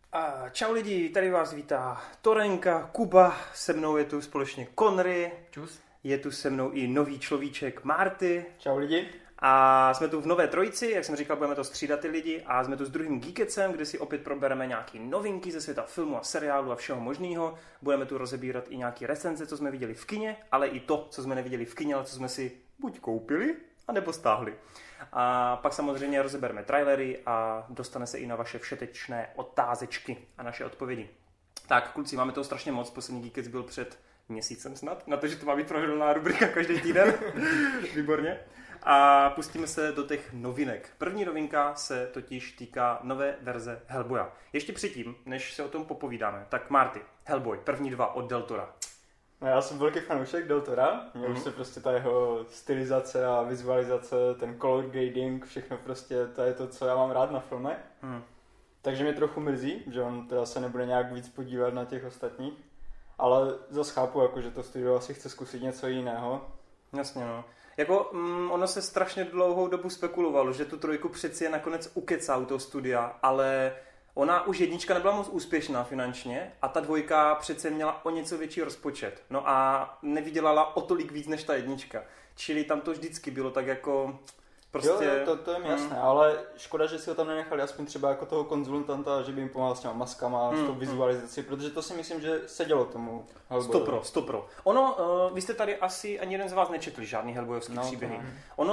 Čau lidi, tady vás vítá Torenka, Kuba, se mnou je tu společně Konry. Čus. Je tu se mnou i nový človíček Marty. Čau lidi. A jsme tu v nové trojici, jak jsem říkal, budeme to střídat ty lidi a jsme tu s druhým Geekecem, kde si opět probereme nějaké novinky ze světa filmu a seriálu a všeho možného. Budeme tu rozebírat i nějaké recenze, co jsme viděli v kině, ale i to, co jsme neviděli v kině, ale co jsme si buď koupili, anebo stáhli. A pak samozřejmě rozebereme trailery a dostane se i na vaše všetečné otázečky a naše odpovědi. Tak kluci, máme toho strašně moc, poslední Geekec byl před měsícem snad, na to, že to má být pravidelná rubrika každý týden. Výborně. A pustíme se do těch novinek. První novinka se totiž týká nové verze Hellboya. Ještě předtím, než se o tom popovídáme, tak Marty, Hellboy, první dva od Del Tora. No já jsem velký fanoušek Del Tora, mně už se prostě ta jeho stylizace a vizualizace, ten color grading, všechno prostě, to je to, co já mám rád na filmech. Takže mě trochu mrzí, že on teda se nebude nějak víc podívat na těch ostatních, ale zase chápu, jako, že to studio asi chce zkusit něco jiného. Jasně, no. Jako ono se strašně dlouhou dobu spekulovalo, že tu trojku přeci je nakonec ukecá u toho studia, ale ona už jednička nebyla moc úspěšná finančně a ta dvojka přece měla o něco větší rozpočet. No a nevydělala o tolik víc než ta jednička. Čili tam to vždycky bylo tak jako prostě... Jo, to je mi jasné, ale škoda, že si ho tam nenechali aspoň třeba jako toho konzultanta, že by jim pomáhal s těma maskama, s tou vizualizací, protože to si myslím, že sedělo tomu Hellboyovi. 100%. Ono, vy jste tady asi ani jeden z vás nečetli žádný Hellboyovský příběhy.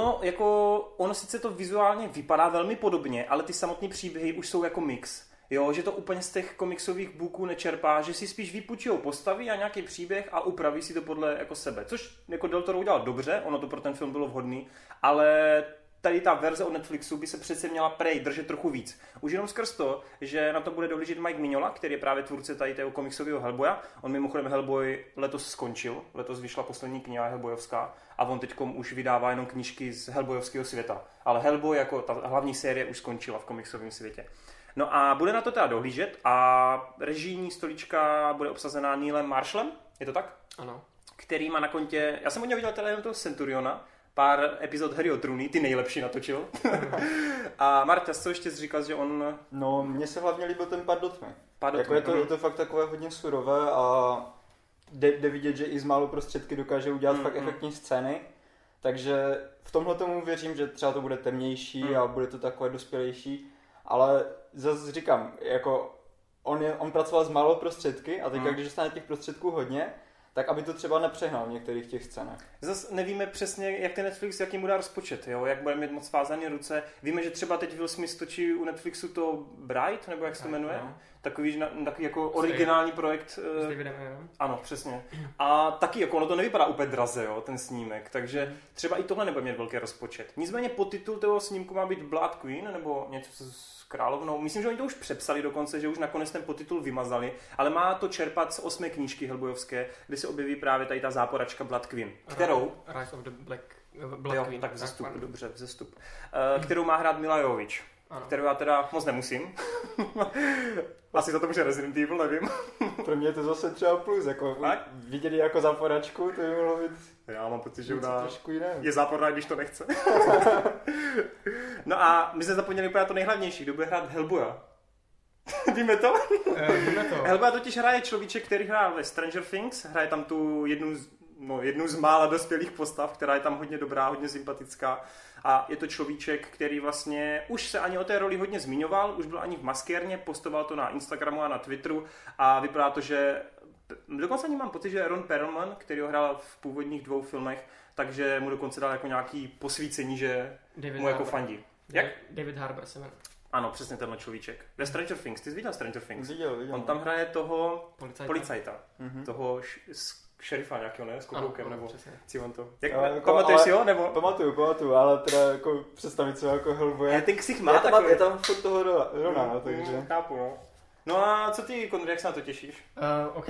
Ono sice to vizuálně vypadá velmi podobně, ale ty samotné příběhy už jsou jako mix. Jo, že to úplně z těch komiksových booků nečerpá, že si spíš vypůjčujou postavy a nějaký příběh a upraví si to podle jako sebe. Což jako Del Toro udělal dobře, ono to pro ten film bylo vhodný, ale tady ta verze od Netflixu by se přece měla držet trochu víc. Už jenom skrz to, že na to bude dohlížet Mike Mignola, který je právě tvůrce tady toho komiksového Hellboya. On mimochodem Hellboy letos skončil, letos vyšla poslední kniha Hellboyovská a on teďkom už vydává jenom knížky z Hellboyovského světa. Ale Hellboy jako ta hlavní série už skončila v komiksovém světě. No a bude na to teda dohlížet a režijní stolička bude obsazená Neilem Marshallem, je to tak? Ano. Který má na kontě, já jsem od něho viděl teda jenom toho Centuriona, pár epizod Hry o trůny, ty nejlepší natočil. A Marta, co ještě jsi říkal, že on... No, mně se hlavně líbil ten Pád do tmy. Jako je to fakt takové hodně surové a jde vidět, že i z málo prostředky dokáže udělat fakt efektní scény. Takže v tomhle tomu věřím, že třeba to bude temnější a bude to takové dospělejší. Ale zase říkám, jako on pracoval s málo prostředky a teď když dostane těch prostředků hodně, tak aby to třeba nepřehnal v některých těch scénách. Zase nevíme přesně, jak ten Netflix, jaký mu dá rozpočet, jo? Jak bude mít moc vázané ruce. Víme, že třeba teď Will Smith točí u Netflixu to Bright, nebo jak se to jmenuje? No. Takový jako originální projekt. S Davidem Ayerom. Ano, přesně. A taky jako ono to nevypadá úplně draze, jo, ten snímek, takže třeba i tohle nebude mít velký rozpočet. Nicméně podtitul toho snímku má být Blood Queen, nebo něco s královnou. Myslím, že oni to už přepsali dokonce, že už nakonec ten podtitul vymazali, ale má to čerpat z 8. knížky Hellboyovské, kde se objeví právě tady ta záporačka Blood Queen, kterou... Rise of the Black Queen. Tak vzestup, dobře, vzestup. Kterou má hrát Mila Jovovich. Ano. Kterou já teda moc nemusím. Asi za to může Resident Evil, nevím. Pro mě je to zase třeba plus, jako vidět jako záporačku, to by mohlo být... Já mám pocit, že ona je záporná, když to nechce. No a my jsme zapomněli úplně to nejhlavnější, kdo bude hrát Hellboya. Víme to? Víme to. Hellboya totiž hraje človíček, který hrál ve Stranger Things, hraje tam tu jednu z mála dospělých postav, která je tam hodně dobrá, hodně sympatická. A je to človíček, který vlastně už se ani o té roli hodně zmiňoval, už byl ani v maskérně, postoval to na Instagramu a na Twitteru a vypadá to, že dokonce ani mám pocit, že Ron Perlman, který ho hrál v původních 2 filmech, takže mu dokonce dal jako nějaký posvícení, že David mu jako fandí. Jak? David Harbour se jmenuje. Ano, přesně tenhle človíček. Ve Stranger Things, ty jsi viděl Stranger Things? Viděl. On tam hraje toho Policajta. Toho šerifa nějakého, ne? S kloboukem, nebo cívan to. Pamatuješ si ho, nebo? Pamatuju, ale teda jako představit se jako Hellboy. Ten ksich má takový. Je tam furt toho Rona, takže... Chápu, no. No a co ty, Konry, jak se na to těšíš? OK.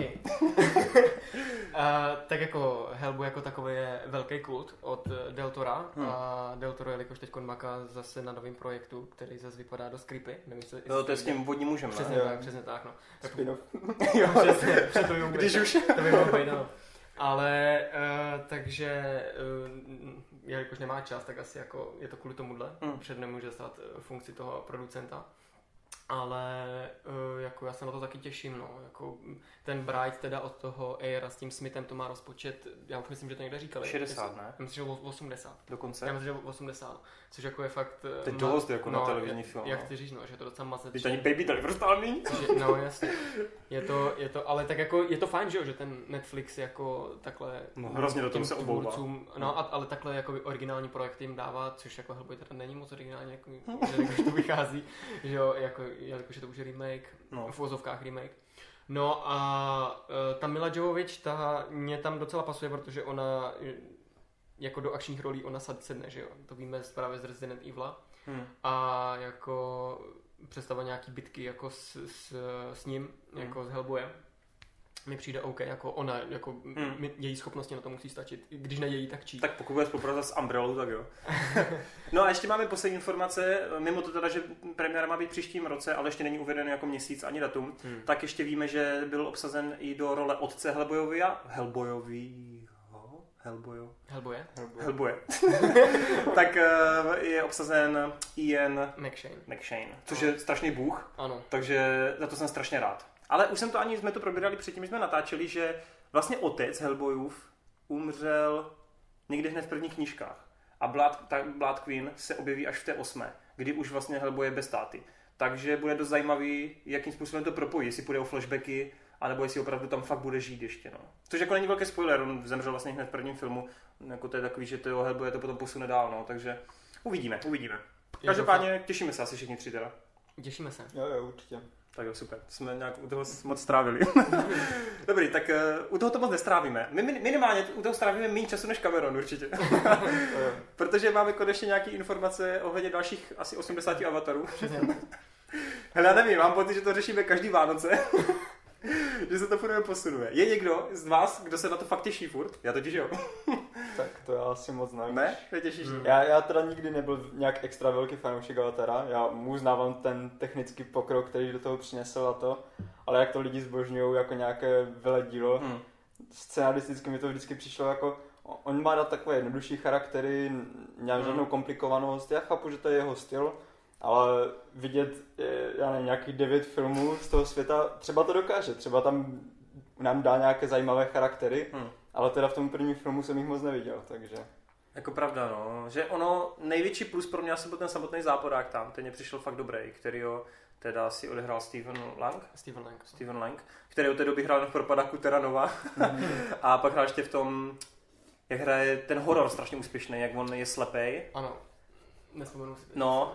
Tak jako Hellboy jako takový je velký kult od Del Tora. A Del Toro, jelikož teď maká zase na novém projektu, který zase vypadá dost creepy. To je s tím vodním mužem, ne? Přesně tak, no. Spin-off. Jo, přesně, když už. To by mohlo být, no. Ale takže jelikož nemá čas, tak asi jako je to kvůli tomuhle, před nemůže stát funkci toho producenta. Ale jako já se na to taky těším, no, jako ten Bright teda od toho Aira s tím Smithem to má rozpočet, já už myslím, že to někde říkali. 60, ne? Já myslím, že 80. Dokonce? Já myslím, že 80, což jako je fakt... To je dost jako na televizní film. Jak ty říct, no, že je to docela mazec. Když ani Baby Driver stál míň. No jasně. Je to, ale tak jako, je to fajn, že ten Netflix jako takhle... No, hrozně do toho se obouvá. No, ale takhle jako originální projekt jim dává, což jako Hellboy teda není moc originální, jako, když to vychází, že jo, jako, jakože to už je remake, v uvozovkách remake. No a ta Mila Jovovich, ta mě tam docela pasuje, protože ona jako do akčních rolí ona sedne, že jo, to víme právě z Resident Evila. A jako představa nějaký bitky jako s ním, jako s Hellboyem. Mi přijde OK, jako ona, jako její schopnosti na to musí stačit. Když nejejí, tak čí. Tak pokud bude spolupracovat s Umbrellou, tak jo. No a ještě máme poslední informace, mimo to teda, že premiéra má být příštím roce, ale ještě není uvedeno jako měsíc ani datum, tak ještě víme, že byl obsazen i do role otce Hellboye. Tak je obsazen Ian McShane, což je strašný bůh, ano. Takže za to jsem strašně rád. Ale už jsme to probírali předtím, když jsme natáčeli, že vlastně otec Hellboyův umřel někdy hned v prvních knížkách. A Blood Queen se objeví až v té 8., kdy už vlastně Hellboy je bez táty. Takže bude dost zajímavý, jakým způsobem to propojí, jestli půjde o flashbacky, anebo jestli opravdu tam fakt bude žít ještě. No. Což jako není velký spoiler, on zemřel vlastně hned v prvním filmu. Jako to je takový, že toho Hellboye to potom posune dál, no. Takže uvidíme. Každopádně těšíme se asi všichni tři teda. Těšíme se. Jo, určitě. Tak jo, super. Jsme nějak u toho moc strávili. Dobrý, tak u toho to moc nestrávíme. My minimálně u toho strávíme méně času než Cameron určitě. Protože máme konečně nějaké informace ohledně dalších asi 80 avatarů. Hele, já nevím, mám pocit, že to řešíme každý Vánoce. Že se to furt posunuje. Je někdo z vás, kdo se na to fakt těší furt? Já totiž jo. Tak to já asi moc nevím. Ne? Netěšíš? Já teda nikdy nebyl nějak extra velký fanoušek Avatara. Já mu uznávám ten technický pokrok, který do toho přinesl a to. Ale jak to lidi zbožňují jako nějaké veledílo. Scenaristicky mi to vždycky přišlo jako... On má dát takové jednodušší charaktery, nemá žádnou komplikovanost. Já chápu, že to je jeho styl. Ale vidět, já nevím, nějakých 9 filmů z toho světa, třeba to dokáže, třeba tam nám dá nějaké zajímavé charaktery, ale teda v tom prvním filmu jsem jich moc neviděl, takže... Jako pravda, no, že ono, největší plus pro mě asi byl ten samotný záporák tam, ten mě přišel fakt dobrý, kterýho teda si odehrál Steven Lang, který od té doby hrál v Propadaku Terra Nova a pak hrál ještě v tom, jak hraje ten horor strašně úspěšný, jak on je slepej. Ano. Nespomenu si. No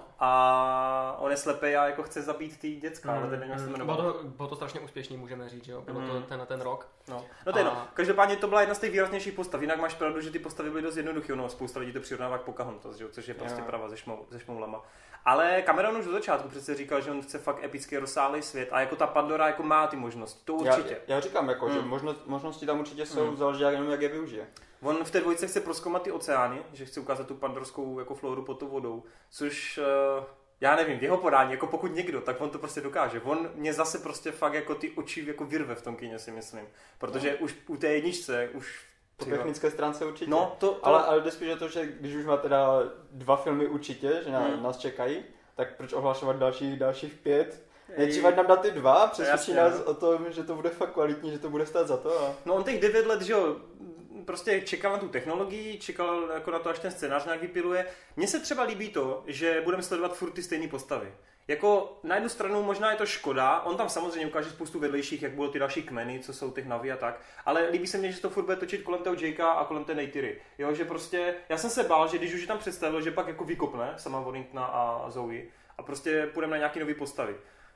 a on je slepej a jako chce zabít ty děcka, ale ten nevím, jak se jmenoval. Bylo to strašně úspěšný, můžeme říct, že jo? Bylo to ten rok. No to je no. Každopádně to byla jedna z těch výraznějších postav. Jinak máš pravdu, že ty postavy byly dost jednoduché. No, spousta lidí to přirovnává k Pocahontas, což je prostě prava se šmoulama. Ale Cameron už od začátku přece říkal, že on chce fakt epický rozsáhlý svět a jako ta Pandora jako má ty možnosti. To určitě. Já říkám, jako, že možnosti tam určitě jsou, záleží jenom jak je využije. On v té dvojce chce prozkoumat ty oceány, že chce ukázat tu pandorskou jako floru pod tou vodou, což já nevím, v jeho podání, jako pokud někdo, tak on to prostě dokáže. On mě zase prostě fakt jako ty oči jako vyrve v tom kyně, si myslím, protože už u té jedničce už po technické stránce určitě. No, ale jde spíš o to, že když už má teda 2 filmy určitě, že nás čekají, tak proč ohlašovat dalších 5? Nejdřív nám dát ty 2, přesvědčí nás o tom, že to bude fakt kvalitní, že to bude stát za to. A... No on těch 9 let, že jo, prostě čekal na tu technologii, čekal jako na to, až ten scénář nějak vypiluje. Mně se třeba líbí to, že budeme sledovat furt ty stejné postavy. Jako na jednu stranu možná je to škoda, on tam samozřejmě ukáže spoustu vedlejších, jak budou ty další kmeny, co jsou těch Navi a tak, ale líbí se mně, že to furt bude točit kolem toho Jakea a kolem té Neytiry. Jo, že prostě, já jsem se bál, že když už je tam představil, že pak jako vykopne sama Warringtona a Zoe a prostě půjdeme na nějaký nový postavy.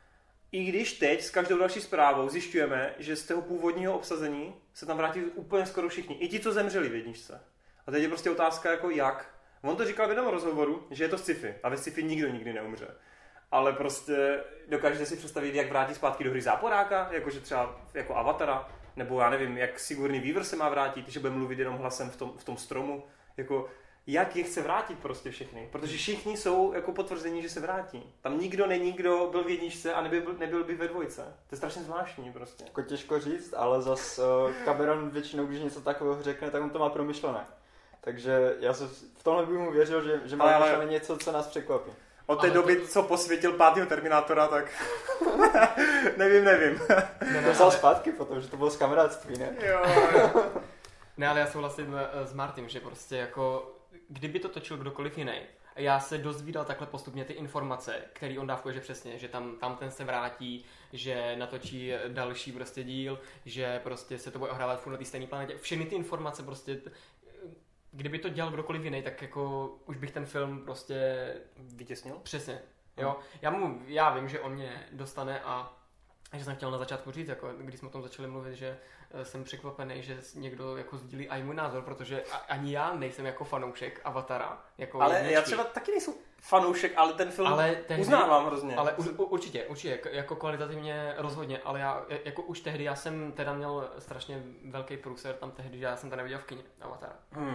I když teď s každou další zprávou zjišťujeme, že z toho původního obsazení se tam vrátí úplně skoro všichni, i ti, co zemřeli v jedničce. A teď je prostě otázka jako jak. On to říkal v jednom rozhovoru, že je to sci-fi a ve sci-fi nikdo nikdy neumře. Ale prostě dokážete si představit, jak vrátí zpátky do hry záporáka, jakože třeba jako Avatara, nebo já nevím, jak Sigourney Weaver se má vrátit, že bude mluvit jenom hlasem v tom stromu, jako jak je chce vrátit prostě všechny, protože všichni jsou jako potvrzení, že se vrátí. Tam nikdo není, kdo byl v jedničce a nebyl by ve dvojce. To je strašně zvláštní prostě. Jako těžko říct, ale zas Cameron většinou, když něco takového řekne, tak on to má promyšlené. Takže já v tomhle bych mu věřil, že má myšlené něco, co nás překvapí. Od té doby, co posvětil 5. Terminátora, tak nevím. To vzal zpátky potom, že to bylo z kamarádství, ne? Jo. Ne, ale já souhlasím s Martinem, že prostě jako, kdyby to točil kdokoliv jiný, já se dozvídal takhle postupně ty informace, které on dávkuje, že přesně, že tam ten se vrátí, že natočí další prostě díl, že prostě se to bude ohrávat furt na té stejné planetě. Všechny ty informace prostě, kdyby to dělal kdokoliv jiný, tak jako už bych ten film prostě vytěsnil. Přesně. Jo. Já vím, že on mě dostane a že jsem chtěl na začátku říct, jako když jsme o tom začali mluvit, že jsem překvapený, že někdo jako sdílí i můj názor, protože ani já nejsem jako fanoušek Avatara. Jako ale jedničky. Já třeba taky nejsem fanoušek, ale ten film uznávám hrozně. Ale určitě, jako kvalitativně rozhodně, ale já jako už tehdy, já jsem teda měl strašně velký průser tam tehdy, že já jsem to neviděl v kině, Avatara.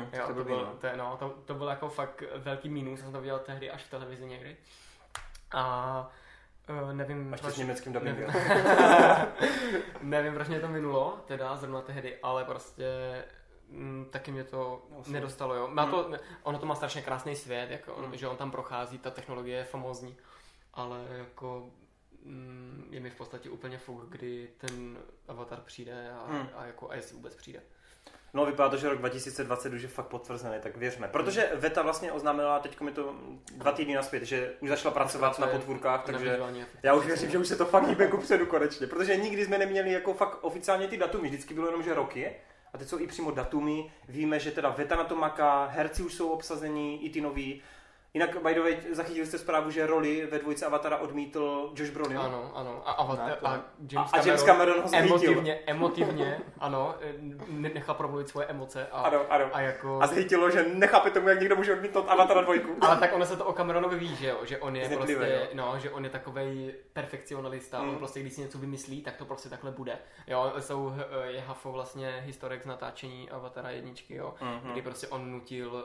To byl jako fakt velký mínus, jsem to viděl tehdy až v televizi někdy. A nevím, proč s německým dubbingem. Nevím, proč mě to minulo, teda zrovna tehdy, ale prostě taky mě to nedostalo, jo. Ono to má strašně krásný svět, jako, že on tam prochází, ta technologie je famózní, ale jako je mi v podstatě úplně fuk, kdy ten Avatar přijde a jestli vůbec přijde. No, vypadá to, že rok 2020 už je fakt potvrzený, tak věřme. Protože Veta vlastně oznámila, teďko mi to 2 týdny naspět, že už začala pracovat na potvůrkách, takže já už věřím, že už se to fakt hýbe kupředu konečně. Protože nikdy jsme neměli jako fakt oficiálně ty datumy, vždycky bylo jenom, že rok je. A teď jsou i přímo datumy, víme, že teda Veta na to maká, herci už jsou obsazení, i ty noví. Jinak, by the way, zachytili jste zprávu, že roli ve 2 Avatara odmítl Josh Brolin. Ano. A James Cameron ho zhytil. Emotivně, ano, nechal promluvit svoje emoce. Ano. A zhytilo, že nechápe tomu, jak někdo může odmítnout Avatara 2. Ale tak ono se to o Cameronovi ví, že jo? Že on je prostě, že on je takovej perfekcionalista. On prostě, když si něco vymyslí, tak to prostě takhle bude. Jo, je hafo vlastně historek z natáčení Avatara 1, jo? Kdy prostě on nutil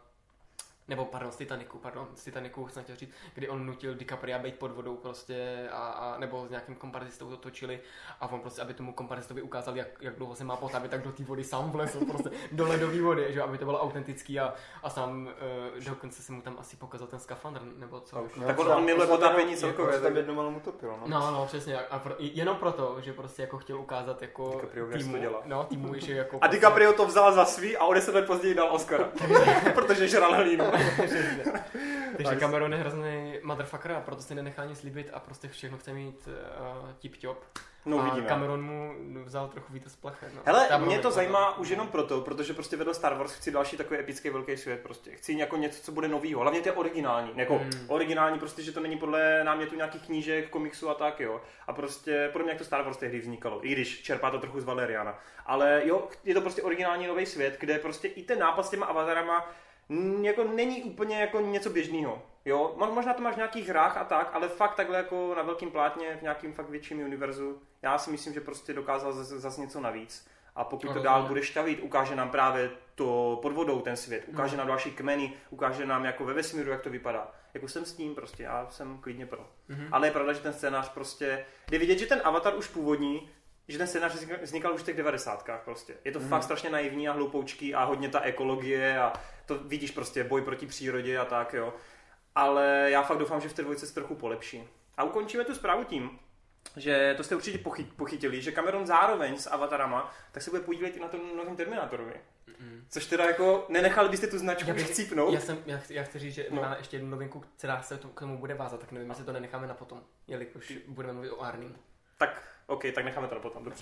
z Titanicu jsem chtěl říct, kdy on nutil DiCapria být pod vodou prostě nebo s nějakým komparzistou to točili a on prostě, aby tomu komparzistovi ukázal, jak dlouho se má potavit, tak do té vody sám vlezl prostě do ledové vody, že aby to bylo autentický a sám dokonce se mu tam asi pokazal ten skafandr, nebo co. Tak on miluje potápění celkově. Jako tam jednou malou utopil, no. No, přesně. Jenom proto, že prostě jako chtěl ukázat jako týmu, že jako... A DiCaprio to vzal za svý a o 10 let později dal Oscara. Protože žral hlínu. Takže Cameron je hrozný motherfucker a proto si nenechá nic líbit a prostě všechno chce mít tip-top. No, vidíme. Cameron mu vzal trochu víc z plachet. No. Hele, mě to zajímá už jenom proto, protože prostě vedle Star Wars chci další takový epický velký svět prostě. Chci jako něco, co bude novýho. Hlavně to je originální. Originální prostě, že to není podle námětu nějakých knížek, komiksů a tak, jo. A prostě podobně jak to Star Wars tehdy vznikalo. I když čerpá to trochu z Valeriana. Ale jo, je to prostě originální nový svět, kde prostě i ten nápad s těma avatarama jako není úplně jako něco běžného. Jo, možná to máš v nějakých hrách a tak, ale fakt takhle jako na velkém plátně v nějakým fakt větším univerzu. Já si myslím, že prostě dokázal zase něco navíc. A pokud to dál bude štavit, ukáže nám právě to pod vodou ten svět, ukáže nám další kmeny, ukáže nám jako ve vesmíru, jak to vypadá. Jako jsem s tím prostě, já jsem klidně pro. Ale je pravda, že ten scénář prostě, jde vidět, že ten Avatar už původní, že ten scénář vznikal už v těch 90kách prostě. Je to fakt strašně naivní a hloupoučký a hodně ta ekologie a to vidíš prostě boj proti přírodě a tak, jo. Ale já fakt doufám, že v té 2 se trochu polepší. A ukončíme tu zprávu tím, že to jste určitě pochytili, že Cameron zároveň s Avatarama tak se bude podílet i na tom novém Terminátorovi. Což teda jako nenechali byste tu značku už chcípnout. Já chci říct, že máme ještě jednu novinku, která se k tomu bude vázat, tak nevím, jestli to nenecháme na potom, jelikož budeme mluvit o Arnim. Tak, OK, tak necháme to na potom, dobře.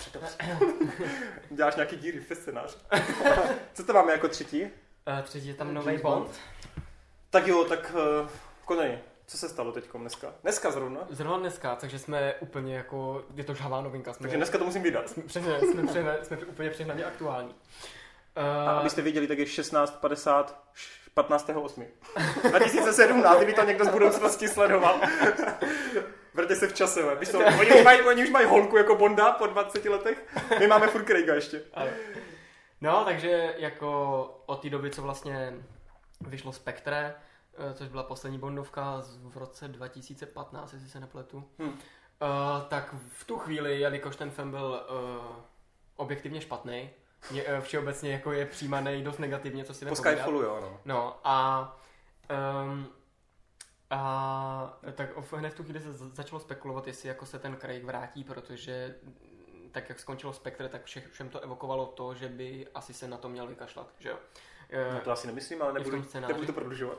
Děláš nějaký díry v scénáři. Co to máme jako třetí? Třetí je tam nový Bond. Tak jo, tak konej. Co se stalo teďkom dneska? Dneska zrovna? Zrovna dneska, takže jsme úplně jako, je to žhavá novinka. Takže dneska to musím vydat. Jsme úplně přehnaně aktuální. A abyste věděli, tak je 16:50 15.8. 2017, kdyby to někdo z budoucnosti sledoval. Vrťte se v čase, oni už mají holku jako Bonda po 20 letech, my máme furt Craiga ještě. No, takže jako od té doby, co vlastně vyšlo Spectre, což byla poslední Bondovka v roce 2015, jestli se nepletu, tak v tu chvíli, jelikož ten film byl objektivně špatný, všeobecně jako je přijímaný dost negativně, co si nepovídat. Po Skyfallu, jo. No a A tak hned v tu chvíli se začalo spekulovat, jestli jako se ten Craig vrátí, protože tak jak skončilo Spectre, tak všem to evokovalo to, že by asi se na to měl vykašlat, že jo. No to asi nemyslím, ale nebudu to prodlužovat.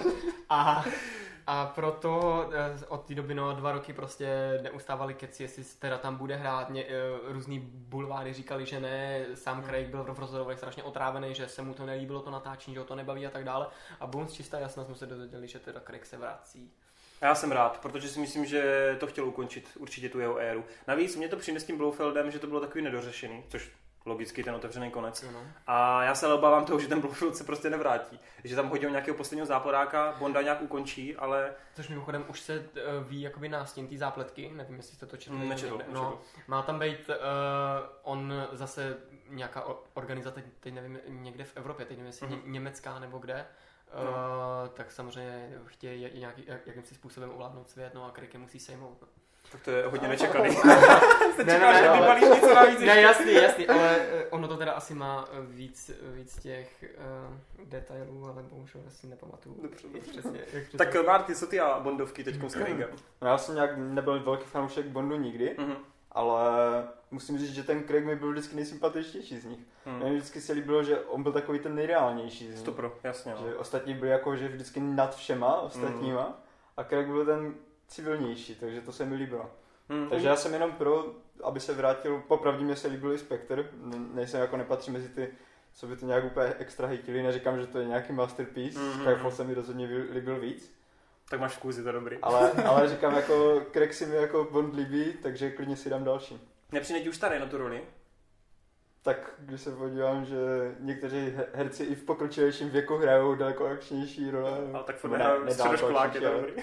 A proto od té doby 2 roky prostě neustávali keci, jestli teda tam bude hrát. Různý bulváry říkali, že ne, sám Craig byl v rozhodování strašně otrávený, že se mu to nelíbilo to natáčení, že ho to nebaví a tak dále. A Bones čistá jasná jsme se dozvěděli, že teda Craig se vrací. A já jsem rád, protože si myslím, že to chtěl ukončit určitě tu jeho éru. Navíc mě to přijde s tím Blofeldem, že to bylo takový nedořešený, což logicky ten otevřený konec. No. A já se ale obávám toho, že ten Blofeld se prostě nevrátí. Že tam hodí nějakého posledního záporáka, Bonda nějak ukončí, ale... Což mimochodem už se ví jakoby nástěn té zápletky, nevím, jestli jste to četli. Nečetl. No, má tam být on zase nějaká organizace, teď nevím, někde v Evropě, teď nevím, jestli německá nebo kde. Tak samozřejmě chtějí jakýmsi způsobem ovládnout svět, no a Craig je musí sejmout. No. Tak to je hodně nečekaný. Jste čekal, že vybalíš něco navíc ještě. Ne, jasný, ale ono to teda asi má víc těch detailů, ale bohužel si nepamatuju. Dobře. Přesně. Tak Marty, co ty a Bondovky teďkom s Craigem? No, já jsem nějak nebyl velký fanoušek Bondu nikdy, ale musím říct, že ten Craig mi byl vždycky nejsympatičtější z nich. Mně vždycky se líbilo, že on byl takový ten nejreálnější z nich. Stopro, jasně. Že ostatní byli jako, že vždycky nad všema ostatníma a Craig byl ten civilnější, takže to se mi líbilo. Takže já jsem jenom pro, aby se vrátil, popravdě mě se líbil i Spectre, nejsem jako nepatří mezi ty, co by to nějak úplně extra hejtili, neříkám, že to je nějaký masterpiece, Skyfall se mi rozhodně líbil víc. Tak máš vkus, je to dobrý. Ale říkám, jako Craig si mi jako Bond líbí, takže klidně si dám další. Nepřijde ti už starý na tu roli? Tak když se podívám, že někteří herci i v pokročilejším věku hrajou daleko akčnější role. Ale tak furt středoškoláky, to dobrý.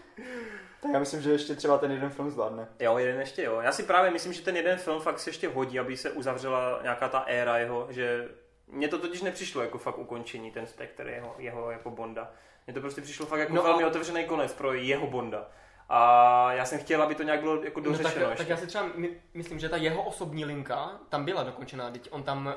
Tak já myslím, že ještě třeba ten jeden film zvládne. Jo, jeden ještě jo. Já si právě myslím, že ten jeden film fakt se ještě hodí, aby se uzavřela nějaká ta éra jeho, že mně to totiž nepřišlo jako fakt ukončení, ten Spectre jeho jako Bonda. Mně to prostě přišlo fakt jako velmi otevřený konec pro jeho Bonda. A já jsem chtěl, aby to nějak bylo jako dořešeno. Tak já si třeba myslím, že ta jeho osobní linka tam byla dokončená, teď on tam...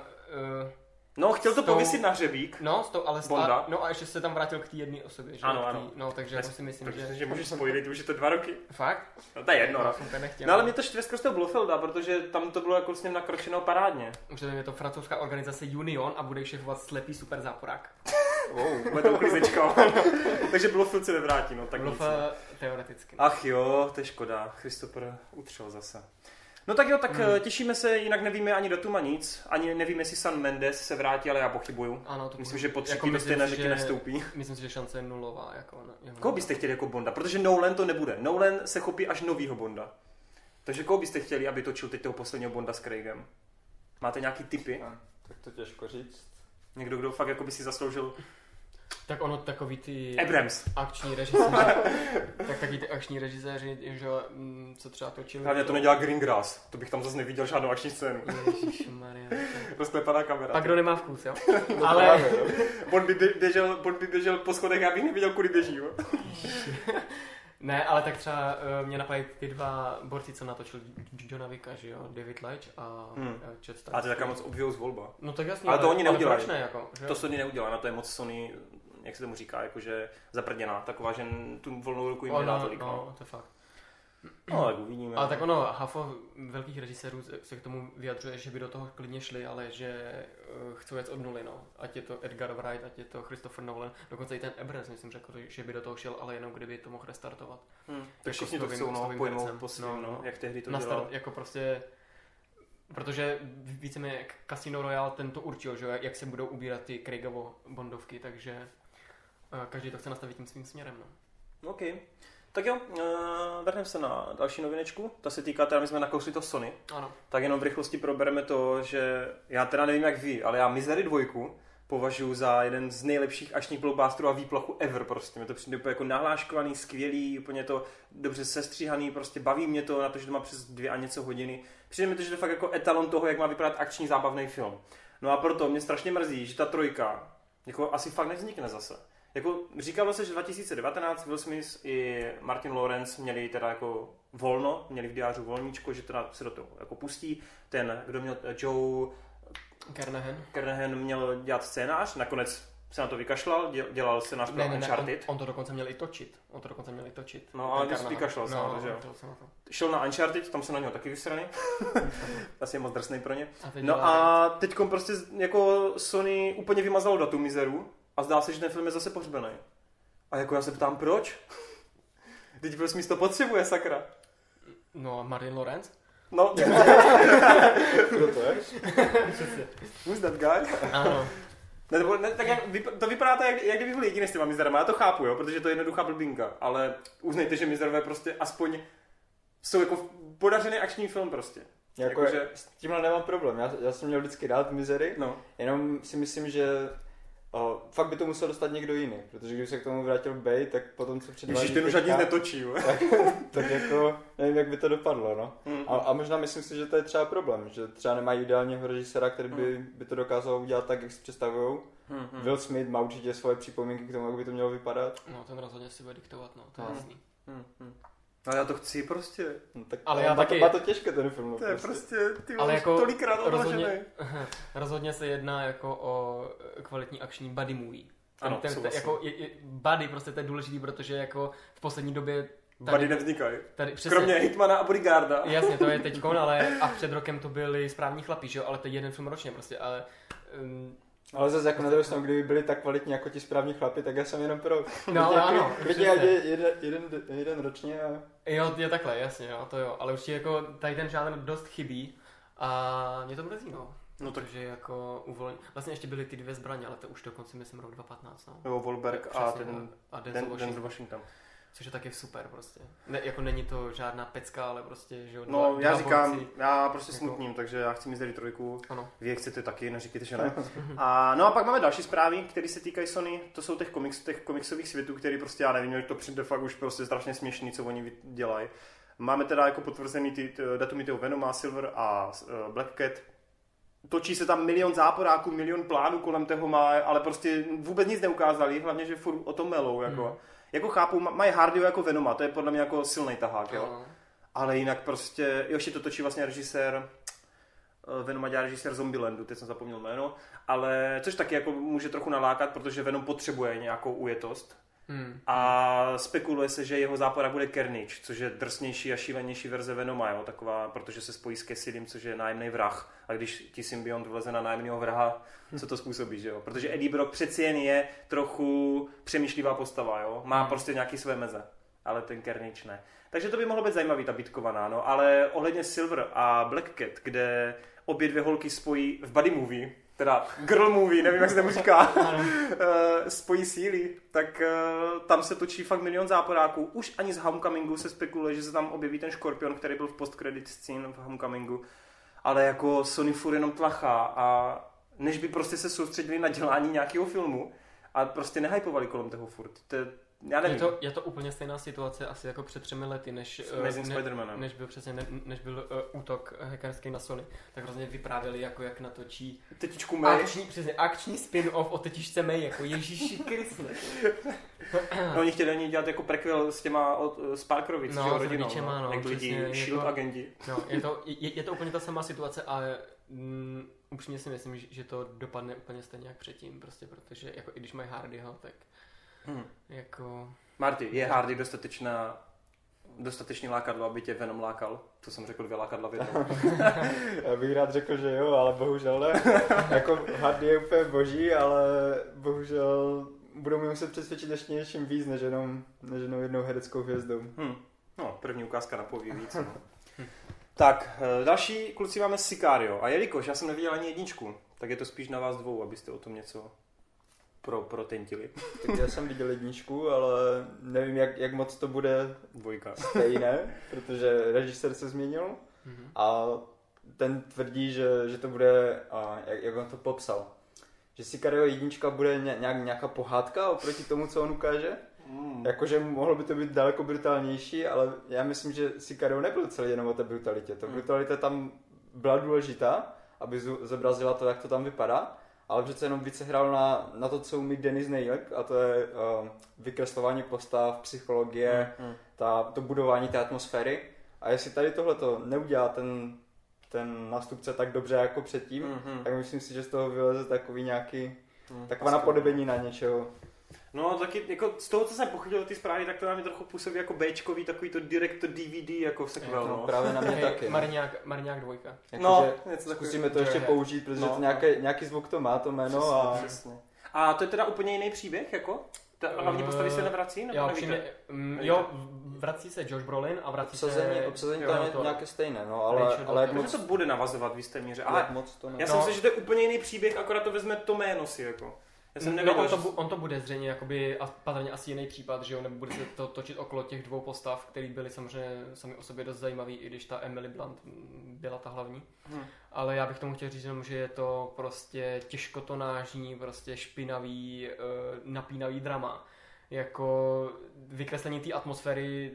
No, chtěl to pověsit na hřebík. No, ale Bonda. No a ještě se tam vrátil k té jedné osobě, že? Ano. No, takže jako si myslím, že můžeš spojit, už je to 2 roky. Fakt? No, to je jedno. No, ale mě to štve skrz toho Blofelda, protože tam to bylo jako s ním nakročeno parádně. Už je to francouzská organizace Union a bude šéfovat slepý super záporák. Bude to uklízečka. Takže Blofeld se nevrátí, no tak Blofeld teoreticky. Ach jo, to je škoda. Christopher utřel zase. No tak jo, tak těšíme se, jinak nevíme ani datum a nic, ani nevíme, jestli Sam Mendes se vrátí, ale já pochybuju. Ano, myslím, že po 3 týdny stejné řeky nestoupí. Myslím si, že šance je nulová. Jako koho byste chtěli jako Bonda? Protože Nolan to nebude. Nolan se chopí až novýho Bonda. Takže koho byste chtěli, aby točil teď toho posledního Bonda s Craigem? Máte nějaký tipy? Tak to těžko říct. Někdo, kdo fakt jako by si zasloužil... Tak ono takový ty Abrams. Akční režiséři, tak taky ty akční režiséři, že co třeba točili. Hlavně to nedělá Greengrass, to bych tam zase neviděl žádnou akční scénu. Ježišmarja. Rozklepaná kamera. Pak kdo nemá vkus, jo? Ale Bond by běžel po schodech, já bych neviděl, kudy běží, jo? Ne, ale tak třeba mě napadají ty 2 borci, co natočili Johna Wicka, že jo? David Leitch a Chad Stahelski. A to je taká moc obvious volba. No tak jasně, ale to oni neudělají. Jako, to Sony neudělá, na to je moc Sony, jak se tomu říká, jakože zaprděná, taková, že tu volnou ruku jim nedá tolik. No, to je fakt. No, tak uvidíme. Ale tak ono, hafo velkých režisérů se k tomu vyjadřuje, že by do toho klidně šli, ale že chcou jet od nuly, no. Ať je to Edgar Wright, ať je to Christopher Nolan, dokonce i ten Abrams, myslím, řekl, že by do toho šel, ale jenom kdyby to mohl restartovat. Tak všichni to chcou, no, pojmout po svým, no, jak tehdy to dělal. Jako prostě, protože víceméně Casino Royale ten to určil, že jak se budou ubírat ty Craigovo Bondovky, takže každý to chce nastavit tím svým směrem, no. OK. Tak jo, vrhneme se na další novinečku, ta se týká, teda my jsme nakousli to Sony, ano. Tak jenom v rychlosti probereme to, že já teda nevím jak vy, ale já Misery 2 považuji za jeden z nejlepších akčních blockbusterů a výplachu ever prostě, mě to přijde úplně jako nahláškovaný, skvělý, úplně to dobře sestříhaný, prostě baví mě to na to, že to má přes 2 a něco hodiny, přijde mi to, že to je fakt jako etalon toho, jak má vypadat akční zábavný film. No a proto mě strašně mrzí, že ta 3 jako asi fakt nevznikne zase. Jako říkalo se, že 2019 Will Smith i Martin Lawrence měli teda jako volno, měli v diářu volníčko, že teda se do toho jako pustí. Ten, kdo měl Joe Carnahan měl dělat scénář, nakonec se na to vykašlal, dělal se náš pro Uncharted. On to dokonce měl i točit. No, ale vykašlal se na to, že jo. Šel na Uncharted, tam se na něho taky vysraný. Asi je moc drsnej pro ně. No a teďkom prostě jako Sony úplně vymazalo datum mizeru a zdá se, že ten film je zase pohřbený. A jako já se ptám, proč? Teď prostě místo potřebuje, sakra. No, Martin Lawrence? No. Kdo to je? Who's that guy? Ano. Ne, tak to vypadá tak, jak kdyby byl jediný s těma mizerama, já to chápu, jo, protože to je jednoduchá blbinka, ale uznejte, že mizerové prostě aspoň jsou jako podařený akční film prostě. Jako že... S tímhle nemám problém, já jsem měl vždycky rád mizery, jenom si myslím, že fakt by to musel dostat někdo jiný, protože když se k tomu vrátil Bay, tak potom co předvádí... Ježiš, ten už ani netočí, jo. tak jako nevím, jak by to dopadlo, no. A možná myslím si, že to je třeba problém, že třeba nemají ideálního režiséra, který by to dokázal udělat tak, jak si představujou. Will Smith má určitě svoje připomínky k tomu, jak by to mělo vypadat. No, ten rozhodně si bude diktovat, no, to je jasný. Ale já to chci prostě. No, tak ale já taky... má to těžké ten film. To je prostě ty ale jako tolikrát odložený. Rozhodně se jedná jako o kvalitní akční buddy movie. Ano, jako buddy prostě to je důležitý, protože jako v poslední době buddy nevznikají. Kromě Hitmana a Bodyguarda. Jasně, to je teďkon, ale a před rokem to byli Správní chlapí, že jo, ale to je jeden film ročně prostě, ale... Ale zase jako na druhou stranu, kdyby byli tak kvalitní jako ti Správní chlapi, tak já jsem jenom pro. No ano. Klidně jeden ročně a... Jo, je takhle, jasně, no, to jo, ale určitě jako tady ten žánr dost chybí a mě to mrzí, no. No tak... Takže jako uvolení. Vlastně ještě byly ty dvě zbraně, ale to už dokonce myslím rok 2015, no. Jo, Wahlberg a Denzel Washington. Což je taky super prostě. Ne, jako není to žádná pecka, ale prostě, že jo. No, já říkám, já prostě smutním, takže já chci Misery 3. Ano. Vy chcete taky, neříkejte, že ne. A pak máme další zprávy, které se týkají Sony. To jsou těch komiksových světů, který prostě já nevím, to přijde fakt už prostě strašně směšný, co oni dělají. Máme teda jako potvrzený ty datumy toho Venoma, Silver a Black Cat. Točí se tam milion záporáků, milion plánů kolem toho má, ale prostě vůbec nic neukázali, hlavně, že furt o tom melou, jako. Jako chápu, mají Hardyho jako Venoma, to je podle mě jako silný tahák, jo. Ale jinak prostě, ještě to točí vlastně režisér, Venoma dělá režisér Zombielandu, teď jsem zapomněl jméno, ale což taky jako může trochu nalákat, protože Venom potřebuje nějakou ujetost. A spekuluje se, že jeho záporák bude Carnage, což je drsnější a šílenější verze Venoma, jo, taková, protože se spojí s Cassidym, což je nájemný vrah. A když ti symbiont vleze na nájemného vraha, co to způsobí, že jo? Protože Eddie Brock přeci jen je trochu přemýšlivá postava, jo? Má prostě nějaký své meze, ale ten Carnage ne. Takže to by mohlo být zajímavý, ta bitkovaná, no, ale ohledně Silver a Black Cat, kde obě dvě holky spojí v buddy movie, teda girl movie, nevím, jak se tomu říká, spojí síly, tak tam se točí fakt milion záporáků. Už ani z Homecomingu se spekuluje, že se tam objeví ten škorpion, který byl v post-credit scene v Homecomingu, ale jako Sony furt jenom tlachá a než by prostě se soustředili na dělání nějakého filmu a prostě nehypovali kolem toho furt. Já nevím. Je to úplně stejná situace asi jako před 3 lety, než byl přesně, než byl útok hackerský na Sony, tak hrozně vyprávěli, jako jak natočí Tetičku May. Akční spin-off o tetičce May, jako Ježíši Kriste. No, oni chtěli dělat jako prequel s těma z Parkerovic, s jeho rodinou, jak lidi, SHIELD agenti. No, je to úplně ta samá situace, ale upřímně si myslím, že to dopadne úplně stejně jak předtím, prostě, protože jako i když mají Hardyho, tak jako... Marty, je Hardy dostatečný lákadlo, aby tě Venom lákal? To jsem řekl 2 lákadla v jednom. Já bych rád řekl, že jo, ale bohužel ne. Jako Hardy je úplně boží, ale bohužel budou mi muset přesvědčit ještě něčím víc, než jenom jednou hereckou hvězdou. No, první ukázka napoví víc. No. Tak, další kluci máme Sicario. A jelikož já jsem neviděl ani 1, tak je to spíš na vás 2, abyste o tom něco protentili. Tak já jsem viděl 1, ale nevím, jak moc to bude 2 stejné, protože režisér se změnil a ten tvrdí, že to bude, jak on to popsal, že Sicario 1 bude nějaká pohádka oproti tomu, co on ukáže. Jakože mohlo by to být daleko brutálnější, ale já myslím, že Sicario nebyl celý jenom o té brutalitě. Ta brutalita tam byla důležitá, aby zobrazila to, jak to tam vypadá, ale přece jenom více hrál na to, co umí Denis nejlep, a to je vykreslování postav, psychologie, to budování té atmosféry. A jestli tady tohleto neudělá ten nástupce tak dobře jako předtím, tak myslím si, že z toho vyleze takový nějaký Taková napodobení na něčeho. No taky, jako z toho, co jsem pochytil ty zprávy, tak to na mě trochu působí jako Bčkový, takový to direct to DVD, jako sequel, no. Právě na mě taky. Marňák 2. No, zkusíme to ještě použít, protože to nějaký zvuk to má, to jméno. Přesně. A to je teda úplně jiný příběh, jako? Hlavní postavy se nevrací? Nebo vrací se Josh Brolin a vrací obsazení to je nějaké stejné, no, ale jak moc to bude navazovat v jisté míře. Ale moc to já jsem si, že to je úplně jiný příběh, akorát to vezme to jméno si, jako. Já jsem nevěděl, on to bude zřejmě jakoby patrně asi jiný případ, že jo, nebo bude se to točit okolo těch dvou postav, které byly samozřejmě sami o sobě dost zajímavý, i když ta Emily Blunt byla ta hlavní. Ale já bych tomu chtěl říct, že je to prostě těžkotonážní, prostě špinavý, napínavý drama. Jako vykreslení té atmosféry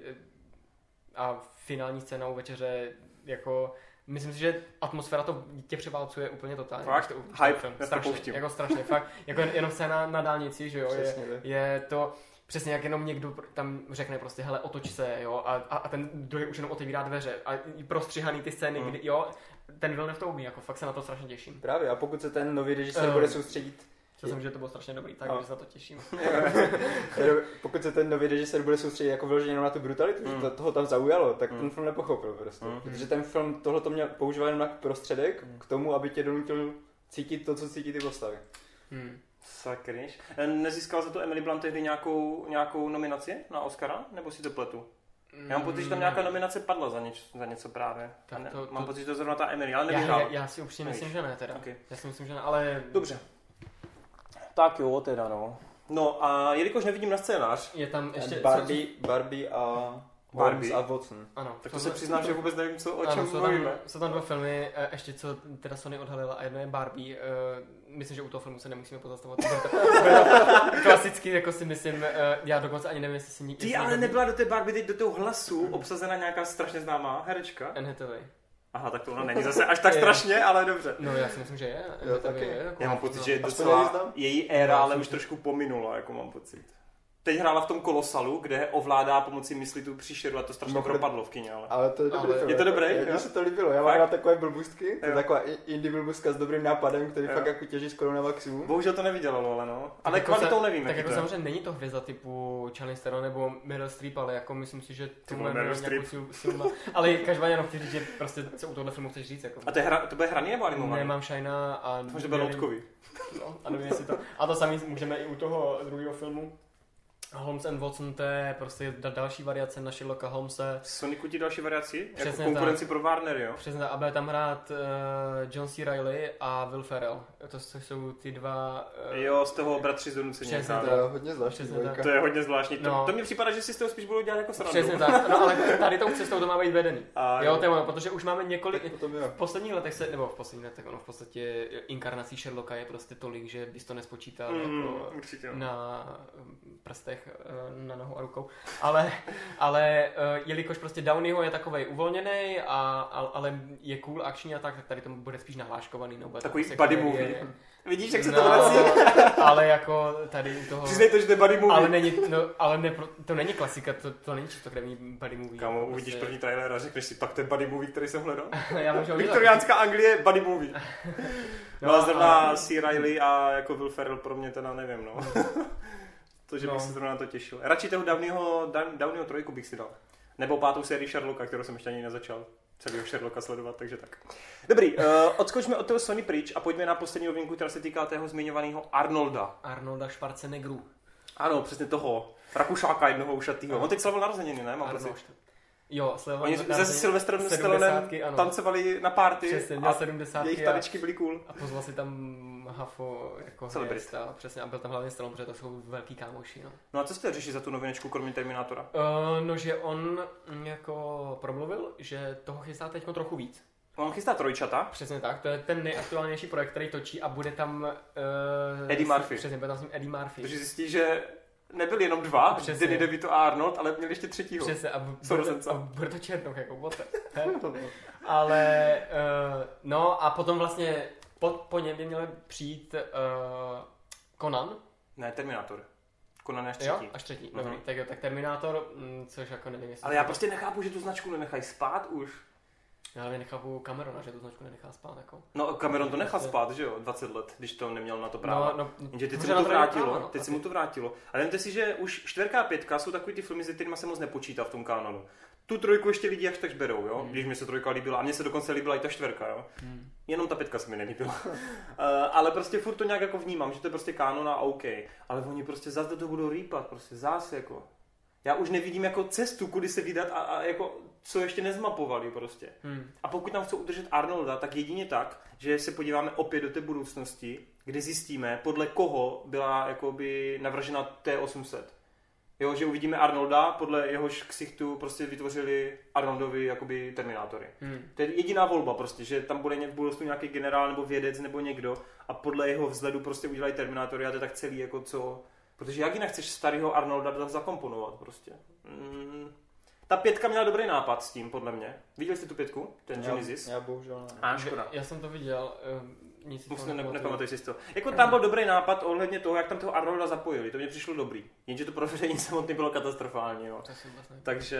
a finální scénou večeře, jako myslím si, že atmosféra to tě převálcuje úplně totálně. Fakt? Hype, strašně, fakt. Jako jenom scéna na dálnici, že jo, je to přesně jak jenom někdo tam řekne prostě, hele, otoč se, jo, a ten druhý už jenom otevírá dveře a prostřihaný ty scény, kdy, jo, ten Villeneuve to umí, jako fakt se na to strašně těším. Právě, a pokud se ten nový režisér bude soustředit. Já jsem, že to bylo strašně dobrý, takže se na to těším. Pokud se ten nový režisér bude soustředit jako vyloženě jenom na tu brutalitu, že toho tam zaujalo, tak ten film nepochopil prostě. Protože ten film tohle měl používat jenom jako prostředek k tomu, aby tě donutil cítit to, co cítí ty postavy. Sakryš. Nezískal za to Emily Blunt tehdy nějakou nominaci na Oscara? Nebo si to pletu? Já mám pocit, že tam nějaká nominace padla za něco právě. Mám pocit, že to zrovna ta Emily, ale nevyhrál. Já si upřímně myslím, že ne teda. Okay. Já si myslím, že ne, ale... Dobře. Tak jo, teda no. No a jelikož nevidím na scénář... Je tam ještě... Barbie a... Holmes a Watson. Ano. Tak to se přiznám, že vůbec nevím, o čem mluvíme. Jsou tam dva filmy, ještě co teda Sony odhalila, a jedno je Barbie. Myslím, že u toho filmu se nemusíme pozastavovat. Klasicky, jako si myslím, já dokonce ani nevím, jestli si nikdy... Ty ale nebyla do té Barbie teď do toho hlasu obsazena nějaká strašně známá herečka? Anne Hathaway. Aha, tak to ona není zase až tak strašně, ale dobře. No já si myslím, že je. Jo, taky. Já mám pocit, že je docela její éra, ale už trošku pominula, jako mám pocit. Teď hrála v tom Kolosalu, kde ovládá pomocí mysli tu příšeru a to strašně propadlo v kině. Ale to je dobrý film. Je to dobrý? Mně se to líbilo. Já mám rád takové blbůstky. To je taková indie blbůstka s dobrým nápadem, který fakt jako těží skoro na maximum. Bohužel to nevydělalo, ale no. Ale kvalitou nevíme. Tak jako samozřejmě není to hvězda typu Charlize Theron nebo Meryl Streep, ale jako myslím si, že to má nějakou sílu. Ale každopádně jenom chci říct, že prostě co u tohle filmu chceš říct. Jako. A to bude hraný nebo animovaný? Nemám Shina a... To bude loutkový. No, a nevím, jestli to... A to samý můžeme i u toho druhého filmu. Holmes and Watson, to je prostě další variace na Sherlocka Holmese. Sony kutí další variaci? Jako konkurenci pro Warner, jo? Přesně, a bude tam hrát John C. Reilly a Will Ferrell. To jsou ty dva... Jo, z toho Bratři z donucení. Přesně, to je hodně zvláštní. To je hodně zvláštní. To mně připadá, že si z toho spíš budou dělat jako srandu. Přesně tak, no ale tady tou cestou to má být vedený. Jo, to je ono, protože už máme několik... V posledních letech ono v podstatě inkarnací Sherlocka je prostě tolik, že bys to nespočítal jako na prstech na nohu a rukou, ale jelikož prostě Downeyho je takovej uvolněný, ale je cool, akční a tak tady to bude spíš nahláškovaný. No, takový buddy movie. Vidíš, jak se to vrací? Ale jako tady u toho... Přiznej to, že to je buddy movie. Ale to není klasika, to není čistokrevný buddy movie. Kámo, uvidíš první trailer a řekneš si, tak to je buddy movie, který jsem hledal. Viktoriánská Anglie, buddy movie. No a zrovna C. Reilly a jako Will Ferrell pro mě teda nevím, no. To, že bych se zrovna na to těšil. Radši toho Downeyho 3 bych si dal. Nebo 5. sérii Sherlocka, kterou jsem ještě ani nezačal celého Sherlocka sledovat, takže tak. Dobrý, odskočme od toho Sony pryč a pojďme na poslední novinku, která se týká tého zmiňovaného Arnolda Schwarzeneggeru. Ano, přesně toho. Rakušáka jednoho ušatýho. On teď slavil narozeniny, ne? Mám pocit. Jo, slavil. Oni se Sylvestrem Stallonem tancovali na party. Přesně, měl 70. Jejich tanečky byly cool. A pozval si tam Hafo jako hvězd a přesně, a byl tam hlavně Stallone, protože to jsou velký kámoši. No a co jste řešili za tu novinečku, kromě Terminátora? No, že on jako promluvil, že toho chystá teď trochu víc. On chystá trojčata. Přesně tak, to je ten nejaktuálnější projekt, který točí a bude tam... Eddie Murphy. Přesně, bude tam s ním Eddie Murphy. Takže zjistí, že nebyli jenom dva, Danny DeVito a Arnold, ale měli ještě třetího. Přesně, a bude to Černoch, jako what Ale, no a potom vlastně po něm by měl přijít Conan. Ne, Terminátor. Conan je až třetí. Jo, až třetí, dobrý. Tak Terminátor, což jako nevím, jestli... Ale já prostě nechápu, že tu značku nenechají spát už. Já nechápu Camerona, že tu značku nenechá spát. Jako. No Cameron to nechal spát, že jo, 20 let, když to neměl na to práva. No, jenže teď se mu to vrátilo, teď se mu to vrátilo. A vemte si, že už 4 a 5 jsou takový ty filmy, se kterými se moc nepočítá v tom kanonu. Tu 3 ještě lidi až tak berou, jo, když mi se 3 líbila. A mně se dokonce líbila i ta 4, jo. Jenom ta 5 se mi nelíbila. Ale prostě furt to nějak jako vnímám, že to je prostě kanon a OK. Ale oni prostě zase do toho budou rýpat, prostě zase jako. Já už nevidím jako cestu, kudy se vydat a jako co ještě nezmapovali prostě. A pokud nám chcou udržet Arnolda, tak jedině tak, že se podíváme opět do té budoucnosti, kde zjistíme, podle koho byla jakoby navržena T-800. Jo, že uvidíme Arnolda, podle jehož ksichtu prostě vytvořili Arnoldovi jakoby Terminátory. To je jediná volba prostě, že tam bude v budoucnu nějaký generál nebo vědec nebo někdo a podle jeho vzhledu prostě udělají Terminátory a to je tak celý jako co... Protože jak jinak chceš starého Arnolda zakomponovat prostě. Ta 5 měla dobrý nápad s tím, podle mě. Viděli jste tu 5? Ten Genesis? Já bohužel ne. Škoda. Já jsem to viděl, nic nepamatuji si to. Jako tam byl dobrý nápad ohledně toho, jak tam toho Arnolda zapojili. To mě přišlo dobrý. Jenže to provedení samotné bylo katastrofální. Jo. Takže...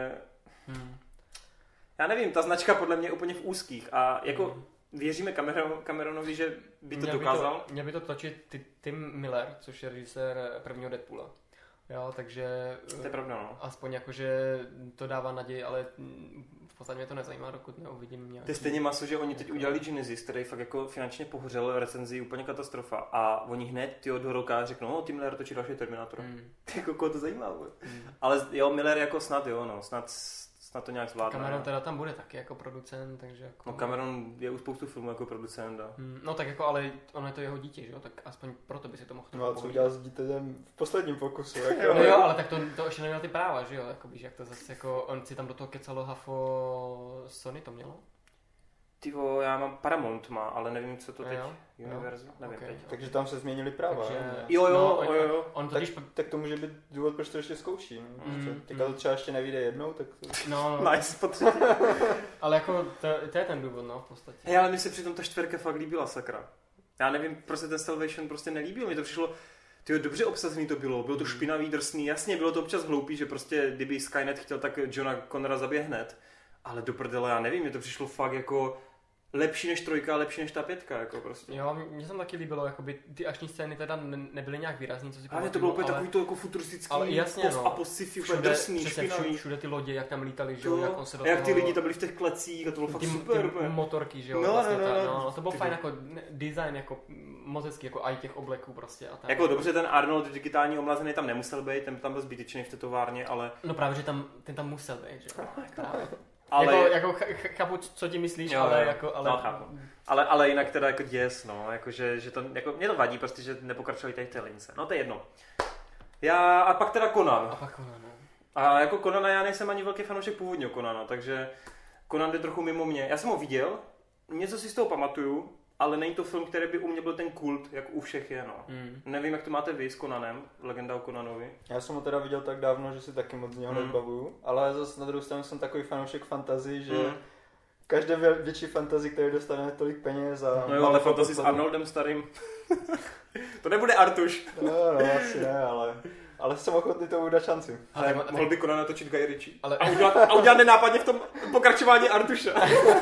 Já nevím, ta značka podle mě je úplně v úzkých. A jako věříme Cameronovi, že by to dokázal. Mě by to točit Tim Miller, což je režisér prvního Deadpoola. Jo, takže to je pravda, no. Aspoň jakože to dává naději, ale v podstatě mě to nezajímá, dokud neuvidím nějaký... To je stejně maso, že oni teď udělali Genesis, který fakt jako finančně pohořel, recenzí úplně katastrofa. A oni hned do roka řeknou, no Tim Miller točí další Terminátor. Jako koho to zajímá, ale jo, Miller jako snad jo, no, snad to nějak zvládne. Cameron teda tam bude taky jako producent, takže jako... No Cameron je u spoustu filmů jako producent, a... No tak jako, ale ono je to jeho dítě, že jo, tak aspoň proto by si to mohl... No a co udělal s dítětem v posledním pokusu, jako... No jo, ale tak to ještě neměl ty práva, že jo, jako víš, jak to zase jako, on si tam do toho kecalo hafo, Sony to mělo? Tyvo, já mám Paramount ale nevím, co to teď Universal, nevím okay. teď. Takže tam se změnili práva, takže... Jo. On totiž... Tak to může být důvod, proč to ještě zkouší. Teďka to třeba ještě nevyjde jednou, tak... Nice, potřeba. Ale jako to je ten důvod, no, v podstatě. Hej, ale mi se přitom ta 4 fakt líbila, sakra. Já nevím, prostě ten Salvation prostě nelíbil, mi to přišlo... Tyjo, dobře obsazený to bylo to špinavý, drsný, jasně, bylo to občas hloupý, že prostě kdyby Skynet chtěl, tak Johna Connora zabije hned. Ale do prdele, já nevím, mi to přišlo fakt jako lepší než 3, lepší než ta 5, jako prostě. Jo, mně se taky líbilo, jakoby ty akční scény teda nebyly nějak výrazný, co si pamatuju. Ale to bylo úplně takový to jako futuristický, post a post-sci-fi, úplně drsný, špinavý. Všude ty lodě, jak tam lítali, že jo, jak on se do toho... jak ty lidi tam byli v těch klecích, a to bylo fakt super. Ty motorky, že jo, no, to bylo fajn jako design, jako moc hezký, jako i těch obleků prostě. A tak. Jako dobře, ten Arnold digitální omlazený tam nemusel být, ten tam byl zbytečný v tetovárně, ale... No právě, že ten tam musel být, že jo. Ale... Jako chápu, co ti myslíš, ale jako... Ale... No, chápu. Ale jinak teda jako děs, no, jakože, že to, jako, mě to vadí prostě, že nepokračovali tady v té lince. No to je jedno. A pak teda Conan. A jako Conana já nejsem ani velký fanoušek původního Conana, takže Conan jde trochu mimo mě. Já jsem ho viděl, něco si z toho pamatuju, ale není to film, který by u mě byl ten kult, jak u všech je, no. Nevím, jak to máte vy s Conanem, legenda o Conanovi. Já jsem ho teda viděl tak dávno, že si taky moc z něho nezbavuju, ale zase na druhou stranu jsem takový fanoušek fantasy, že každé větší fantasy, které dostane tolik peněz a... No jo, ale fantasy s Arnoldem starým. To nebude Artuš. No, asi ne, ale jsem ochotný tomu dát šanci. Ale mohl by Conan natočit Guy Ritchie. A udělat nenápadně v tom pokračování Artuše.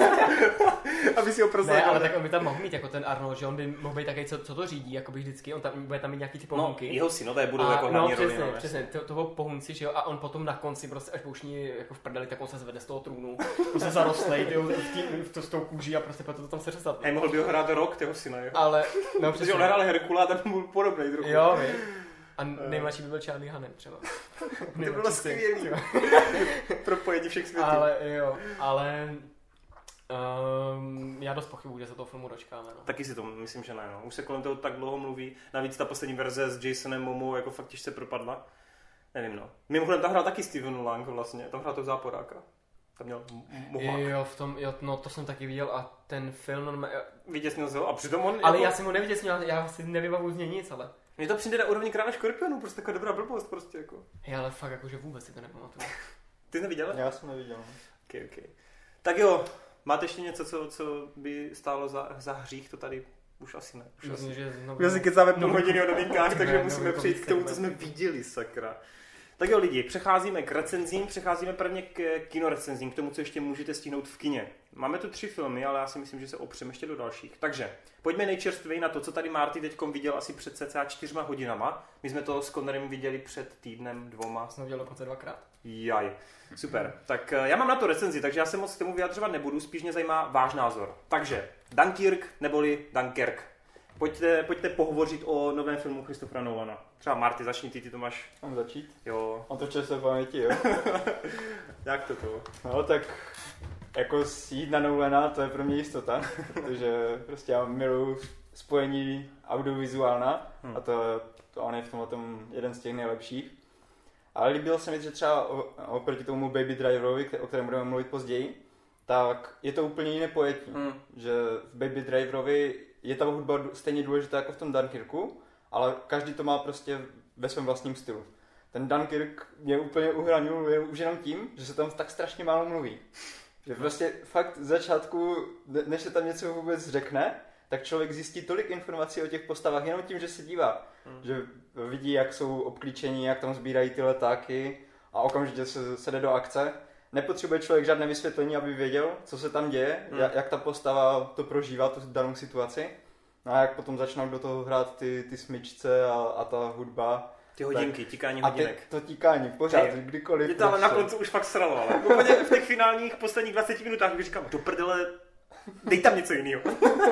Aby si ho prosadil. Ne, ale tak on by tam mohl mít jako ten Arnold, že on by mohl být takový, co to řídí, jako by vždycky, on tam bude tam mít nějaký ty pohunky. No, jeho synové budou jako hlavní roli. No, přesně, to byl pohunci, že jo, a on potom na konci prostě až boušní jako v prdeli, tak on se zvede z toho trůnu, prostě zarostlej, s tou kůží a prostě potom to tam se řezat. Mohl by ho hrát Rock, jeho syna, jo. Ale, no protože on hrál Herkula, tam byl podobný trochu. Jo, a nejmladší by byl Charlie Hunnam třeba. To bylo skvělý. Propojení všech světů. Ale já dost pochybuji, že se toho filmu dočkáme. No. Taky si to myslím, že ne. No. Už se kolem toho tak dlouho mluví. Navíc ta poslední verze s Jasonem Momou jako fakt těžce propadla. Nevím, no. Mimochodem tam hrál taky Steven Lang vlastně. Tam hrál toho záporáka. Tam měl mohák. No to jsem taky viděl a ten film... Vytěsnil se ho a přitom on... Ale já jsem ho nevytěsnil, já si nevybavu z něj nic, ale... Mně to přijde na úrovni Krále škorpionů, prostě taková dobrá blbost prostě jako. Ale fakt jakože vůbec si to nepamatuju. Ty jsi neviděl? Já jsem neviděl. Okay. Tak jo, máte ještě něco, co by stálo za hřích, to tady už asi ne. Už asi kecáme půl hodiny o novinkách, takže musíme přejít k tomu, co jsme viděli, sakra. Tak jo lidi, přecházíme k recenzím, přecházíme prvně k kinorecenzím, k tomu, co ještě můžete stihnout v kině. Máme tu 3 filmy, ale já si myslím, že se opřeme ještě do dalších. Takže pojďme nejčerstvěji na to, co tady Marty teďkom viděl asi před cca 4 hodinama. My jsme to s Connorem viděli před týdnem, 2. Jsem viděl dokonce 2krát. Jaj, super. Tak já mám na to recenzi, takže já se moc k tomu vyjadřovat nebudu, spíš mě zajímá váš názor. Takže Dunkirk neboli Dunkerque. Pojďte pohovořit o novém filmu Christophera Nolana. Třeba Marty, začni ty to máš. Mám začít? Jo. On to často v paměti, jo? Jak to? No tak jako jít na Nolana, to je pro mě jistota, protože prostě já miluji spojení audiovizuálna a to on je v tomhle tom jeden z těch nejlepších. Ale líbilo se mi, že třeba oproti tomu Baby Driverovi, o kterém budeme mluvit později, tak je to úplně jiné pojetí. Že v Baby Driverovi je ta hudba stejně důležitá jako v tom Dunkirku, ale každý to má prostě ve svém vlastním stylu. Ten Dunkirk mě úplně uhranil už jenom tím, že se tam tak strašně málo mluví. Že prostě fakt z začátku, než se tam něco vůbec řekne, tak člověk zjistí tolik informací o těch postavách jenom tím, že se dívá. Že vidí, jak jsou obklíčení, jak tam sbírají ty letáky a okamžitě se jde do akce. Nepotřebuje člověk žádné vysvětlení, aby věděl, co se tam děje, jak ta postava to prožívá, tu danou situaci. No a jak potom začnou do toho hrát ty smyčce a ta hudba. Ty hodinky, tíkání hodinek. A to tíkání, pořád, kdykoliv. Je to ale na konci už fakt sralo, ale úplně v těch finálních posledních 20 minutách bych říkám, do prdele, dej tam něco jiného.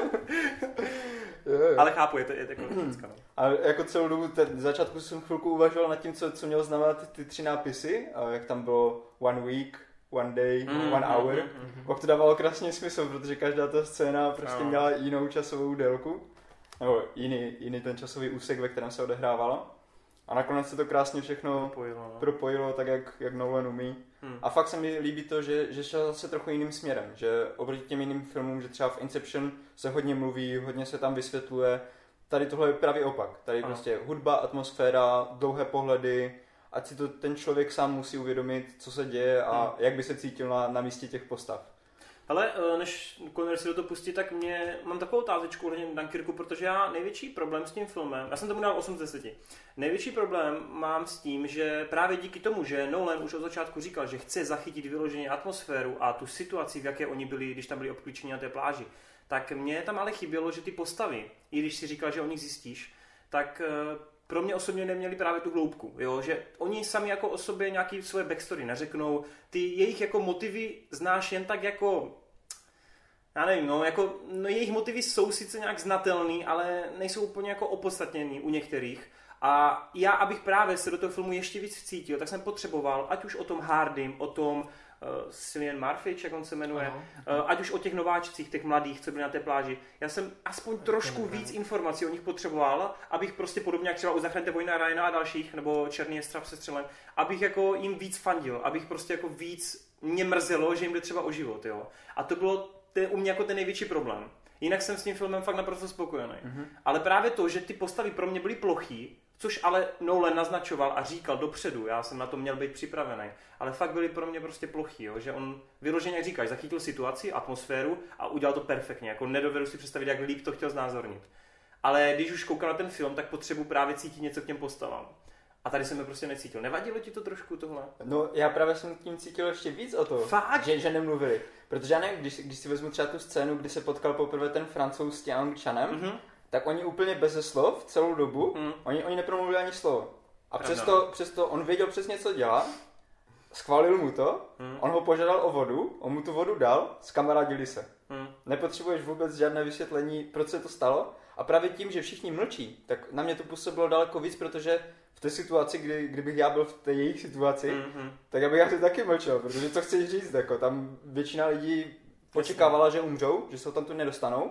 Ale chápu, je to klasická. No. Ale jako celou dobu, v začátku jsem chvilku uvažoval nad tím, co mělo znamenat ty 3 nápisy, a jak tam bylo 1 week, 1 day, 1 hour. Pak to dávalo krásně smysl, protože každá ta scéna prostě měla jinou časovou délku, nebo jiný ten časový úsek, ve kterém se odehrávala. A nakonec se to krásně všechno propojilo tak, jak Nolan umí. A fakt se mi líbí to, že šel zase trochu jiným směrem, že oproti těm jiným filmům, že třeba v Inception se hodně mluví, hodně se tam vysvětluje. Tady tohle je pravý opak. Tady prostě hudba, atmosféra, dlouhé pohledy, ať si to ten člověk sám musí uvědomit, co se děje a jak by se cítil na místě těch postav. Ale než Connor si do toho pustí, tak mám takovou otázečku ohledně Dunkirku, protože já největší problém s tím filmem, já jsem tomu dal 8 z 10. Největší problém mám s tím, že právě díky tomu, že Nolan už od začátku říkal, že chce zachytit vyloženě atmosféru a tu situaci, v jaké oni byli, když tam byli obklíčeni na té pláži, tak mě tam ale chybělo, že ty postavy, i když si říkal, že o nich zjistíš, tak pro mě osobně neměli právě tu hloubku, jo? Že oni sami jako o sobě nějaký svoje backstory neřeknou, ty jejich jako motivy znáš jen tak jako, já nevím, jejich motivy jsou sice nějak znatelný, ale nejsou úplně jako opodstatněný u některých. A já, abych právě se do toho filmu ještě víc vcítil, tak jsem potřeboval, ať už o tom Hardym, o tom Cillian Murphy, jak on se jmenuje, ať už o těch nováčcích, těch mladých, co byli na té pláži. Já jsem aspoň trošku víc informací o nich potřeboval, abych prostě podobně jak třeba u Zachraňte Vojna Ryana a dalších, nebo Černý jestřáb se střelem, abych jako jim víc fandil, abych prostě jako víc mě mrzelo, že jim jde třeba o život, jo. A to bylo u mě jako ten největší problém. Jinak jsem s tím filmem fakt naprosto spokojený. Ale právě to, že ty postavy pro mě byly plochý, což ale Nolan naznačoval a říkal dopředu, já jsem na to měl být připravený, ale fakt byly pro mě prostě plochý, jo? Že on vyloženě, jak říkáš, zachytil situaci, atmosféru a udělal to perfektně, jako nedovedu si představit, jak líp to chtěl znázornit. Ale když už koukal na ten film, tak potřebuji právě cítit něco k těm postavám. A tady jsem je prostě necítil. Nevadilo ti to trošku tohle? No, já právě jsem tím cítil ještě víc o to, fakt? Že nemluvili. Protože já nevím, když si vezmu třeba tu scénu, kdy se potkal poprvé ten Francouz s tím Angličanem, tak oni úplně beze slov celou dobu, oni nepromluvili ani slovo. A přesto on věděl přesně, co dělá, schválil mu to, on ho požádal o vodu, on mu tu vodu dal, zkamarádili se. Nepotřebuješ vůbec žádné vysvětlení, proč se to stalo. A právě tím, že všichni mlčí, tak na mě to působilo daleko víc, protože v té situaci, kdybych já byl v té jejich situaci, tak já bych asi taky mlčel, protože co chceš říct, jako tam většina lidí očekávala, že umřou, že se tam tu nedostanou,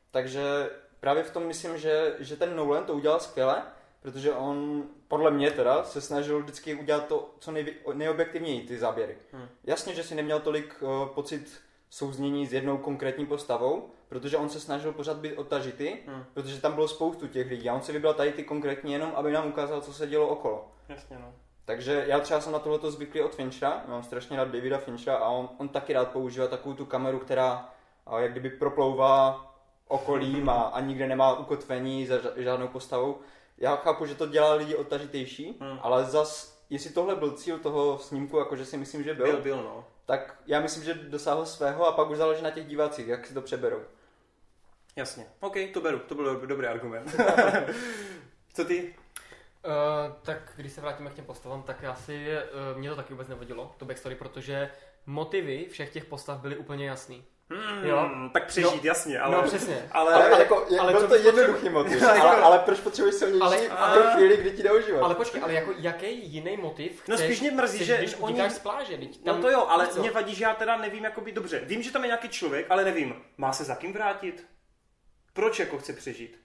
takže právě v tom myslím, že ten Nolan to udělal skvěle, protože on, podle mě teda, se snažil vždycky udělat to co nejobjektivněji, ty záběry. Jasně, že si neměl tolik pocit souznění s jednou konkrétní postavou, protože on se snažil pořád být odtažitý, protože tam bylo spoustu těch lidí a on si vybral tady ty konkrétní jenom, aby nám ukázal, co se dělo okolo. Jasně, no. Takže já třeba jsem na tohleto zvyklý od Finchera, mám strašně rád Davida Finchera a on taky rád používá takovou tu kameru, která jak kdyby proplouvá okolím a nikde nemá ukotvení za žádnou postavou. Já chápu, že to dělá lidi odtažitější, ale zas jestli tohle byl cíl toho snímku, jakože si myslím, že byl, no. Tak já myslím, že dosáhl svého a pak už záleží na těch divácích, jak si to přeberou. Jasně, OK, to beru, to byl dobrý argument. Co ty? Tak když se vrátíme k těm postavám, tak mě to taky vůbec nevadilo, to backstory, protože motivy všech těch postav byly úplně jasný. Jo? Tak přežít, jasně, ale... No přesně. Ale byl to jednoduchý motiv, ale proč potřebuješ silnější v té chvíli, kdy ti jde o život? Ale počkej, ale jako jaký jiný motiv chceš, spíš mě mrzí, že když utíkáš z pláže, tam, no to jo, ale mě vadí, že já teda nevím, jakoby dobře, vím, že tam je nějaký člověk, ale nevím, má se za kým vrátit? Proč jako chce přežít?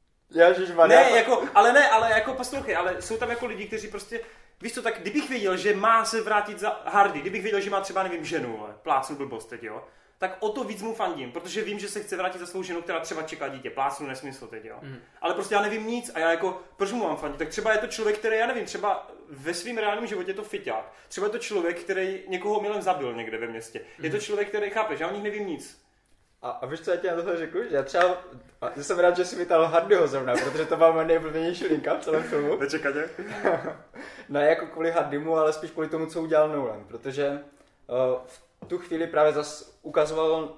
Ale jako poslouchej, ale jsou tam jako lidi, kteří prostě, víš co, tak kdybych věděl, že má se vrátit za Hardy, kdybych věděl, že má třeba, nevím, ženu, ale plácnu blbost teď, jo, tak o to víc mu fandím, protože vím, že se chce vrátit za svou ženu, která třeba čeká dítě, plácnu nesmysl teď, jo. Ale prostě já nevím nic a já jako, proč mu mám fandit? Tak třeba je to člověk, který, já nevím, třeba ve svém reálném životě je to fiťák. Třeba je to člověk, který někoho milem zabil někde ve městě. Je to člověk, který chápe, že já o nich nevím nic. A víš, co já ti na tohle řeknu? Že já třeba, jsem rád, že jsi vytáhl Hardyho zrovna, protože to byla moje nejblbenější linka v celém filmu. Nečekatě. Ne jako kvůli Hardymu, ale spíš kvůli tomu, co udělal Nolan, protože v tu chvíli právě zas ukazoval,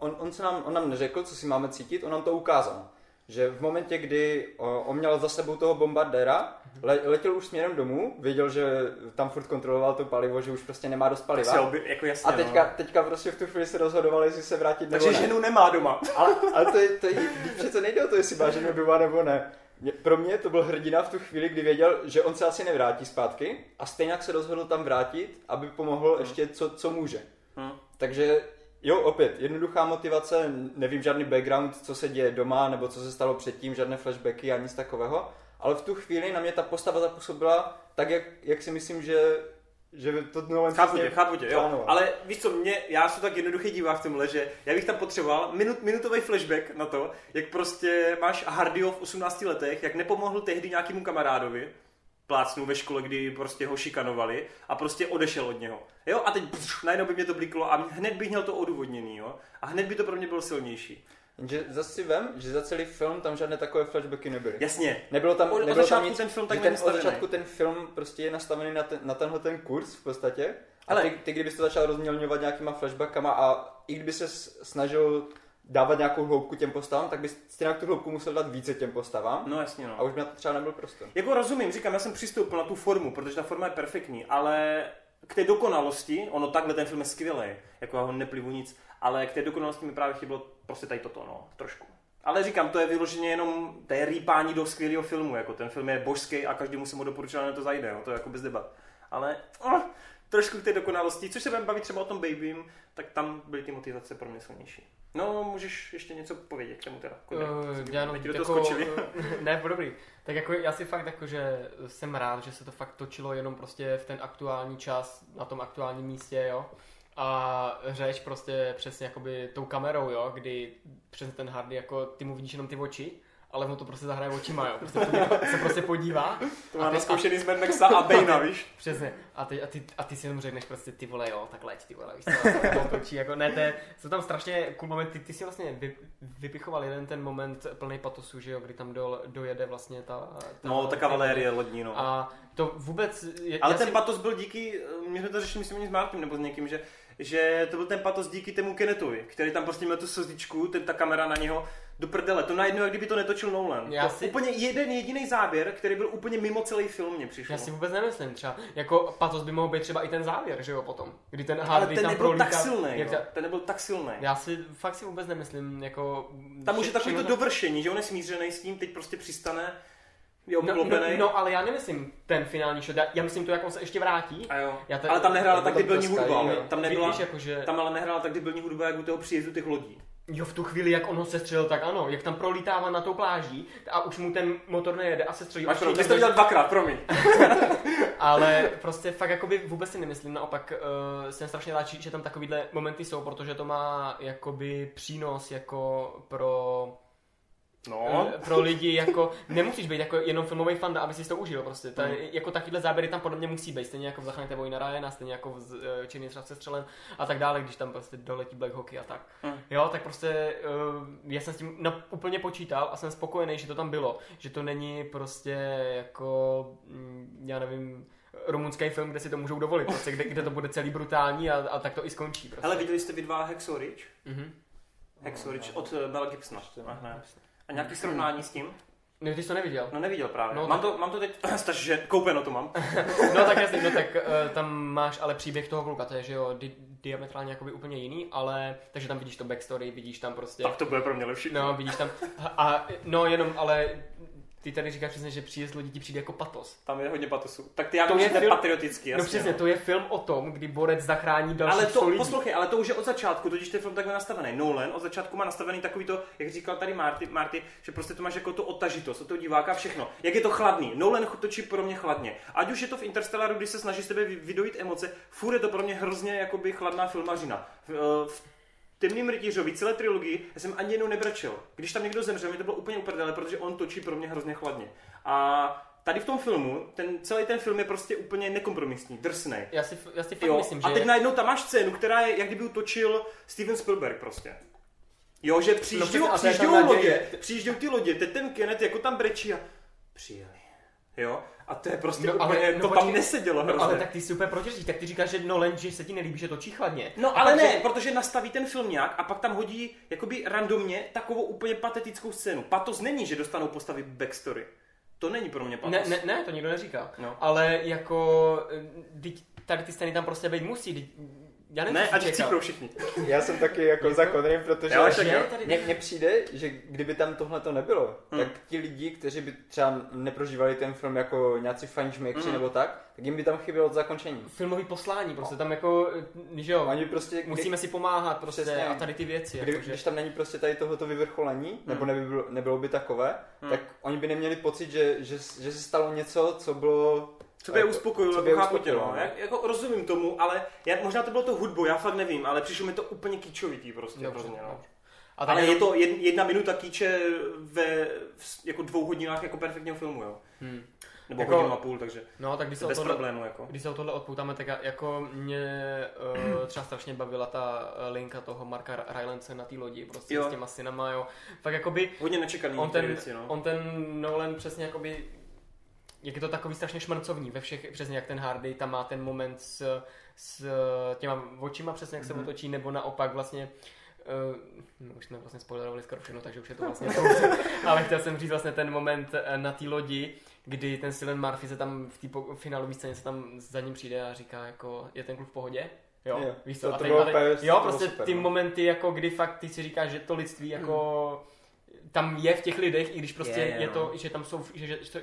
on nám neřekl, co si máme cítit, on nám to ukázal. Že v momentě, kdy on měl za sebou toho bombardéra, letěl už směrem domů, věděl, že tam furt kontroloval to palivo, že už prostě nemá dost paliva. Jako jasně, a teďka prostě v tu chvíli se rozhodoval, jestli se vrátit nebo ne. Takže ženu nemá doma. Ale to přece nejde o to, jestli má ženu doma nebo ne. Pro mě to byl hrdina v tu chvíli, kdy věděl, že on se asi nevrátí zpátky a stejně se rozhodl tam vrátit, aby pomohl ještě co může. Takže jo, opět, jednoduchá motivace, nevím žádný background, co se děje doma, nebo co se stalo předtím, žádné flashbacky a nic takového, ale v tu chvíli na mě ta postava zapůsobila tak, jak si myslím, že to Nolan... Chápu tě, jo. Ano. Ale víš co, já jsem tak jednoduchý divák v tomhle, že já bych tam potřeboval minutový flashback na to, jak prostě máš Hardyho v 18 letech, jak nepomohl tehdy nějakému kamarádovi, plácnu ve škole, kdy prostě ho šikanovali a prostě odešel od něho. Jo, a teď najednou by mě to bliklo a hned bych měl to odůvodněný, jo. A hned by to pro mě bylo silnější. Že zase si vem, že za celý film tam žádné takové flashbacky nebyly. Jasně. Nebylo tam od začátku nic, ten film tak není nastavený. Od začátku ten film prostě je nastavený na tenhle ten kurz v podstatě. Ale ty kdybys to začal rozmělňovat nějakýma flashbackama a i kdyby se snažil dávat nějakou hloubku těm postavám, tak bys stejně tu hloubku musel dát více těm postavám. No jasně, no. A už by na to třeba nebyl prostor. Jako rozumím, říkám, já jsem přistoupil na tu formu, protože ta forma je perfektní, ale k té dokonalosti, ono takhle ten film je skvělý, jako já ho neplivu nic, ale k té dokonalosti mi právě chybilo prostě tady toto, no, trošku. Ale říkám, to je vyloženě jenom, to je rýpání do skvělého filmu, jako ten film je božský a každému se mu doporučil, na to zajde, no, to je jako bez debat. Ale trošku k té dokonalosti, což se budeme bavit třeba o tom Babym, tak tam byly ty motivace pro mě silnější. No, můžeš ještě něco povědět k tomu teda? Já no, jako, ne, dobrý. Tak jako já si fakt jako, že jsem rád, že se to fakt točilo jenom prostě v ten aktuální čas, na tom aktuálním místě, jo. A řeč prostě přesně jakoby tou kamerou, jo, kdy přesně ten Hardy, jako ty mu vidíš jenom ty oči, ale mu to prostě zahraje očima, jo. Se prostě podívá. To má naskoušený z Mad Maxa a Bejna, víš? Přesně. A ty si jenom řekneš prostě ty vole, jo, tak leď ty vole, víš co, točí, jako ne, jsou tam strašně cool momenty, ty si vlastně vypichoval jeden ten moment plný patosu, že jo, kdy tam dojede vlastně ta ta kavalérie lodní, no. A to vůbec... Ale ten patos byl díky, my jsme to řešili, myslím, s Martinem nebo s někým, že to byl ten patos díky tému Kennethovi, který tam prostě měl tu slzičku, ta kamera na něho do prdele. To najednou, jak kdyby to netočil Nolan. Úplně jeden jediný záběr, který byl úplně mimo celý film, mě přišlo. Já si vůbec nemyslím třeba. Jako patos by mohl být třeba i ten závěr, že jo, potom. Kdy ten Hardy tam prolítá. Ten nebyl tak silný. Já si vůbec nemyslím, jako... Tam už je takový to dovršení, že on je smířený s tím, teď prostě přistane. No, ale já nemyslím ten finální shot, já myslím to, jak on se ještě vrátí. Ale tam nehrála tak debilní hudba. Tam ale nehrála tak debilní hudba, jak u toho příjezdu těch lodí. Jo, v tu chvíli, jak on ho sestřelil, tak ano, jak tam prolítává na tou pláží a už mu ten motor nejede a sestřelí. Máš pravdu, ty jsi to dělal dvakrát, promiň. Ale prostě fakt jakoby vůbec si nemyslím, naopak jsem strašně rád, že tam takovýhle momenty jsou, protože to má jakoby přínos jako pro lidi, jako nemusíš být jako jenom filmový fan, aby si to užil prostě. Jako takovýhle záběry tam podle mě musí být, stejně jako v Zachraňte Vojna Ryana, stejně jako v Černý střelce střelen a tak dále, když tam prostě doletí Black Hawk a tak. Jo, tak prostě já jsem s tím úplně počítal a jsem spokojený, že to tam bylo, že to není prostě jako, já nevím, rumunský film, kde si to můžou dovolit, prostě, kde to bude celý brutální a tak to i skončí. Prostě. Hele, viděli jste vy dva Hacksaw Ridge? Hacksaw Ridge od Mela Gibsona. A nějaký srovnání s tím? No, ty jsi to neviděl. No neviděl právě. No, mám to teď, stačí, že koupeno to mám. No tak jasně, no tak tam máš ale příběh toho kluka, to je, že jo, diametrálně jakoby úplně jiný, ale, takže tam vidíš to backstory, vidíš tam prostě... Tak to bude pro mě lepší. No, vidíš tam, no jenom, ale ty tady říkáš přesně, že Příjezd lodí ti přijde jako patos. Tam je hodně patosu. Tak ty já to je patriotický, jasně. No přesně, to je film o tom, kdy borec zachrání další lidí. Poslouchej, ale to už je od začátku, totiž ten film takhle nastavený. Nolan od začátku má nastavený takový to, jak říkal tady Marty, že prostě to máš jako tu odtažitost od toho diváka, všechno. Jak je to chladný. Nolan točí pro mě chladně. Ať už je to v Interstellaru, když se snaží z tebe vydojit emoce, furt je to pro mě hrozně jakoby chladná filmařina. V Temným rytířovi, celé trilogii, já jsem ani jednou nebrečel. Když tam někdo zemřel, mi to bylo úplně uprdele, protože on točí pro mě hrozně chladně. A tady v tom filmu, celý ten film je prostě úplně nekompromisní, drsnej. Já si fakt myslím, že... A teď najednou tam máš scénu, která je, jak kdyby utočil Steven Spielberg prostě. Jo, že přijíždějí ty lodě, teď ten Kenneth jako tam brečí a přijeli. Jo? A to je prostě úplně, to tam nesedělo hrozně. Ale tak ty si úplně protiřečíš, tak ty říkáš, že Nolan, že se ti nelíbí, že točí chladně. No ale ne, protože nastaví ten film nějak a pak tam hodí jakoby randomně takovou úplně patetickou scénu. Patos není, že dostanou postavy backstory. To není pro mě patos. Ne, to nikdo neříká. No. Ale jako, tady ty scény tam prostě být musí. Já ne, ať chcíprou všichni. Já jsem taky jako za Connerem, protože mně přijde, že kdyby tam tohle to nebylo, tak ti lidi, kteří by třeba neprožívali ten film jako nějací fajnšmekři nebo tak jim by tam chybělo od zakončení. Filmový poslání, prostě tam jako, že jo, oni prostě, musíme si pomáhat prostě přesně, a tady ty věci. Když tam není prostě tady tohoto vyvrcholení, nebo nebylo by takové, tak oni by neměli pocit, že se stalo něco, co bylo... Co by je uspokojilo, jako chápu tě, no. Jako rozumím tomu, ale možná to bylo to hudbou, já fakt nevím, ale přišlo mi to úplně kýčovitý prostě. Dobře, no. Ale je to 1 minuta kýče ve jako 2 hodinách jako perfektního filmu, jo. Nebo jako, 1,5 hodinu, takže no, tak bez problému. Jako. Když se o tohle odpoutáme, tak jako mě třeba strašně bavila ta linka toho Marka Rylandse na té lodi, prostě s těma synama, jo. Tak jakoby... Hodně nečekaný věci, no. On ten Nolan přesně jakoby... Jak je to takový strašně šmrncovní ve všech, přesně jak ten Hardy, tam má ten moment s těma očima, přesně jak se otočí, nebo naopak vlastně, už jsme vlastně spoilerovali skoro všechno, takže už je to vlastně ale chtěl jsem říct vlastně ten moment na té lodi, kdy ten Cillian Murphy se tam v té finálové scéně se tam za ním přijde a říká jako, je ten kluk v pohodě? Jo, víš co? Jo, prostě ty momenty, jako kdy fakt ty si říkáš, že to lidství jako tam je v těch lidech, i když prostě je to, že tam jsou,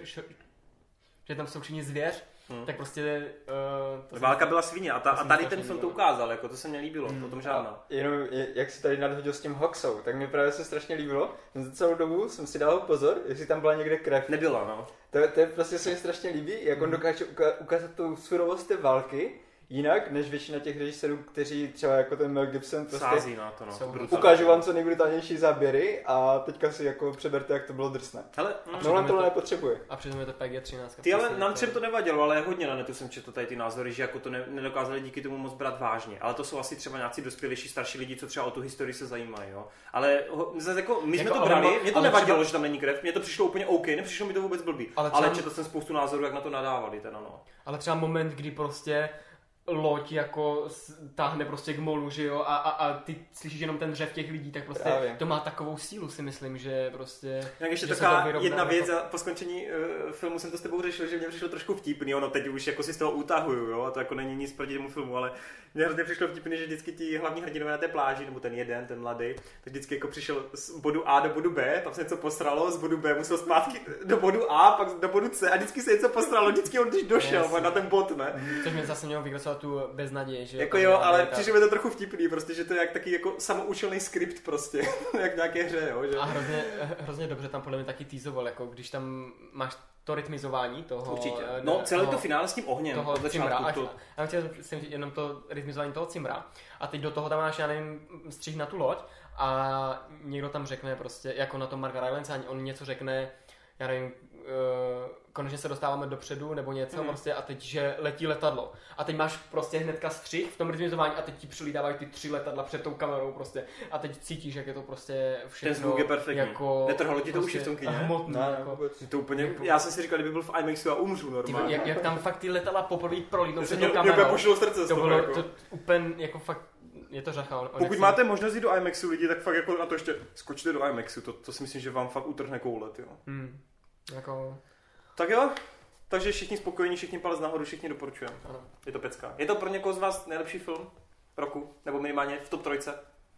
že tam jsou všichni zvěř, tak prostě... Válka byla svině a tady ten film to ukázal, jako to se mně líbilo, potom žádná. Jenom jak si tady nadhodil s tím Hacksaw, tak mi právě se strašně líbilo. Za celou dobu jsem si dal pozor, jestli tam byla někde krev. Nebyla, no. To je prostě se mi strašně líbí, jak on dokáže ukázat tu surovost té války, jinak než většina těch režisérů, kteří třeba jako ten Mel Gibson prostě sází na to, no. Ukážu vám co nejbrutálnější záběry a teďka si jako přeberte, jak to bylo drsné. Hele, Nolan tohle nepotřebuje. A přitom je to PG-13. Ty ale nám třem to nevadilo, ale hodně na netu jsem četl tady ty názory, že jako to nedokázali díky tomu moc brát vážně. Ale to jsou asi třeba nějací dospělejší starší lidi, co třeba o tu historii se zajímají, jo. Ale zase jako my jsme to brali, mě to nevadilo, že tam není krev, mně to přišlo úplně OK, nepřišlo mi to vůbec blbý. Ale četl jsem spoustu názorů, jak na to nadávali, teda no. Ale třeba moment, kdy prostě loď jako táhne prostě k molu, že jo, a ty slyšíš jenom ten řev těch lidí, tak prostě právě. To má takovou sílu, si myslím, že prostě... Jak ještě taková jedna věc, a po skončení filmu jsem to s tebou řešil, že mě přišlo trošku vtipný, ono teď už jako si z toho utahuju, jo, a to jako není nic proti tomu filmu, ale mě hrozně přišlo vtipný, že vždycky ti hlavní hrdinové na té pláži, nebo ten mladý, tak vždycky jako přišel z bodu A do bodu B, tam se něco posralo, z bodu B musel zpátky do bodu A, pak do bodu C a vždycky se něco posralo, vždycky on když došel na ten bod, ne? Což mě zase mělo vykresovat tu beznaděj, že jako jo, ale přišlo mi to trochu vtipný, prostě, že to je jak taky jako samoučelný skript prostě, jak v nějaké hře, jo, že? A hrozně dobře tam podle mě taky týzoval, jako když tam máš to rytmizování toho... Určitě. No, celé to finále s tím ohněm. Toho Cimra. Já chtěl jsem jenom to rytmizování toho Cimra. A teď do toho tam máš, já nevím, střih na tu loď a někdo tam řekne prostě, jako na tom Marka Rylandse, on něco řekne, já nevím, konečně se dostáváme dopředu nebo něco prostě a teď, že letí letadlo. A teď máš prostě hnedka střih v tom rytmizování a teď ti přilítávají ty 3 letadla před tou kamerou prostě a teď cítíš, jak je to prostě všechno. Ten zvuk je perfektní. Jako netrhalo ti to prostě už v tom kyně? Hmotný, jako. To úplně, jako, já jsem si říkal, kdyby byl v IMAXu a umřu normálně. Jak tam fakt ty letadla poprvé prolítnou před tou kamerou. Mě pošlo srdce z to toho. bylo Jako. to úplně jako fakt, je to řacha. Pokud máte možnost jít do IMAXu lidi, tak fakt jako na to ještě skočte do IMAXu. To si myslím, že vám fakt utrhne koule, jo. Jako... Tak jo. Takže všichni spokojení, všichni palec nahoru, všichni doporučujeme. Ano. Je to pecka. Je to pro někoho z vás nejlepší film roku? Nebo minimálně v top 3?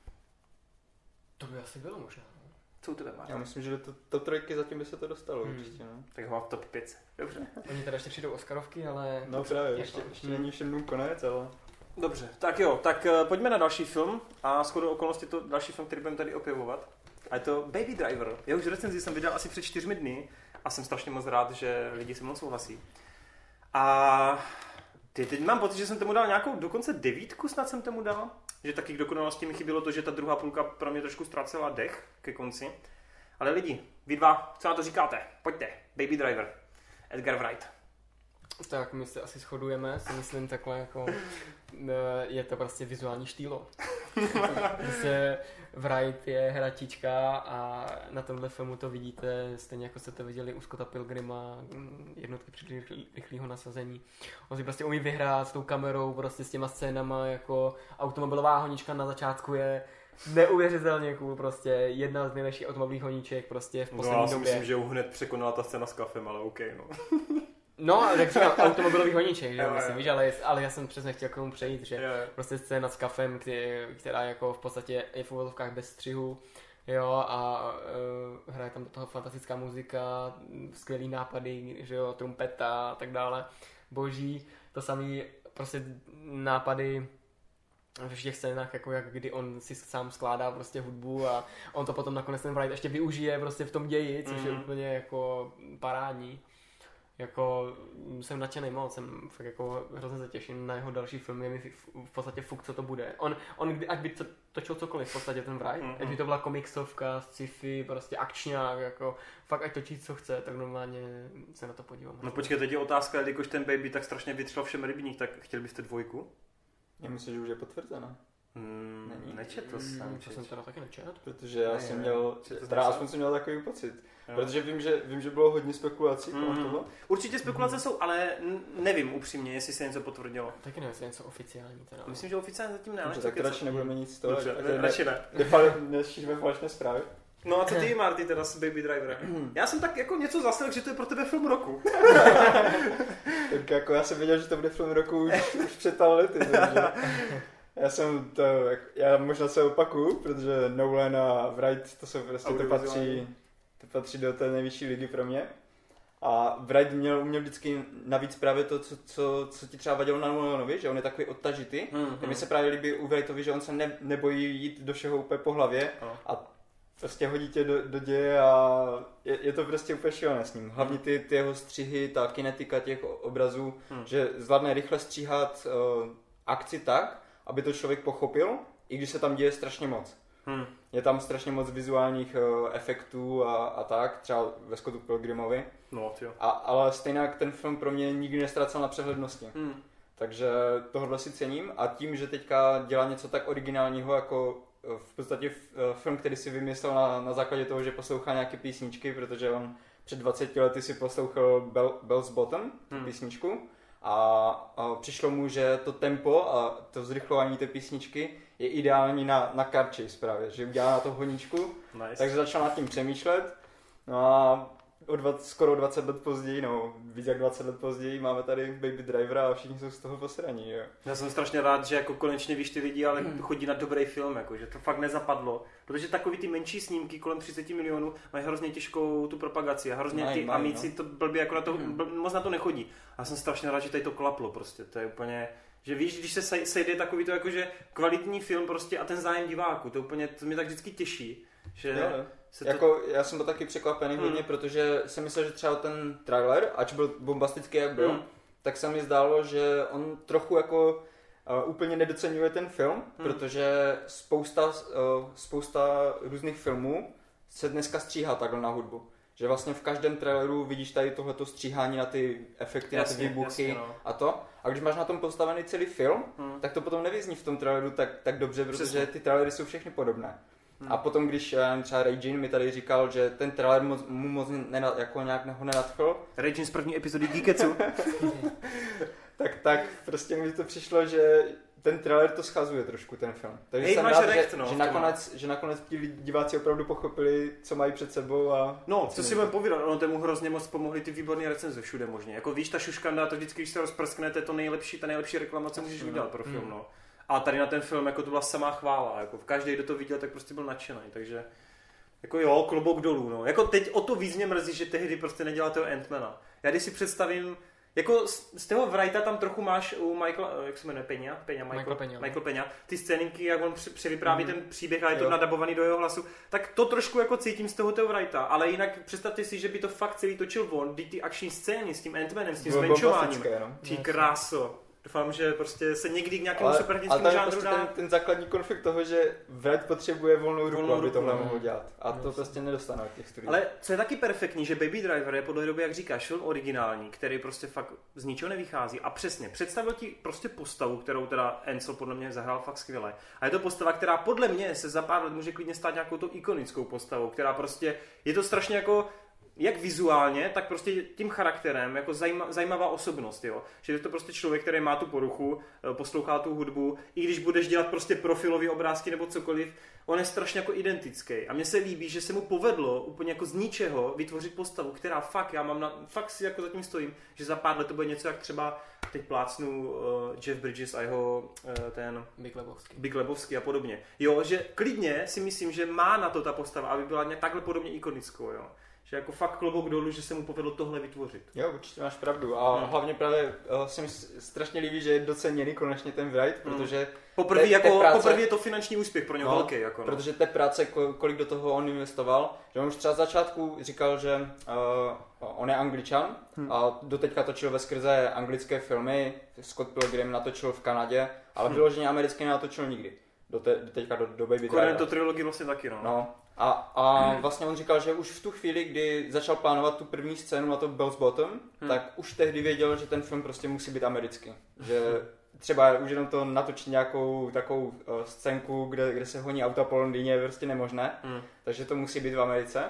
To by asi bylo možná. Co u tebe máš? Já myslím, že do top 3 zatím by se to dostalo určitě. No. Tak ho mám v top 5. Dobře. Oni teda ještě přijdou Oscarovky, ale... No právě, ještě není všem dnům konec, ale... Dobře, tak jo, tak pojďme na další film a shodou okolností to další film, který budeme tady objevovat. A je to Baby Driver. Já už recenzi jsem vydal asi před 4 dny a jsem strašně moc rád, že lidi se mnou souhlasí. A teď mám pocit, že jsem tomu dal nějakou dokonce 9, snad jsem tomu dal. Že taky k dokonalosti mi chybělo to, že ta druhá půlka pro mě trošku ztrácela dech ke konci. Ale lidi, vy dva, co na to říkáte? Pojďte, Baby Driver, Edgar Wright. Tak my se asi shodujeme, si myslím takhle jako, je to prostě vizuální štýlo. Prostě Wright je hračička a na tomhle filmu to vidíte, stejně jako jste to viděli u Scotta Pilgrima, jednotky při rychlého nasazení. On si prostě umí vyhrát s tou kamerou, prostě s těma scénama, jako automobilová honička na začátku je neuvěřitelně cool, prostě jedna z nejlepších automobilových honíček prostě v poslední době. Já si myslím, že ho hned překonala ta scéna s kafem, ale OK, no. No, jak říkám, automobilový honíček, že myslím, víš, ale já jsem přesně chtěl k tomu přejít, že prostě scéna s kafem, která jako v podstatě je v úvodovkách bez střihu, jo, a hraje tam do toho fantastická muzika, skvělý nápady, že jo, trumpeta a tak dále, boží, to samý prostě nápady ve všech scénách, jako jak kdy on si sám skládá prostě hudbu a on to potom nakonec ten Wright ještě využije prostě v tom ději, což je úplně jako parádní. Jako jsem nadšený moc, jsem fakt jako hrozně se těším na jeho další film, je mi v podstatě fuk, co to bude. On ať by točil cokoliv v podstatě ten Wright, ať by to byla komiksovka, sci-fi, prostě akčňák, jako fakt ať točí co chce, tak normálně se na to podívám. No počkej, teď je otázka, jelikož ten Baby tak strašně vytřel všem rybník, tak chtěli byste 2? Já myslím, že už je potvrzena. Nečetl jsem. To jsem teda taky nečetl. Protože já jsem měl, teda aspoň jsem měl takový pocit. Jo. Protože vím, že bylo hodně spekulací. Určitě spekulace jsou, ale nevím upřímně, jestli se něco potvrdilo. Taky nevím, jestli něco oficiální teda. Myslím, že oficiálně zatím ne. Dobře, tak radši nebudeme nic z toho. Radši ne. Nešíříme falešné zprávy. No a co ty, Marty, teda s Baby Driverem? Já jsem tak jako něco zaslech, že to je pro tebe film roku. Tak jako já jsem věděl, že to bude film roku už před pár lety, takže já možná se opakuju, protože Nolan a Wright, to jsou prostě, to patří do té nejvyšší ligy pro mě. A Wright uměl vždycky navíc právě to, co ti třeba vadilo na Nolanovi, že on je takový odtažitý. Mně se právě líbí u Wrightovi, že on se nebojí jít do všeho úplně po hlavě a prostě hodí tě do děje a je to prostě úplně šílené s ním. Hlavně ty jeho střihy, ta kinetika těch obrazů, že zvládne rychle stříhat akci tak, aby to člověk pochopil, i když se tam děje strašně moc. Je tam strašně moc vizuálních efektů a tak, třeba ve Scottu Pilgrimovi. No, ale stejně ten film pro mě nikdy nestracel na přehlednosti. Takže tohle si cením a tím, že teďka dělá něco tak originálního jako v podstatě film, který si vymyslel na základě toho, že poslouchá nějaké písničky, protože on před 20 lety si poslouchal Bell's Bottom, písničku, a přišlo mu, že to tempo a to zrychlování té písničky je ideální na car chase právě, že udělá na to honičku, takže začal nad tím přemýšlet, no a skoro 20 let později, víc jak 20 let později máme tady Baby Drivera a všichni jsou z toho posraní, jo. Já jsem strašně rád, že jako konečně víš ty lidi, ale chodí na dobrý film, jako, že to fakt nezapadlo. Protože takový ty menší snímky kolem 30 milionů mají hrozně těžkou tu propagaci a hrozně ty amici to blbě jako na to, moc na to nechodí. A jsem strašně rád, že tady to klaplo prostě, to je úplně... Že víš, když se sejde takový to jakože kvalitní film prostě a ten zájem diváků, to mě tak vždycky těší, že... Já jsem byl taky překvapený hodně, protože jsem myslel, že třeba ten trailer, ač byl bombastický jak byl, tak se mi zdálo, že on trochu jako úplně nedoceňuje ten film, protože spousta různých filmů se dneska stříhá takhle na hudbu. že vlastně v každém traileru vidíš tady tohleto stříhání na ty efekty, na ty výbuchy a to. A když máš na tom postavený celý film, tak to potom nevyzní v tom traileru tak dobře, protože ty trailery jsou všechny podobné. A potom, když třeba Regine mi tady říkal, že ten trailer mu moc jako nějak ho nenadchl. Regine z první epizody Geeketsu. tak prostě mi to přišlo, že ten trailer to schazuje trošku, ten film. Takže jsem rád, že nakonec ti diváci opravdu pochopili, co mají před sebou a... No, co si budeme povídat, ono tomu hrozně moc pomohly ty výborné recenze všude možně. Jako víš, ta šuškanda, to vždycky, když se rozprskne, to je ta nejlepší reklama, co můžeš udělat pro film, no. A tady na ten film jako to byla samá chvála, jako každý, kdo to viděl, tak prostě byl nadšený, takže jako jo, klobouk dolů, no. Jako teď o to víc mě mrzí, že tehdy prostě nedělá toho Ant-Mana. Já když si představím, jako z toho Wrighta tam trochu máš u Michaela, jak se jmenuje, Michael Peña, ty scéninky, jak on převypráví ten příběh a je to nadabovaný do jeho hlasu, tak to trošku jako cítím z toho Wrighta, ale jinak představte si, že by to fakt celý točil on, ty akční scény s tím Ant-Manem, s tím zmenšováním, ty kráso. Doufám, že prostě se někdy k nějakému superhrdinskému žánru prostě dá. Ten základní konflikt toho, že Wright potřebuje volnou ruku, aby tohle mohl dělat. A to prostě nedostane od těch studií. Ale co je taky perfektní, že Baby Driver je podle doby, jak říkáš, film originální, který prostě fakt z ničeho nevychází. A přesně, představil ti prostě postavu, kterou teda Ansel podle mě zahrál fakt skvěle. A je to postava, která podle mě se za pár let může klidně stát nějakou tou ikonickou postavou, která prostě, je to strašně jako jak vizuálně, tak prostě tím charakterem, jako zajímavá osobnost, jo. Že je to prostě člověk, který má tu poruchu, poslouchá tu hudbu, i když budeš dělat prostě profilové obrázky nebo cokoliv, on je strašně jako identický. A mně se líbí, že se mu povedlo úplně jako z ničeho vytvořit postavu, která fakt si jako za tím stojím, že za pár let to bude něco jak třeba, teď plácnu Jeff Bridges a jeho ten Big Lebowski a podobně. Jo, že klidně si myslím, že má na to ta postava, aby byla nějak takhle podobně ikonickou, jo. Že jako fakt klobouk dolů, že se mu povedlo tohle vytvořit. Jo, určitě máš pravdu. A hlavně právě se mi strašně líbí, že je doceněný konečně ten Wright, protože poprvé je to finanční úspěch pro něj velký. Jako, protože té práce, kolik do toho on investoval, že on už třeba z začátku říkal, že on je Angličan a doteďka točil veskrze anglické filmy, Scott Pilgrim natočil v Kanadě, ale vyloženě americky nenatočil nikdy. Doteďka do Baby Driver. To trilogii vlastně taky, no. A vlastně on říkal, že už v tu chvíli, kdy začal plánovat tu první scénu na to Bell's Bottom, tak už tehdy věděl, že ten film prostě musí být americký. Že třeba už jenom to natočit nějakou takovou scénku, kde se honí auta po Londýně, je prostě nemožné. Takže to musí být v Americe.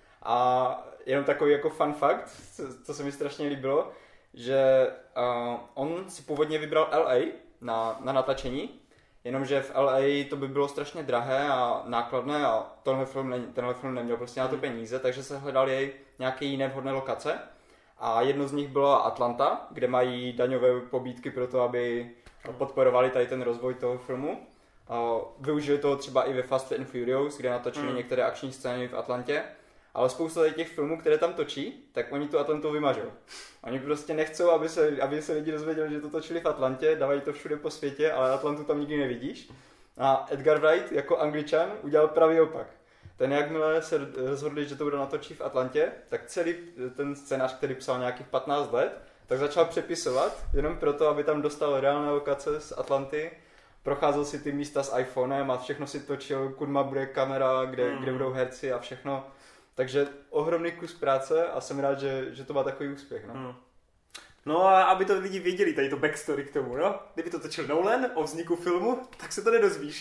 A jenom takový jako fun fact, co se mi strašně líbilo, že on si původně vybral LA na natačení, jenomže v LA to by bylo strašně drahé a nákladné a tenhle film neměl prostě na to peníze, takže se hledal jej nějaké jiné vhodné lokace. A jedno z nich byla Atlanta, kde mají daňové pobídky pro to, aby podporovali tady ten rozvoj toho filmu. Využili toho třeba i ve Fast and Furious, kde natočili některé akční scény v Atlantě. Ale spousta těch filmů, které tam točí, tak oni tu Atlantu vymažou. Oni prostě nechcou, aby se lidi dozvěděli, že to točili v Atlantě, dávají to všude po světě, ale Atlantu tam nikdy nevidíš. A Edgar Wright jako Angličan udělal pravý opak. Ten jakmile se rozhodli, že to bude natočit v Atlantě, tak celý ten scénář, který psal nějakých 15 let, tak začal přepisovat, jenom proto, aby tam dostal reálné lokace z Atlanty, procházel si ty místa s iPhonem a všechno si točil, kudma bude kamera, kde budou herci a všechno. Takže ohromný kus práce a jsem rád, že to má takový úspěch. No. No a aby to lidi věděli, tady to backstory k tomu, no. Kdyby to točil Nolan o vzniku filmu, tak se to nedozvíš.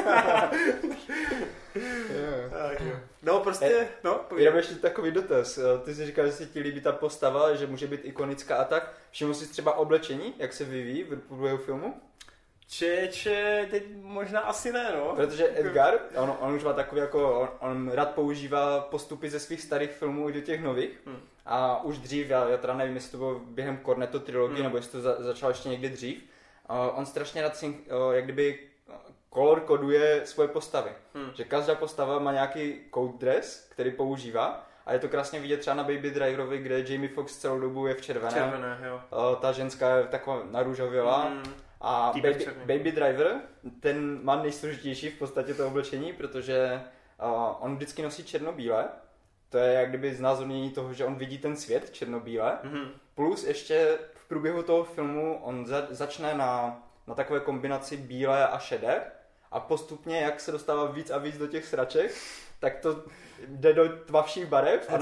No prostě, Jenom ještě takový dotaz. Ty jsi říkal, že se ti líbí ta postava, že může být ikonická a tak. Všiml jsi třeba oblečení, jak se vyvíjí v průběhu filmu? Teď možná asi ne, no. Protože Edgar, on už má takový jako, on rád používá postupy ze svých starých filmů i do těch nových. A už dřív, já teda nevím, jestli to bylo během Cornetto trilogie, nebo jestli to začalo ještě někdy dřív. On strašně rád jak kdyby color koduje svoje postavy. Že každá postava má nějaký code dress, který používá. A je to krásně vidět třeba na Baby Driverovi, kde Jamie Foxx celou dobu je v červené. Jo. Ta ženská je taková narůžovělá. A Baby Driver, ten má nejsložitější v podstatě to oblečení, protože on vždycky nosí černobílé. To je jak kdyby znázornění toho, že on vidí ten svět černobíle. Plus ještě v průběhu toho filmu on začne na takové kombinaci bílé a šedé. A postupně, jak se dostává víc a víc do těch sraček, tak to jde do tmavších barev a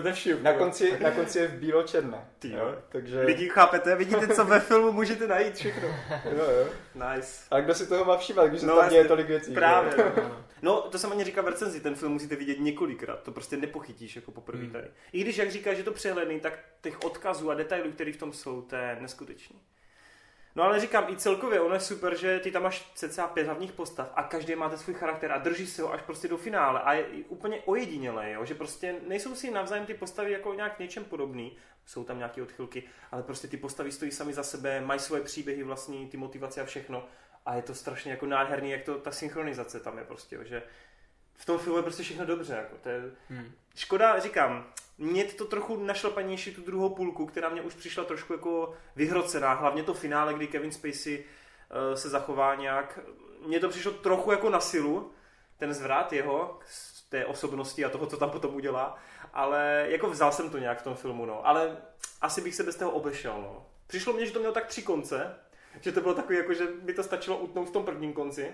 na konci je v bílo-černé. Takže... Lidi, chápete? Vidíte, co ve filmu můžete najít všechno. jo. Nice. A kdo si toho má všímat, když se tam děje tolik věcí? Právě. No, to jsem ani říkal v recenzi, ten film musíte vidět několikrát, to prostě nepochytíš jako poprvé tady. I když, jak říkáš, že to přehledný, tak těch odkazů a detailů, které v tom jsou, to je neskutečný. No ale říkám, i celkově ono je super, že ty tam máš cca 5 hlavních postav a každý máte svůj charakter a drží se ho až prostě do finále a je úplně ojedinělé, jo? Že prostě nejsou si navzájem ty postavy jako nějak něčem podobný, jsou tam nějaké odchylky, ale prostě ty postavy stojí sami za sebe, mají svoje příběhy vlastní, ty motivace a všechno a je to strašně jako nádherný, jak to ta synchronizace tam je prostě, jo? Že v tom filmu je prostě všechno dobře, jako to je... Škoda, říkám, mě to trochu našlapanější tu druhou půlku, která mě už přišla trošku jako vyhrocená, hlavně to finále, kdy Kevin Spacey se zachová nějak, mně to přišlo trochu jako na silu, ten zvrat jeho, z té osobnosti a toho, co tam potom udělá, ale jako vzal jsem to nějak v tom filmu, no, ale asi bych se bez toho obešel, no. Přišlo mně, že to mělo tak 3 konce, že to bylo takový, jako, že by to stačilo utnout v tom prvním konci.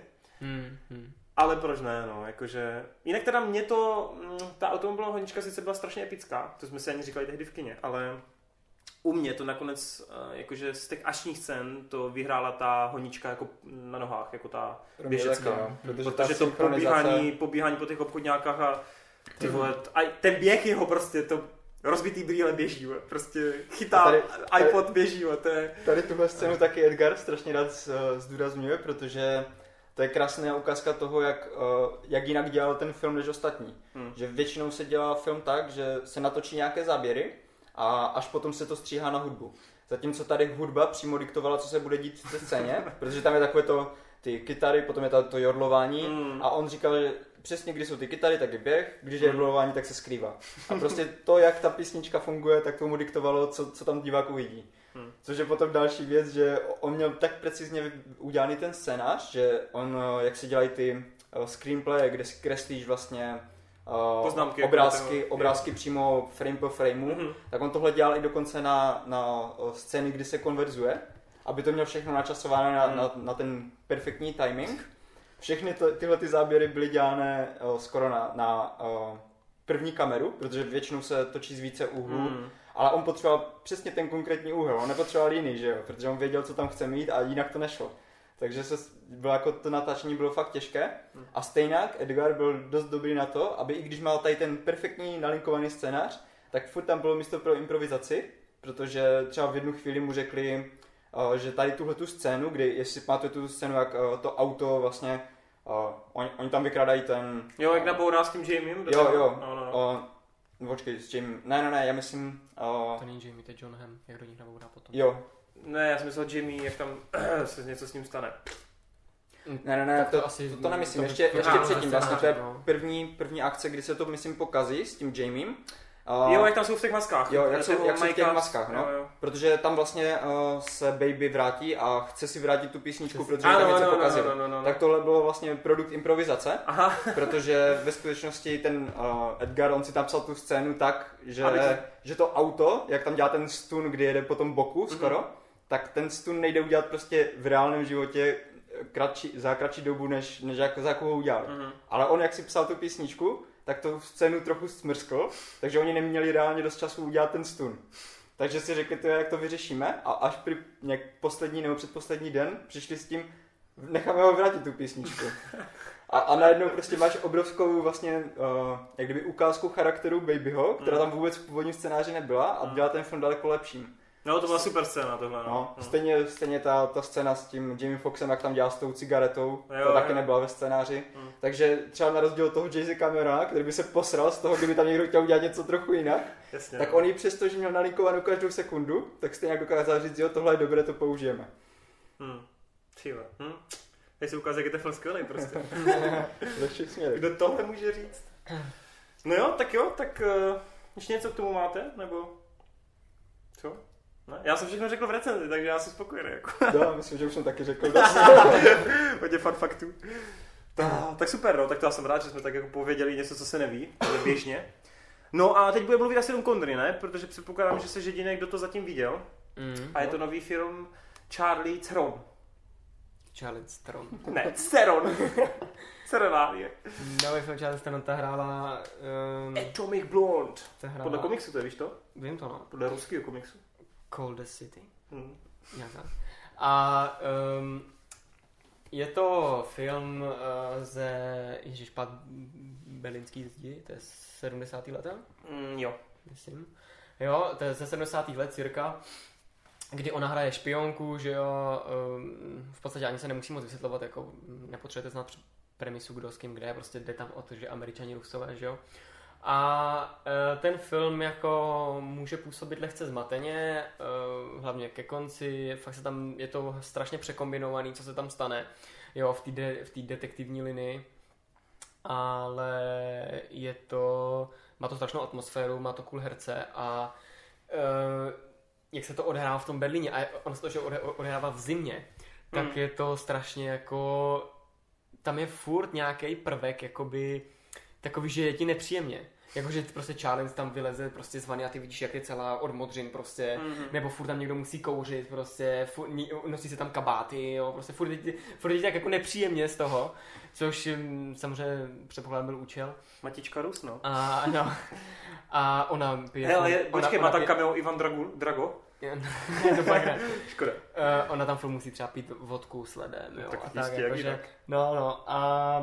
Ale proč ne, no, jakože... Jinak teda mě to, ta automobilová honička sice byla strašně epická, to jsme si ani říkali tehdy v kině, ale u mě to nakonec, jakože z těch akčních scén to vyhrála ta honička jako na nohách, jako ta běžecká. Protože to pobíhání po těch obchodňákách a ty vole, a ten běh jeho prostě, to rozbitý brýle běží, prostě chytá tady, iPod běží, to je... Tady tuhle scénu taky Edgar strašně rád zdůrazňuje, protože to je krásná ukázka toho, jak jinak dělal ten film než ostatní. Že většinou se dělá film tak, že se natočí nějaké záběry a až potom se to stříhá na hudbu. Zatímco tady hudba přímo diktovala, co se bude dít v té scéně, protože tam je takové to, ty kytary, potom je to jodlování a on říkal, že přesně když jsou ty kytary, tak je běh, když je jodlování, tak se skrývá. A prostě to, jak ta písnička funguje, tak tomu diktovalo, co tam divák uvidí. Což je potom další věc, že on měl tak precizně udělaný ten scénář, že on, jak se dělají ty screenplay, kde si kreslíš vlastně obrázky přímo frame po frameu, tak on tohle dělal i dokonce na scény, kdy se konverzuje, aby to měl všechno načasované na ten perfektní timing. Všechny tyhle ty záběry byly dělané skoro na první kameru, protože většinou se točí z více úhlů. Ale on potřeboval přesně ten konkrétní úhel, on nepotřeboval jiný, že jo, protože on věděl, co tam chce mít a jinak to nešlo. Takže bylo jako to natáčení bylo fakt těžké a stejně Edgar byl dost dobrý na to, aby i když mal tady ten perfektní nalinkovaný scénář, tak furt tam bylo místo pro improvizaci, protože třeba v jednu chvíli mu řekli, že tady tuhletu scénu, kdy, jestli máte tu scénu, jak to auto vlastně, oni tam vykrádají ten... Jo, jak nabourá s tím Jamiem? Jo. Počkej, s Jamie. Ne, já myslím... To není Jamie, to je John Hamm, jak do nich nabourá potom. Jo. Ne, já jsem myslel Jamie, jak tam se něco s ním stane. Ne, to nemyslím, ještě předtím, vlastně to je první akce, kdy se to myslím pokazí s tím Jamiem. Jo, jak tam jsou v těch maskách. Jo, jak jsou v těch maskách, no. Jo. Protože tam vlastně se Baby vrátí a chce si vrátit tu písničku, protože tam něco pokazili. Tak tohle bylo vlastně produkt improvizace, protože ve skutečnosti ten Edgar, on si tam psal tu scénu tak, že to auto, jak tam dělá ten stun, kdy jede po tom boku skoro, tak ten stun nejde udělat prostě v reálném životě za kratší dobu, než za jakou ho udělal. Ale on, jak si psal tu písničku, tak tu scénu trochu smrskl, takže oni neměli reálně dost času udělat ten stun. Takže si řekli, jak to vyřešíme a až poslední nebo předposlední den přišli s tím, necháme ho vrátit tu písničku. A najednou prostě máš obrovskou vlastně, jak kdyby ukázku charakteru Babyho, která tam vůbec v původním scénáři nebyla a dělá ten film daleko lepším. No, to byla super scéna tohle, no. Stejně ta scéna s tím Jamie Foxxem, jak tam dělá s tou cigaretou, to taky nebyla ve scénáři. Takže třeba na rozdíl od toho Jayce Camerona, který by se posral z toho, kdyby tam někdo chtěl udělat něco trochu jinak, jasně, tak on i přesto, že měl nalinkovanou každou sekundu, tak stejně dokázal říct, jo, tohle je dobré, to použijeme. Teď se ukázal, jak je ten film skvělej prostě. Ve všech směrech. Kdo tohle může říct? No jo, tak ještě něco k tomu máte, nebo co? Ne? Já jsem všechno řekl v recenzi, takže já jsem spokojený. Jako. Já myslím, že už jsem taky řekl dost. Hodně fun faktů. Tak super, no, tak to já jsem rád, že jsme tak jako pověděli něco, co se neví, ale běžně. No a teď bude mluvit asi Tom Connery, ne? Protože předpokládám, že se jediný, kdo to zatím viděl. A je to nový film Charlie Theron. Charlie Theron. Ne, Theron. Serenálie. Nový film Charlize Theron, ta hrála... Atomic Blonde. Hrála... Podle komiksu to je, víš to? Vím to, no. Podle ruského komiksu. Coldest City. A je to film ze Ježišpad Berlínský zdi, to je 70. leta? Jo. Myslím. Jo, to je ze 70. let cirka, kdy ona hraje špionku, že jo, v podstatě ani se nemusí moc vysvětlovat, jako nepotřebujete znát premisu, kdo s kým kde, prostě jde tam o to, že Američani, Rusové, že jo. A ten film jako může působit lehce zmateně, hlavně ke konci, fakt se tam, je to strašně překombinovaný, co se tam stane, jo, v té detektivní linii, ale má to strašnou atmosféru, má to cool herce a jak se to odehrává v tom Berlíně a ono se to, že odehrává v zimě, tak je to strašně jako, tam je furt nějaký prvek, jakoby, takový, že je ti nepříjemně. Jakože prostě Charlize tam vyleze prostě z vany a ty vidíš, jak je celá od modřin prostě, nebo furt tam někdo musí kouřit prostě, nosí se tam kabáty, jo, prostě furt je tak jako nepříjemně z toho, což samozřejmě předpokládám byl účel. Matička Rus, no. A ona pije... Hele, počkej, má tam cameo Ivan Drago? To fakt ne. Škoda. Ona tam furt musí třeba pít vodku s ledem, jo. Tak a tak, jistě, jakože, no, a...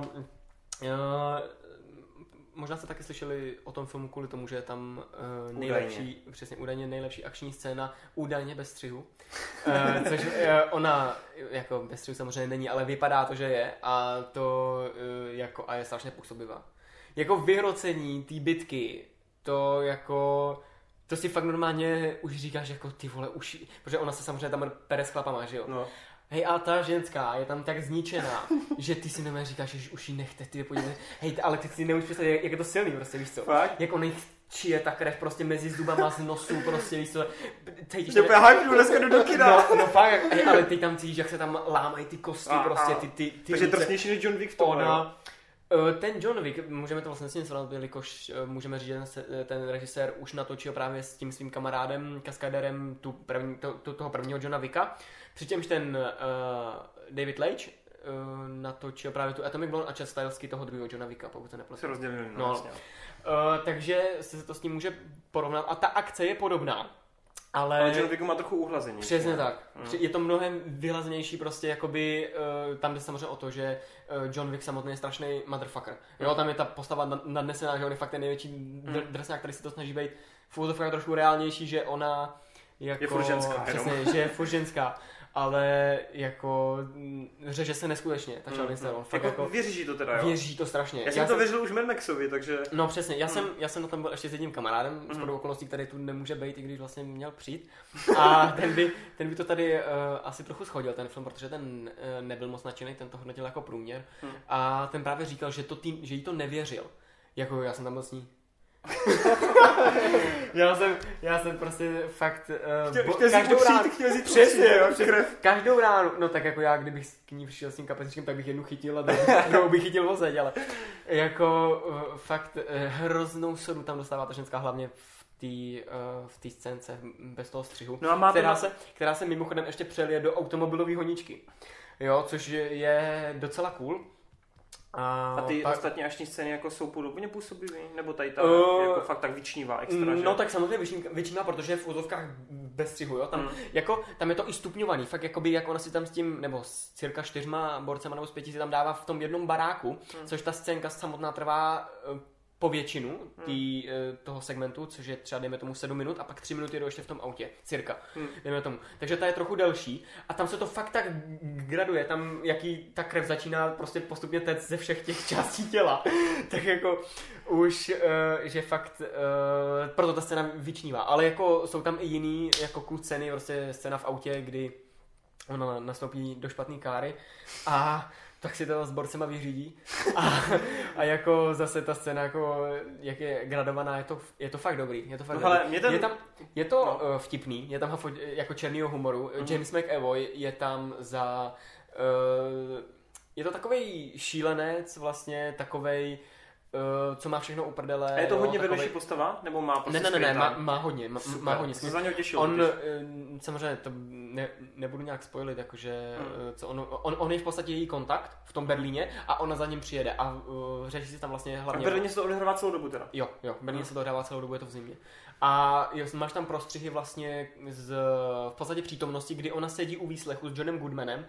Možná jste taky slyšeli o tom filmu kvůli tomu, že je tam údajně nejlepší akční scéna, údajně bez střihu. Což ona jako bez střihu samozřejmě není, ale vypadá to, že je a to jako a je strašně působivá. Jako vyhrocení té bitky, to si fakt normálně už říkáš jako ty vole už, protože ona se samozřejmě tam pere s chlapama, že jo. No. Hej, a ta ženská je tam tak zničená, že ty si nemůžeš říkáš, že už jí nechte, ty podívej. Hej, ale ty si nemůžeš představit, jak je to silný, prostě, víš co? Fakt? Jak on jich čije ta krev prostě mezi zubama z nosu, prostě, víš co? Že úplně hype, dneska jdu do kina. No fakt, hej, ale ty tam cítíš, jak se tam lámají ty kosti, prostě, ty takže drsnější než John Wick v tom, ten John Wick, můžeme to vlastně s ním srovnat, jelikož můžeme říct, že ten režisér už natočil právě s tím svým kamarádem, kaskadérem toho prvního Johna Wicka. Přičemž ten David Leitch natočil právě tu Atomic Blonde a Chad Stahelski toho druhého Johna Wicka, pokud se nepletu. Se rozdělili, no. Takže se to s ním může porovnat a ta akce je podobná. Ale John Wick má trochu uhlazení. Přesně tak. Je to mnohem vyhlazenější prostě jakoby, tam jde samozřejmě o to, že John Wick samotný je strašný motherfucker. Jo, tam je ta postava nadnesená, že on je fakt ten největší drsňák, který se to snaží být v úvozovkách trošku reálnější, že ona jako, je furt ženská. Přesně, že je furt ženská. Ale jako řeže se neskutečně, ta Charlize Theron. Jako věří to teda, jo? Věří to strašně. Já jsem to věřil už Mad Maxovi, takže... No přesně, já jsem na tom byl ještě s jedním kamarádem, z podou okolností, který tu nemůže být, i když vlastně měl přijít. A ten by to tady asi trochu schodil, ten film, protože ten nebyl moc nadšený, ten to hodnotil jako průměr. A ten právě říkal, že jí to nevěřil. Jako já jsem tam byl s ní. já jsem prostě fakt každou ránu, no tak jako já, kdybych k ní přišel s tím kapesničkem, tak bych jednu chytil a druhou bych chytil vozeď, ale jako fakt hroznou sodu tam dostává ta ženská, hlavně v té scénce bez toho střihu, no která se mimochodem ještě přelije do automobilové honičky, jo, což je docela cool. A ty ostatní akční scény jako jsou podobně působivé? Nebo tady ta jako fakt tak vyčnívá extra, že? No tak samozřejmě vyčnívá, protože je v úzovkách bez střihu, jo? Tam je to i stupňovaný, fakt jakoby, jak ona si tam s tím, nebo s cirka 4 borcema nebo s 5 si tam dává v tom jednom baráku, což ta scénka samotná trvá po většinu toho segmentu, což je třeba dejme tomu 7 minut a pak 3 minuty jedou ještě v tom autě, cirka, dejme tomu. Takže ta je trochu delší a tam se to fakt tak graduje, tam jaký ta krev začíná prostě postupně téct ze všech těch částí těla, tak jako už, že fakt, proto ta scéna vyčnívá, ale jako jsou tam i jiný jako cool scény, prostě scéna v autě, kdy ona nastoupí do špatný káry a tak si to s borcema vyřídí a jako zase ta scéna, jako, jak je gradovaná, je to fakt dobrý. Je to fakt dobrý. Je to vtipný, je tam jako černýho humoru. James McAvoy je tam za... je to takovej šílenec, vlastně takovej co má všechno uprdele. A je to hodně vedlejší postava? Nebo má prostě Ne, má hodně. Má hodně. Co za něho těšilo? On, samozřejmě, to nebudu nějak spoilit, jakože, on je v podstatě její kontakt v tom Berlíně a ona za ním přijede a řeší si tam vlastně hlavně... A v Berlíně se to odehrává celou dobu teda? Jo, v Berlíně se to odehrává celou dobu, je to v zimě. A máš tam prostřihy vlastně v podstatě přítomnosti, kdy ona sedí u výslechu s Johnem Goodmanem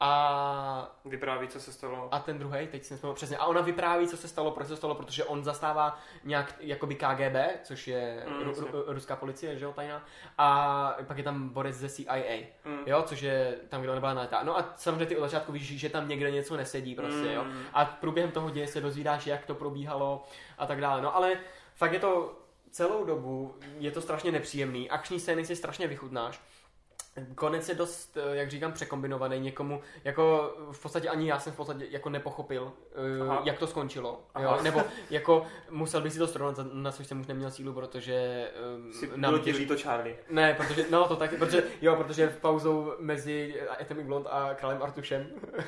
a... Vypráví, co se stalo. A ten druhej, teď si nespomínám přesně. A ona vypráví, co se stalo, proč se stalo, protože on zastává nějak jakoby KGB, což je ruská policie, že jo, tajná. A pak je tam Boris ze CIA, jo, což je tam, kde ona byla naletá. No a samozřejmě ty od začátku víš, že tam někde něco nesedí prostě, jo. A průběhem toho děje se dozvídáš, jak to probíhalo a tak dále. No ale fakt je to celou dobu, je to strašně nepříjemný. Akční scény si strašně vychutnáš. Konec je dost, jak říkám, překombinovaný někomu, jako v podstatě ani já jsem v podstatě jako nepochopil, jak to skončilo, jo? Nebo jako musel bych si to srovnat, na což jsem už neměl sílu, protože... Bylo ti líto Charlie. Ne, protože, no to taky, protože v pauzou mezi Atomic Blonde a Králem Artušem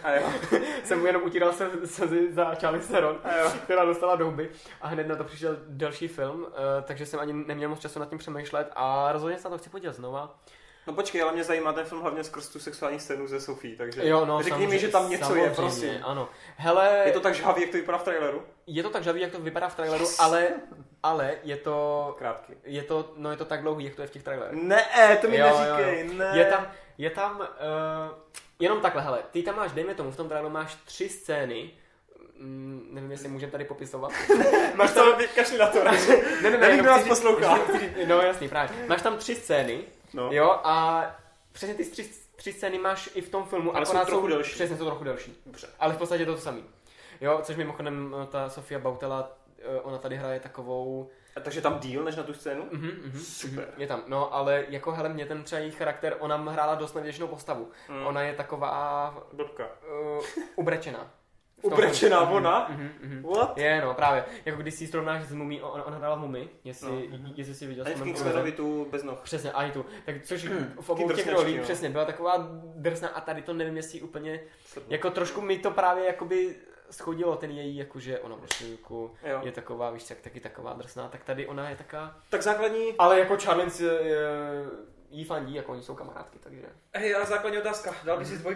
jsem mu jenom utíral slzy za Charlie Theron, která dostala do huby a hned na to přišel další film, takže jsem ani neměl moc času nad tím přemýšlet a rozhodně se na to chci podívat znova. No počkej, ale mě zajímá ten film hlavně skrz tu sexuální scénu ze Sophie, takže jo, no, řekni mi, že tam něco je, prosím. Ano. Hele, je to tak žhavý, jak to vypadá v traileru? Je to tak žhavý, jak to vypadá v traileru, ale je to... Krátký. Je to tak dlouhý, jak to je v těch trailerech. Ne, to mi neříkej, ne. Je tam jenom takhle, hele, ty tam máš, dejme tomu, v tom traileru máš 3 scény, nevím, jestli můžeme tady popisovat. Máš tam, kašli na to, nevím, kdo nás poslouchá. No jasný, právě. Máš tam 3 scény, jo, a přesně ty 3 scény máš i v tom filmu, ale jsou trochu delší. Přesně, jsou trochu delší. Dobře. Ale v podstatě to samý. Jo, což mimochodem ta Sofia Boutella, ona tady hraje takovou... A takže tam díl než na tu scénu? Super. Je tam, no ale jako hele, mě ten třeba její charakter, ona hrála dost nevděčnou postavu. Ona je taková... Blbka. Ubrečená. Ubrečená ona? What? Je, no právě. Jako když si srovnáš s Mumí, ona hrála v Mumii, jestli si viděl. A v Kingsmanovi tu bez noh. Přesně, a i tu. Tak což v obou těch rolích přesně byla taková drsná a tady to nevím, jestli úplně, jako trošku mi to právě jakoby schodilo ten její, jakože ona prostě jako je taková, víš, taky taková drsná, tak tady ona je taká... Tak základní... Ale jako Charlins jí fandí, jako oni jsou kamarádky, takže... Hej, a základní otázka, dal bys si 2?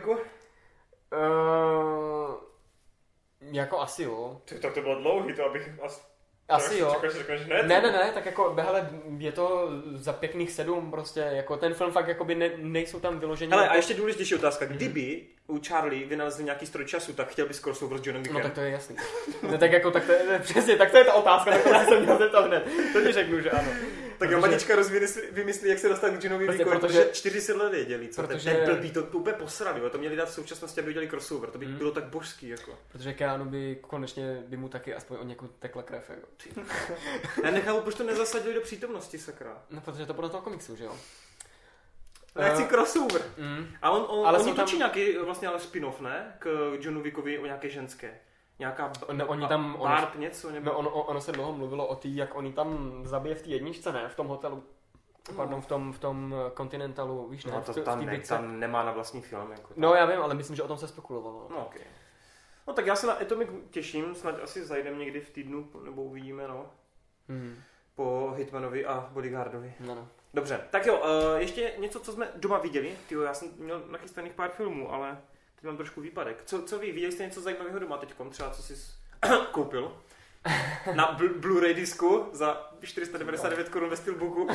Jako asi jo. Tak to bylo dlouhý, to abych... Asi jo. Řekneš, že ne, tak jako, hele, je to za pěkných 7 prostě, jako ten film fakt jakoby nejsou tam vyložení. Hele, a ještě důležitější otázka, kdyby u Charlie vynalezli nějaký stroj času, tak chtěl bys crossover s Johnem Wickem? No tak to je jasný. No, tak jako, tak to je, přesně, tak to je ta otázka, na kterou jsem měl zeptat hned. To ti řeknu, že ano. Tak jo, Matička vymyslí, jak se dostat k Johnovi Wickovi, protože 4 let věděli, co protože... ten blbý, to úplně posrali, jo. To měli dát v současnosti, aby udělali crossover, to by bylo tak božský, jako. Protože Keanu by konečně by mu taky aspoň o někud tekla krev, jako. Já nechápu, proč to nezasadili do přítomnosti, sakra. No, protože to podle toho komiksu, že jo. Já chci crossover. A oni točí tam... nějaký vlastně ale spin-off, ne? K Johnu Wickovi o nějaké ženské. Nějaká Barb něco? Nebo... No, ono se dlouho mluvilo o tý, jak oni tam zabije v té jedničce, ne? V tom hotelu. Pardon, v tom Continentalu, víš, ne? No to tam nemá na vlastní film. Jako no já vím, ale myslím, že o tom se spekulovalo. No okay. No tak já se na Atomic těším, snad asi zajdem někdy v týdnu, nebo uvidíme, no. Po Hitmanovi a Bodyguardovi. No. Dobře, tak jo, ještě něco, co jsme doma viděli. Tyjo, já jsem měl nachystaných pár filmů, ale teď mám trošku výpadek. Co vy, viděli jste něco zajímavého doma teďkom? Třeba co jsi koupil? Na Blu-ray disku za 499 Kč ve Steelbooku.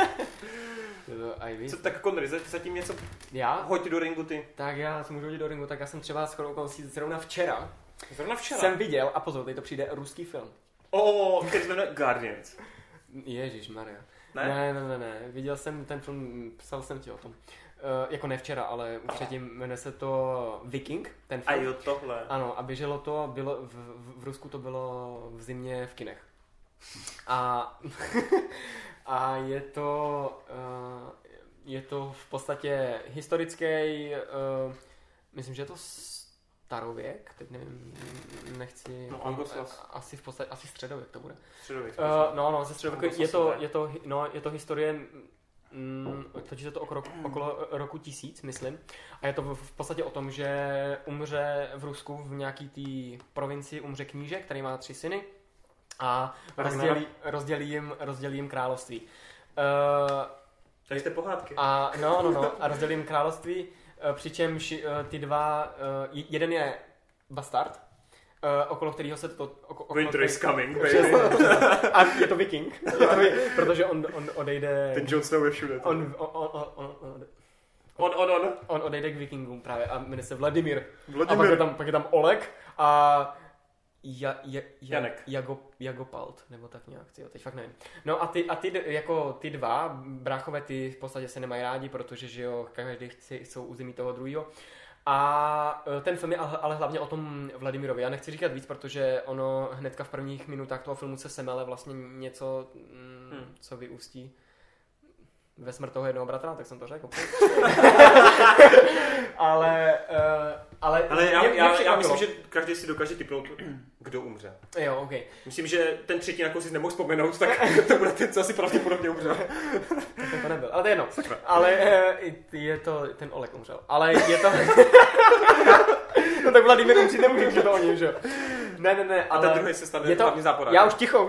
Co tak Connery, zatím něco hoď do ringu ty. Tak já si můžu hodit do ringu, tak já jsem třeba zrovna včera jsem viděl, a pozor, teď to přijde ruský film. Který jmenuje Guardians. Ježišmarja. Ne, viděl jsem ten film, psal jsem ti o tom. Jako ne včera, ale předtím jmenuje se to Viking, ten film. A jo, tohle. Ano, a běželo to, v Rusku to bylo v zimě v kinech. A je to v podstatě historický, myslím, že je to starověk, teď nevím, nechci, asi v podstatě, asi středověk to bude. Středověk. Ze středověku je to historie, točí se to okolo roku 1000, myslím. A je to v podstatě o tom, že umře v Rusku v nějaký té provincii umře kníže, který má 3 syny. a rozdělí jim království. Takže jste pohádky. A rozdělí jim království, přičemž ty dva, jeden je bastard, okolo kterého se to... Winter is coming, baby. A je to viking, protože on odejde... Ten Jon Snow je všude. On odejde k vikingům právě a jmenuje se Vladimír. A pak je tam Oleg a Jagopalt, nebo tak nějak, teď fakt nevím. No a ty dva bráchové, ty v podstatě se nemají rádi, protože že jo, každý jsou území toho druhého. A ten film je ale hlavně o tom Vladimirovi. Já nechci říkat víc, protože ono hnedka v prvních minutách toho filmu se semele vlastně něco, co vyústí ve smrt toho jednoho bratra, tak jsem to řekl. ale já myslím, že každý si dokáže tipnout, kdo umře. Jo, ok. Myslím, že ten třetí, na koho si nemohl vzpomenout, tak to bude ten, co asi pravděpodobně umře. Tak to nebyl, ale to je jedno. Ale je to, ten Oleg umřel. Ale je to... No tak Vladimír umřít nemůže, že to o něm, že jo. Ne, ale... A ten druhý se stane hlavní záporák. Já už ticho,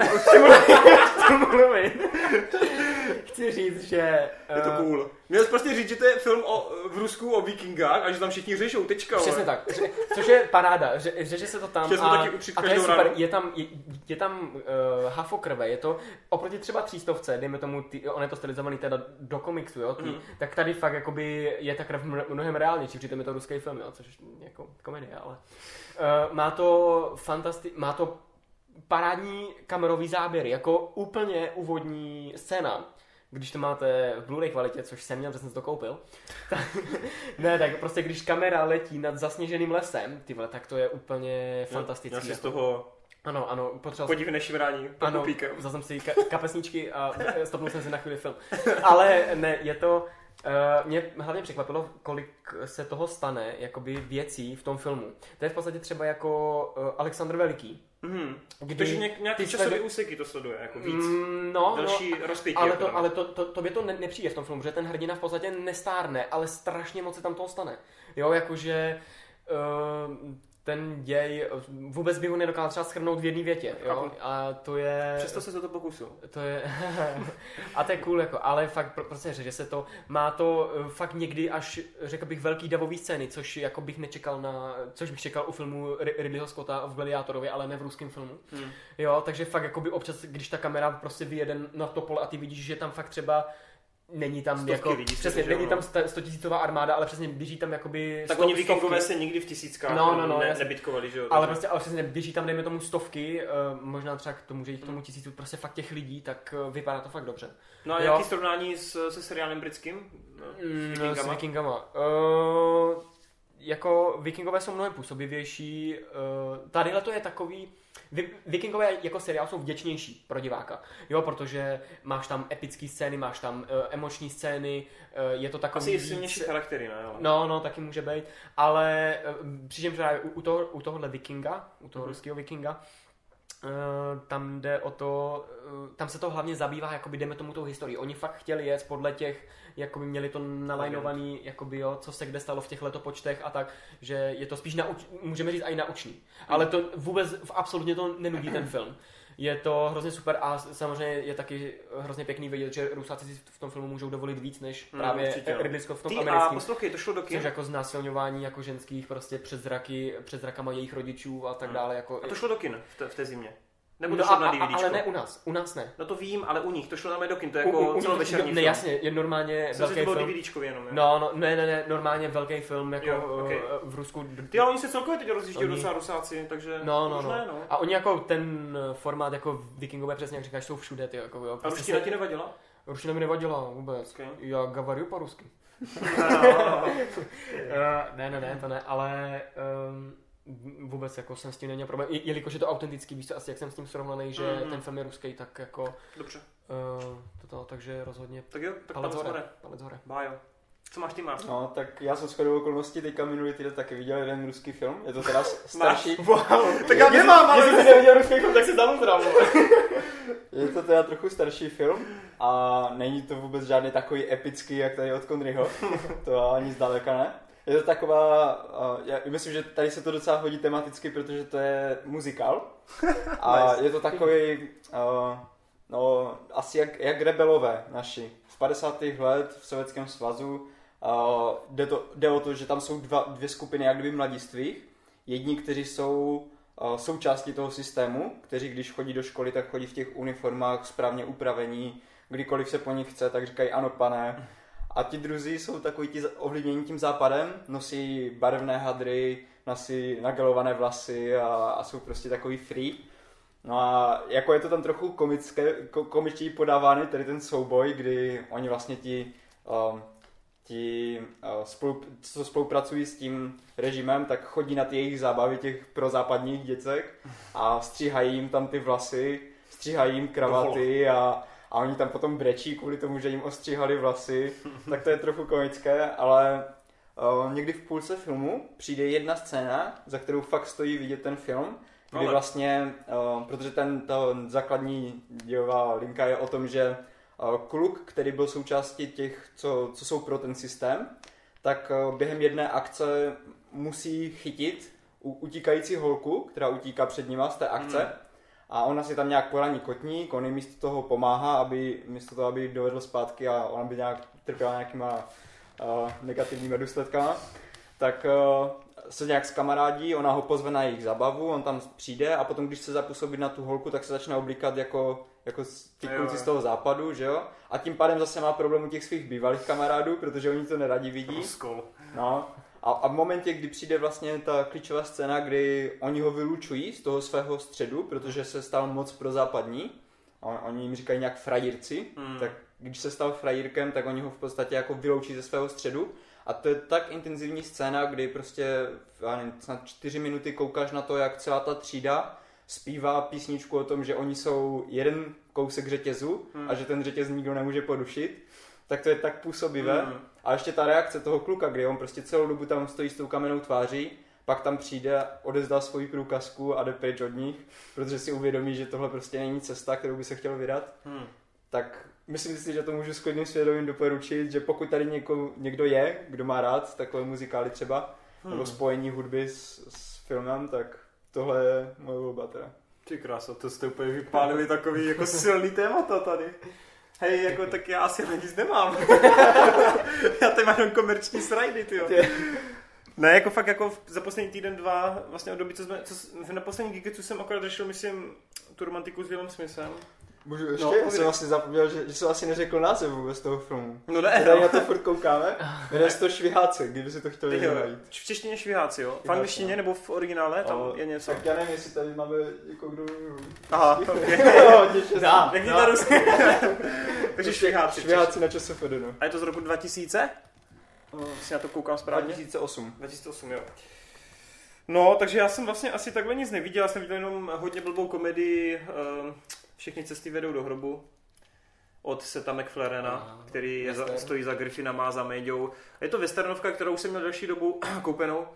chci říct, že... Je to cool. Měl jsi prostě říct, že to je film v Rusku o vikingách a že tam všichni řešou, tečka. Přesně tak, což je paráda, že se to tam a to je super, je tam hafokrve, je to oproti třeba 300, dejme tomu, on je to stylizovaný teda do komiksu, jo, tak tady fakt jakoby je ta krev mnohem reálnější, přitom je to ruský film, jo, což jako komedie, ale má to parádní kamerový záběr, jako úplně úvodní scéna. Když to máte v Blu-ray kvalitě, což jsem měl, že jsem si to koupil, tak prostě když kamera letí nad zasněženým lesem, tyhle, tak to je úplně fantastický. Já si z toho ano, potřeboval podívej šimrání pod pupíkem. Vzal jsem si kapesničky a stopnul jsem si na chvíli film. Ale ne, je to... Mě hlavně překvapilo, kolik se toho stane, jakoby věcí v tom filmu. To je v podstatě třeba jako Alexandr Veliký. Takže nějaký časový úseky to sleduje, jako víc. Další rozpětí. Ale tobě to nepřijde v tom filmu, že ten hrdina v podstatě nestárne, ale strašně moc se tam toho stane. Jo, jakože... ten děj, vůbec bych ho nedokázal třeba shrnout v jedné větě, jo? A to je... Přesto se to pokusil. To je... a to je cool, jako, ale fakt prostě že se to... Má to fakt někdy až, řekl bych, velký davový scény, což jako bych nečekal což bych čekal u filmu Ridleyho Scotta v Gladiátorovi, ale ne v ruském filmu. Jo, takže fakt jakoby občas, když ta kamera prostě vyjede na to pole a ty vidíš, že tam fakt třeba není tam stovky jako lidí, přesně, není tam 100 000 armáda, ale přesně běží tam jakoby tak oni vikingové se nikdy v tisíckách nebytkovali, že jo? Ale prostě, ale přesně běží tam, dejme tomu stovky, možná třeba k tomu, že jich k tomu 1000, prostě fakt těch lidí, tak vypadá to fakt dobře. No a jaký srovnání se seriálem britským? S vikingama? Jako vikingové jsou mnohem působivější, tadyhle to je takový... Vikingové jako seriál jsou vděčnější pro diváka, jo, protože máš tam epické scény, máš tam emoční scény, je to takový... Asi silnější charaktery, ne? No, taky může být, ale přičemž u tohohle vikinga, u toho ruského vikinga, tam jde o to, tam se to hlavně zabývá, jakoby jdeme tomu tou historii. Oni fakt chtěli jet podle těch, jakoby měli to nalajnovaný, jakoby jo, co se kde stalo v těch letopočtech a tak, že je to spíš můžeme říct i naučný. Ale to vůbec absolutně to nenudí ten film. Je to hrozně super a samozřejmě je taky hrozně pěkný vidět, že Rusáci si v tom filmu můžou dovolit víc než právě Ridley Scott v tom americkém. A poslouchej, to šlo do kin. Což jako znásilňování jako ženských prostě před zrakama jejich rodičů a tak dále. Jako... A to šlo do kin v té zimě? Nebo to šlo na DVDčko? Ale ne u nás ne. No to vím, ale u nich, to šlo na do kin, to je jako celovečerní film. Ne, jasně, je normálně velký film. To bylo DVDčkově jenom, No, ne, normálně velký film, jako v Rusku. Ty, ale oni se celkově teď rozjíždějí docela Rusáci, takže no. A oni jako ten formát, jako vikingové, přesně jak říkáš, jsou všude, ty jako jo. A ruština ti nevadila? Ruština mi nevadila vůbec. Okay. Já говорю по-русски. Ne, to ne, ale... vůbec jako jsem s tím neměl problém, jelikož je to autentický, víš co, asi jak jsem s tím srovnaný, že ten film je ruský, tak jako... Dobře. Takže rozhodně tak jo, tak palec hore. Bájo. Co máš ty, Marc? No, tak já jsem shodou okolností teďka minulý týden taky viděl jeden ruský film, je to teda starší... Wow, tak já nemám, ale jestli jsi neviděl ruský film, tak si dám zdravu. Je to teda trochu starší film a není to vůbec žádný takový epický, jak tady od Conneryho, to ani zdaleka ne. Je to taková, já myslím, že tady se to docela hodí tematicky, protože to je muzikál. A nice. Je to takový, asi jak rebelové naši. Z 50. let v Sovětském svazu jde o to, že tam jsou dvě skupiny jak kdyby mladistvých. Jedni, kteří jsou součástí toho systému, kteří když chodí do školy, tak chodí v těch uniformách správně upravení, kdykoliv se po nich chce, tak říkají ano pane. A ti druzí jsou takový ti ovlivnění tím západem, nosí barevné hadry, nosí nagelované vlasy a jsou prostě takový free. No a jako je to tam trochu komičtí podávány, tady ten souboj, kdy oni vlastně co spolupracují s tím režimem, tak chodí na ty jejich zábavy těch prozápadních děcek a stříhají jim tam ty vlasy, stříhají jim kravaty a oni tam potom brečí kvůli tomu, že jim ostříhali vlasy, tak to je trochu komické, ale někdy v půlce filmu přijde jedna scéna, za kterou fakt stojí vidět ten film, kdy vlastně, protože ta základní dějová linka je o tom, že kluk, který byl součástí těch, co jsou pro ten systém, tak během jedné akce musí chytit utíkající holku, která utíká před nima z té akce. A ona si tam nějak poraní kotník, on jí místo toho pomáhá, místo toho, aby ji dovedl zpátky a ona by nějak trpěla nějakýma negativními důsledkama. Tak se nějak zkamarádí, ona ho pozve na jejich zábavu, on tam přijde a potom, když se zapůsobí na tu holku, tak se začne oblíkat jako ty kluci z toho západu, že jo? A tím pádem zase má problém u těch svých bývalých kamarádů, protože oni to neradi vidí. No. A v momentě, kdy přijde vlastně ta klíčová scéna, kdy oni ho vylučují z toho svého středu, protože se stal moc prozápadní, oni jim říkají nějak frajírci, tak když se stal frajírkem, tak oni ho v podstatě jako vyloučí ze svého středu. A to je tak intenzivní scéna, kdy prostě snad 4 minuty koukáš na to, jak celá ta třída zpívá písničku o tom, že oni jsou jeden kousek řetězu a že ten řetěz nikdo nemůže porušit. Tak to je tak působivé. A ještě ta reakce toho kluka, kdy on prostě celou dobu tam stojí s tou kamennou tváří, pak tam přijde, odezdá svoji průkazku a jde pryč od nich, protože si uvědomí, že tohle prostě není cesta, kterou by se chtěl vydat. Tak myslím si, že to můžu s klidným svědomím doporučit, že pokud tady někdo je, kdo má rád takové muzikály třeba, nebo spojení hudby s filmem, tak tohle je moje volba teda. Ty krása, to jste úplně vypálili takový jako silný témata tady. Hej, jako tak já asi nic nemám. Já tady mám jenom komerční srajdy, tyjo. Ne, jako fakt jako za poslední týden, 2, vlastně od doby, na poslední Geeketsu jsem akorát řešil, myslím, tu romantiku s Willem Smithem. Můžu ještě? Já jsem vlastně zapomněl, že jsem asi neřekl název vůbec toho filmu. No ne. Tady na to furt koukáme. Jmenuje se to Šviháci, kdyby si to chtěli najít. V češtině Šviháci, jo? V angličtině nebo v originále? Tam je něco. Tak já nevím, jestli tady máme jako kdo... Aha, okay. Nechni to rusky. Takže Šviháci. Šviháci na ČSFD, no. A je to z roku 2000? Si na to koukám správně? 2008. 2008, jo. No, takže já jsem vlastně asi takhle nic neviděl, já jsem viděl jenom hodně blbou komedii Všechny cesty vedou do hrobu od Seta MacFarlanea, který stojí za Griffinama a za Méďou. Je to westernovka, kterou jsem měl další dobu koupenou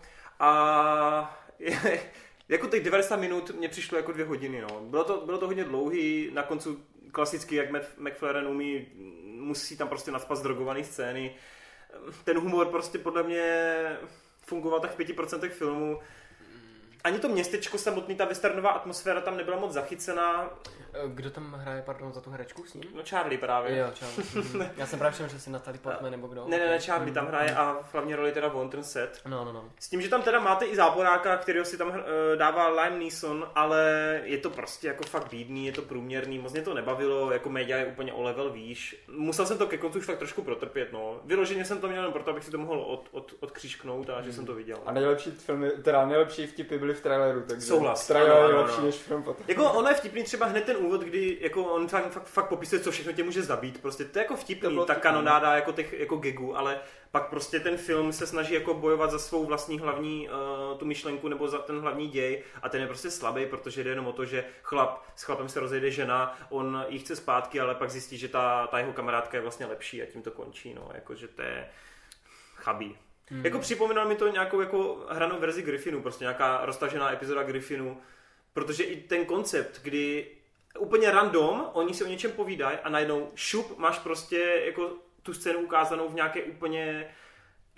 a jako těch 90 minut mě přišlo jako 2 hodiny. No. Bylo to hodně dlouhý, na konci klasicky, jak MacFarlane umí, musí tam prostě nadspat zdrogované scény. Ten humor prostě podle mě fungoval tak v 5% filmu. Ani to městečko samotný, ta westernová atmosféra tam nebyla moc zachycená. Kdo tam hraje, pardon, za tu herečku s ním? No Charlie právě. Jo, Charlie. Já jsem právě všiml, že si Natalie Portman nebo kdo. Ne, Charlie tam hraje a v hlavní roli teda Wonton Set. No. S tím, že tam teda máte i záporáka, kterýho si tam dává Liam Neeson, ale je to prostě jako fakt bídný, je to průměrný, moc mě to nebavilo, jako média je úplně o level výš. Musel jsem to ke konci už fakt trošku protrpět, no. Vyloženě jsem to měl jen proto, abych si to mohl odkřížknout a že jsem to viděl. A nejlepší vtipy byly v traileru, takže souhlas. Trailer je lepší než film potom. Jako ono je vtipný třeba hned ten úvod, kdy jako on fakt popisuje, co všechno tě může zabít. Prostě to je jako vtipný, ta kanonáda jako těch jako gagů, ale pak prostě ten film se snaží jako bojovat za svou vlastní hlavní tu myšlenku nebo za ten hlavní děj a ten je prostě slabý, protože jde jenom o to, že s chlapem se rozejde žena, on jí chce zpátky, ale pak zjistí, že ta jeho kamarádka je vlastně lepší a tím to končí, no, jakože to je chabý. Jako připomínalo mi to nějakou jako hranou verzi Griffinu, prostě nějaká roztažená epizoda Griffinu, protože i ten koncept, kdy úplně random, oni si o něčem povídají a najednou šup, máš prostě jako tu scénu ukázanou v nějaké úplně,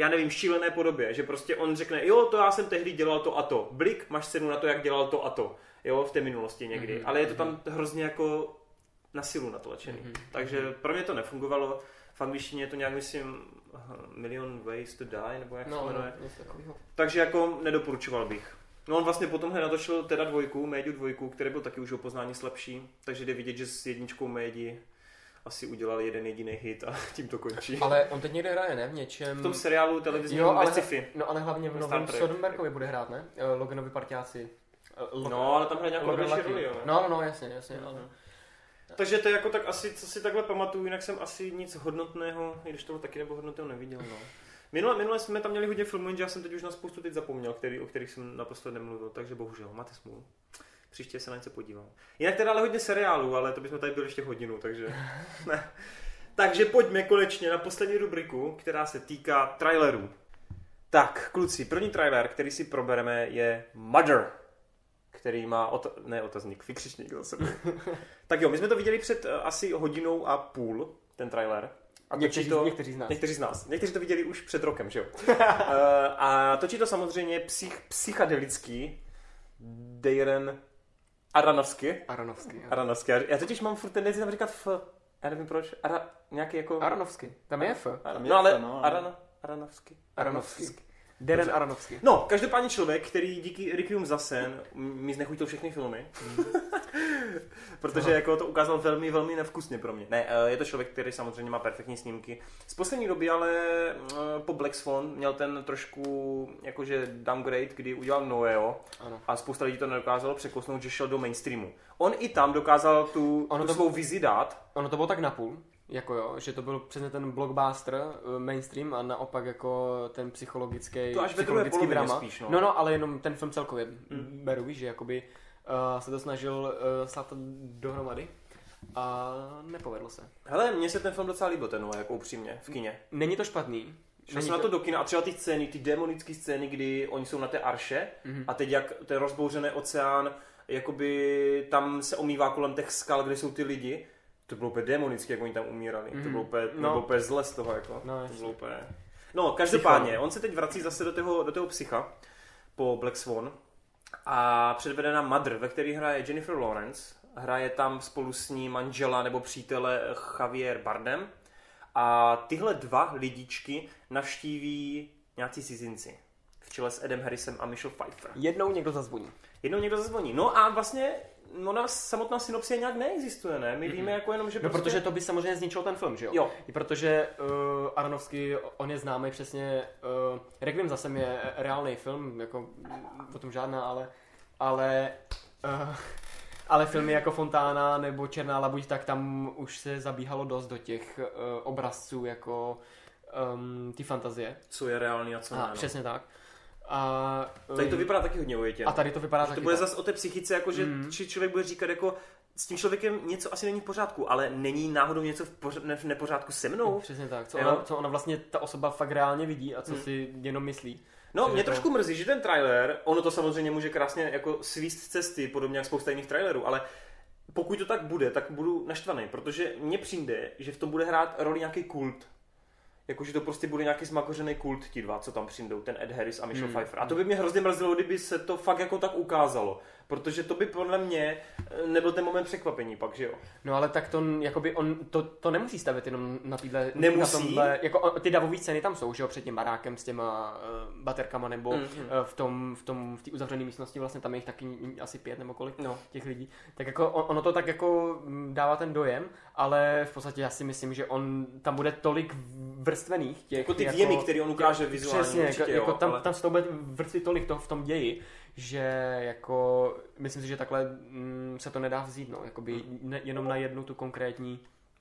já nevím, šílené podobě, že prostě on řekne, jo, to já jsem tehdy dělal to a to. Blik, máš cenu na to, jak dělal to a to. Jo, v té minulosti někdy. Ale je to tam hrozně jako na silu natlačený. Takže pro mě to nefungovalo. V angličtině je to nějak, myslím, Million Ways to Die, nebo jak se jmenuje. Takže jako nedoporučoval bych. No on vlastně potom natočil teda Médiu 2, který byl taky už o poznání slabší, takže jde vidět, že s jedničkou Médi asi udělal jeden jediný hit a tím to končí. Ale on teď někde hraje, ne? V něčem... V tom seriálu televizním ve sci-fi. No ale hlavně v novém Soderberghovi bude hrát, ne? Loganovi partiáci. No, ale tam hraje nějakou další roli, jo. No, jasně. Ale... Takže to je jako tak asi, co si takhle pamatuju, jinak jsem asi nic hodnotného, i když toho taky nebo hodnotného neviděl, no. Minule jsme tam měli hodně filmů, že já jsem teď už na spoustu teď zapomněl, o kterých jsem naprosto nemluvil, takže bohužel, máte smůlu. Příště se na něco podívám. Jinak teda ale hodně seriálů, ale to bychom tady byli ještě hodinu, takže ne. Takže pojďme konečně na poslední rubriku, která se týká trailerů. Tak, kluci, první trailer, který si probereme, je Mother, který má otazník, vykřičník zase. Tak jo, my jsme to viděli před asi hodinou a půl, ten trailer. A někteří z nás. Někteří to viděli už před rokem, že jo? A točí to samozřejmě psychedelický Darren Aronofsky. Já totiž mám furt tendenci tam říkat já nevím proč, nějaký jako... Aronofsky, tam je F. No ale Aronofsky. Darren Aronofsky. No, každopádně člověk, který díky Requiem za sen mi znechutil všechny filmy. Protože jako to ukázal velmi, velmi nevkusně pro mě. Ne, je to člověk, který samozřejmě má perfektní snímky. Z poslední doby ale po Black Swan měl ten trošku jakože downgrade, kdy udělal Noeo a spousta lidí to nedokázalo překousnout, že šel do mainstreamu. On i tam dokázal tu svou vizi dát. Ono to bylo tak napůl. Jako jo, že to byl přesně ten blockbuster mainstream a naopak jako ten psychologický drama. Spíš, no, ale jenom ten film celkově beru, víš, že jakoby se to snažil stát dohromady a nepovedlo se. Hele, mně se ten film docela líbil, ten jako upřímně, v kině. Není to špatný. Šel jsem na to do kina a třeba ty scény, ty demonické scény, kdy oni jsou na té arše a teď jak ten rozbouřený oceán, jakoby tam se omývá kolem těch skal, kde jsou ty lidi. To bylo úplně demonické, jak oni tam umírali. To bylo úplně zle z toho, jako. To bylo úplně... No, každopádně, on se teď vrací zase do toho psycha po Black Swan a předvede na Mother, ve který hraje Jennifer Lawrence. Hraje tam spolu s ní manžela nebo přítele Javier Bardem a tyhle dva lidičky navštíví nějací cizinci v čele s Edem Harrisem a Michelle Pfeiffer. Jednou někdo zazvoní. No a vlastně ona samotná synopsie nějak neexistuje, ne? My víme jako jenom, že prostě... No protože to by samozřejmě zničilo ten film, že jo? I protože Aronofsky, on je známý přesně, Requiem zase je reálný film, jako o tom žádná, ale filmy jako Fontána nebo Černá labuť, tak tam už se zabíhalo dost do těch obrazců jako ty fantazie. Co je reálný a co ne. Přesně tak. Tady to vypadá taky hodně ujetěno. A tady to vypadá taky. To bude zase o té psychice, jako že člověk bude říkat jako s tím člověkem něco asi není v pořádku, ale není náhodou něco v nepořádku se mnou? Přesně tak. Co ona vlastně ta osoba fakt reálně vidí a co si jenom myslí. No, mě trošku mrzí, že ten trailer, ono to samozřejmě může krásně jako svíst cesty, podobně jak spousta jiných trailerů, ale pokud to tak bude, tak budu naštvaný, protože mně přijde, že v tom bude hrát roli nějaký kult. Jakože to prostě bude nějaký zmakořený kult, ti dva, co tam přijdou, ten Ed Harris a Michelle Pfeiffer. A to by mě hrozně mrzelo, kdyby se to fakt jako tak ukázalo. Protože to by podle mě nebyl ten moment překvapení pak, že jo? No ale tak to, jakoby to nemusí stavět jenom na týhle... Nemusí? Na tomhle, jako ty davové scény tam jsou, že jo, před tím barákem s těma baterkama nebo v té uzavřené místnosti, vlastně tam je jich taky asi 5 nebo kolik těch lidí. Tak jako ono to tak jako dává ten dojem, ale v podstatě já si myslím, že on tam bude tolik vrstvených těch... Jako ty věmy, který on ukáže vizuálně. Přesně, určitě, jako jo, tam se to bude vrstvy tolik toho v tom ději, že jako myslím si, že takhle se to nedá vzít, no, jakoby jenom na jednu tu konkrétní,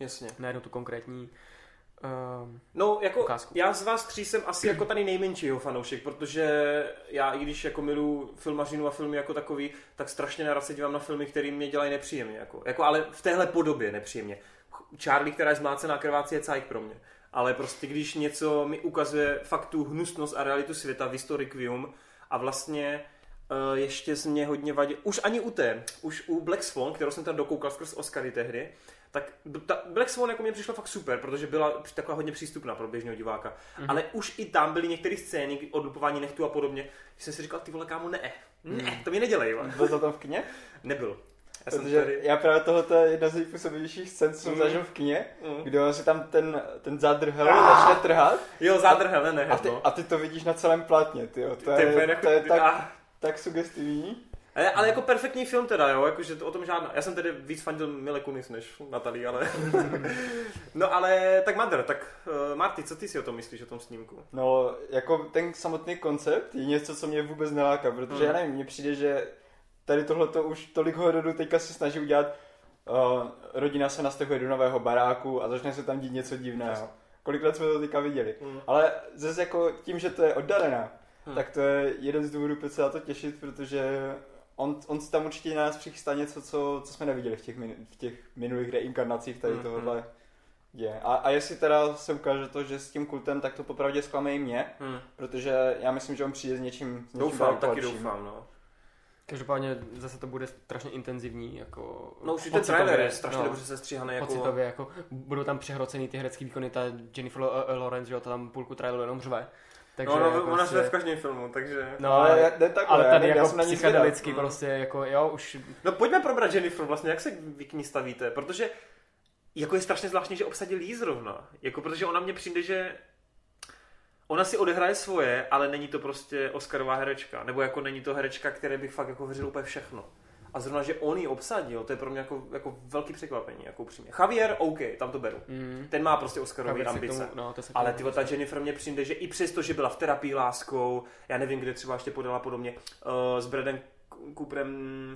no, jako ukázku. Já z vás tří jsem asi jako tady nejmenšího fanoušek, protože já, i když jako miluji filmařinu a filmy jako takový, tak strašně nerad se dívám na filmy, které mě dělají nepříjemně, jako ale v téhle podobě nepříjemně. Charlie, která je zmlácená krvácí, je cajk pro mě. Ale prostě když něco mi ukazuje fakt tu hnusnost a realitu světa, Requiem a vlastně ještě z mě hodně vadí, už u Black Swan, kterou jsem tam dokoukal skrz Oscary tehdy, tak ta Black Swan jako mě přišla fakt super, protože byla taková hodně přístupná pro běžného diváka. Ale už i tam byly některé scény, odlupování nechtů a podobně, když jsem si říkal, ty vole kámo, ne, to mi nedělej. Byl to tam v kině? Nebyl. Já právě tohle je jedna z nejpůsobivějších scén, co jsem zažil v kině, kde on si tam ten zádrhel začne trhat. Jo, zádrhel, ne. A ty to vidíš na celém plátně, tyjo. To je tak sugestivní. Ale jako perfektní film teda, jo, jakože to o tom žádná. Já jsem tedy víc fandil Mile Kunis než Natalie, ale... No ale tak Mother, tak Marty, co ty si o tom myslíš, o tom snímku? No, jako ten samotný koncept je něco, co mě vůbec neláká, protože já nevím, mně přijde, že tady tohleto už tolik hororu teďka se snaží udělat, rodina se nastěhuje do nového baráku a začne se tam dít něco divného. Kolik let jsme to teďka viděli. Ale zase jako tím, že to je od Darrena, tak to je jeden z důvodů, proč se na to těšit, protože on si tam určitě na nás přichystá něco, co jsme neviděli v těch minulých reinkarnacích tady tohohle děje. A jestli teda se ukáže to, že s tím kultem, tak to popravdě zklame i mě, protože já myslím, že on přijde s něčím taky doufám, no. Každopádně zase to bude strašně intenzivní, jako... No už ten trailer je strašně dobře sestříhaný, jako... Pocitově, jako budou tam přehrocený ty herecký výkony, ta Jennifer Lawrence, že jo, ta tam půlku traileru jenom řve. Takže no, jako ona se v každém filmu, takže... No, ale tady jako psychedelicky prostě, jako jo, už... No pojďme probrat Jennifer vlastně, jak se vy k ní stavíte, protože jako je strašně zvláštní, že obsadil jí zrovna, jako protože ona mně přijde, že ona si odehraje svoje, ale není to prostě Oscarová herečka, nebo jako není to herečka, které bych fakt jako věřil úplně všechno. A zrovna, že on ji obsadil, to je pro mě jako velký překvapení, jako upřímně. Javier, OK, tam to beru. Ten má prostě Oscarové ambice. Ale ta Jennifer mě přijde, že i přesto, že byla v terapii láskou, já nevím, kde třeba ještě podala podobně, s Bradlem Cooperem.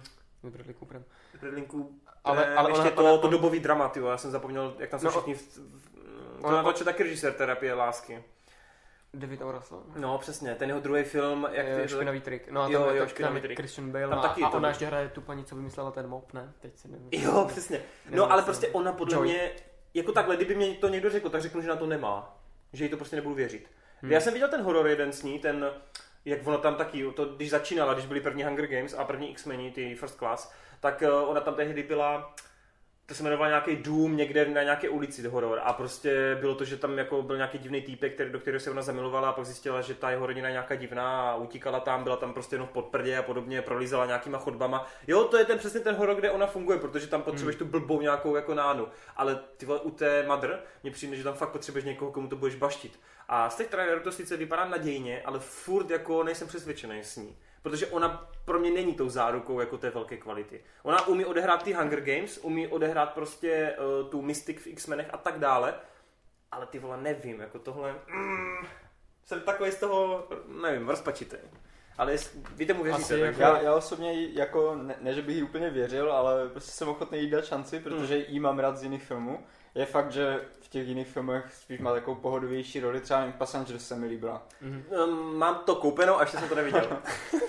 Ale ještě to dobový dramat, jo. Já jsem zapomněl, jak tam jsou všichni to natočil taky režisér terapie lásky. David O. Russell. No přesně, ten jeho druhý film, jak je Špinavý trik. No a tam je Christian Bale a ona ještě hraje tu paní, co vymyslela ten mop, ne? Teď si nevím. Jo, přesně. No ale prostě ona podle mě, jako takhle, kdyby mě to někdo řekl, tak řeknu, že na to nemá. Že jí to prostě nebudu věřit. Já jsem viděl ten horor jeden s ní, ten, jak ona tam taky, to když začínala, když byly první Hunger Games a první X-meni, ty First Class, tak ona tam tehdy byla... To se jmenoval nějaký dům někde na nějaké ulici horor a prostě bylo to, že tam jako byl nějaký divný týpek, do kterého se ona zamilovala a pak zjistila, že ta jeho rodina je nějaká divná a utíkala tam, byla tam prostě jenom v podprdě a podobně, prolízala nějakýma chodbama. Jo, to je přesně ten horor, kde ona funguje, protože tam potřebuješ tu blbou nějakou jako nánu. Ale ty vole, u té Mother mně přijde, že tam fakt potřebuješ někoho, komu to budeš baštit. A z těch trailerů to sice vypadá nadějně, ale furt jako nejsem přesvědčený s ní. Protože ona pro mě není tou zárukou jako té velké kvality. Ona umí odehrát ty Hunger Games, umí odehrát prostě tu Mystic v X-menech a tak dále, ale ty vole nevím, jako tohle... jsem takový z toho, nevím, rozpačitý. Ale víte mu věříte, takže... Já osobně jako, ne že bych jí úplně věřil, ale prostě jsem ochotný jí dát šanci, protože jí mám rád z jiných filmů. Je fakt, že v těch jiných filmech spíš má takovou pohodovější roli, třeba Passengers se mi líbila. Mám to koupeno a ještě jsem to neviděl.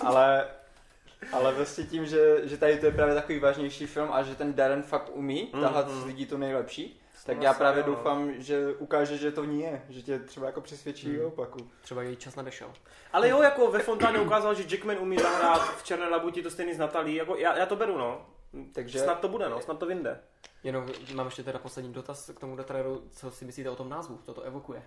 ale vlastně tím, že tady to je právě takový vážnější film a že ten Darren fakt umí tahat z lidí to nejlepší, tak já právě doufám, že ukáže, že to v ní je, že tě třeba jako přesvědčí opaku. Třeba její čas nadešel. Ale jo, jako ve Fontáně ukázal, že Jackman umí zahrát v Černé labuti to stejný z Natalí, jako já to beru, no. Takže snad to bude, no, snad to vyjde. Jenom mám ještě teda poslední dotaz k tomu traileru, co si myslíte o tom názvu, co to evokuje?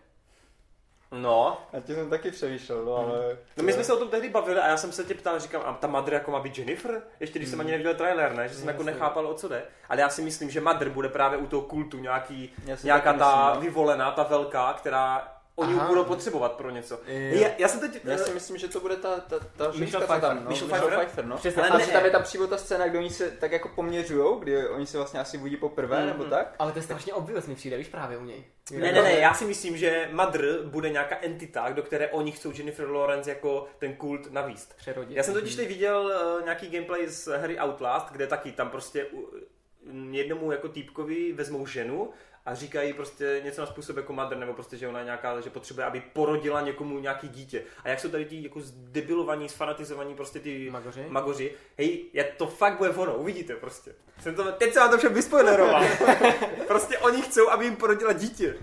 No. Já tě jsem taky přemýšlel, no ale... No my jsme se o tom tehdy bavili a já jsem se tě ptal, říkám, a ta Mother jako má být Jennifer? Ještě když jsem ani neviděl trailer, ne? Že jsem jako nechápal, o co jde. Ale já si myslím, že Mother bude právě u toho kultu nějaká ta vyvolená, ta velká, která oni budou potřebovat pro něco. Já si myslím, že to bude ta Michelle Pfeiffer, Michelle Pfeiffer, no. Přesně, ale tam je ta přímo ta scéna, kde oni se tak jako poměřujou, kdy oni se vlastně asi budí poprvé, nebo tak. Ale to je strašně obvious mi přijde, víš, právě u něj. Ne, já si myslím, že Mother bude nějaká entita, do které oni chcou Jennifer Lawrence jako ten kult navíst. Přerodit. Já jsem totiž teď viděl nějaký gameplay z hry Outlast, kde taky tam prostě jednomu jako týpkovi vezmou ženu a říkají prostě něco na způsob jako Mother, nebo prostě, že ona je nějaká, že potřebuje, aby porodila někomu nějaký dítě. A jak jsou tady ti jako zdebilovaní, sfanatizovaní prostě ty magoři. Hej, to fakt bude ono, uvidíte prostě. Teď jsem vám to všem vyspoileroval. Prostě oni chcou, aby jim porodila dítě.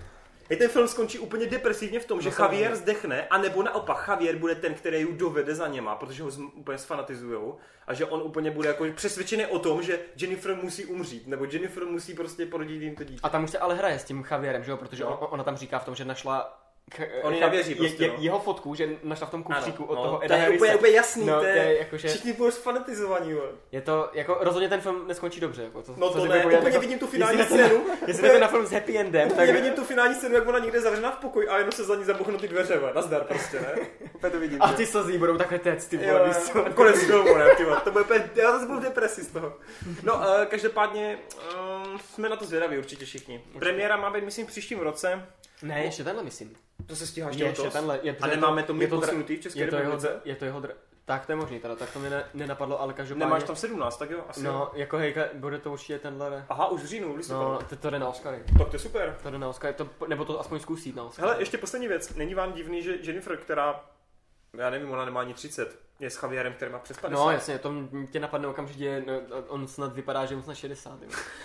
I ten film skončí úplně depresivně v tom, že Javier zdechne, anebo naopak Javier bude ten, který ju dovede za něma, protože ho úplně sfanatizujou a že on úplně bude jako přesvědčený o tom, že Jennifer musí umřít, nebo Jennifer musí prostě porodit jim to dítě. A tam už se ale hraje s tím Javierem, že jo, protože ona tam říká v tom, že našla on nevěří prostě, jeho fotku, že našla v tom kufříku od toho Eda Harrise. To je úplně jasný, to je jakože... Všichni budou sfanatizovaní, jo. Je to, jako rozhodně ten film neskončí dobře, jako to ne, úplně vidím tu finální scénu. Jestli jdete na film s happy endem, tak... vidím tu finální scénu, jak ona někde zavřená v pokoji a jenom se za ní zabuchnou ty dveře, nazdar prostě, ne? Úplně to vidím. A ty slzy budou takhle téct, ty vole, víš co? Konec filmu, ne, ty vole, to bude úplně, já zase budu v depresi z toho. No, každopádně jsme na to zvědaví určitě všichni. Premiéra má být, myslím, v příštím roce. Ne, ještě tenhle myslím. To se stíháš ještě tenhle. A nemáme to mít posunutý v České republice? Je to jeho tak to je možný teda, tak to mi nenapadlo, ale každopádně... Nemáš tam 17, tak jo, asi. No, jako hejka, bude to určitě tenhle... Aha, už v říjnu, v listopadu. No, to jde na Oscary. Tak to je super. To jde na Oscary, nebo to aspoň zkusít na Oscary. Hele, ještě poslední věc, není vám divný, že Jennifer, která, já nevím, ona nemá ani 30, je s Javierem, který má přes 50. No jasně, to tě napadne okamžitě, no, on snad vypadá, že mu snad 60.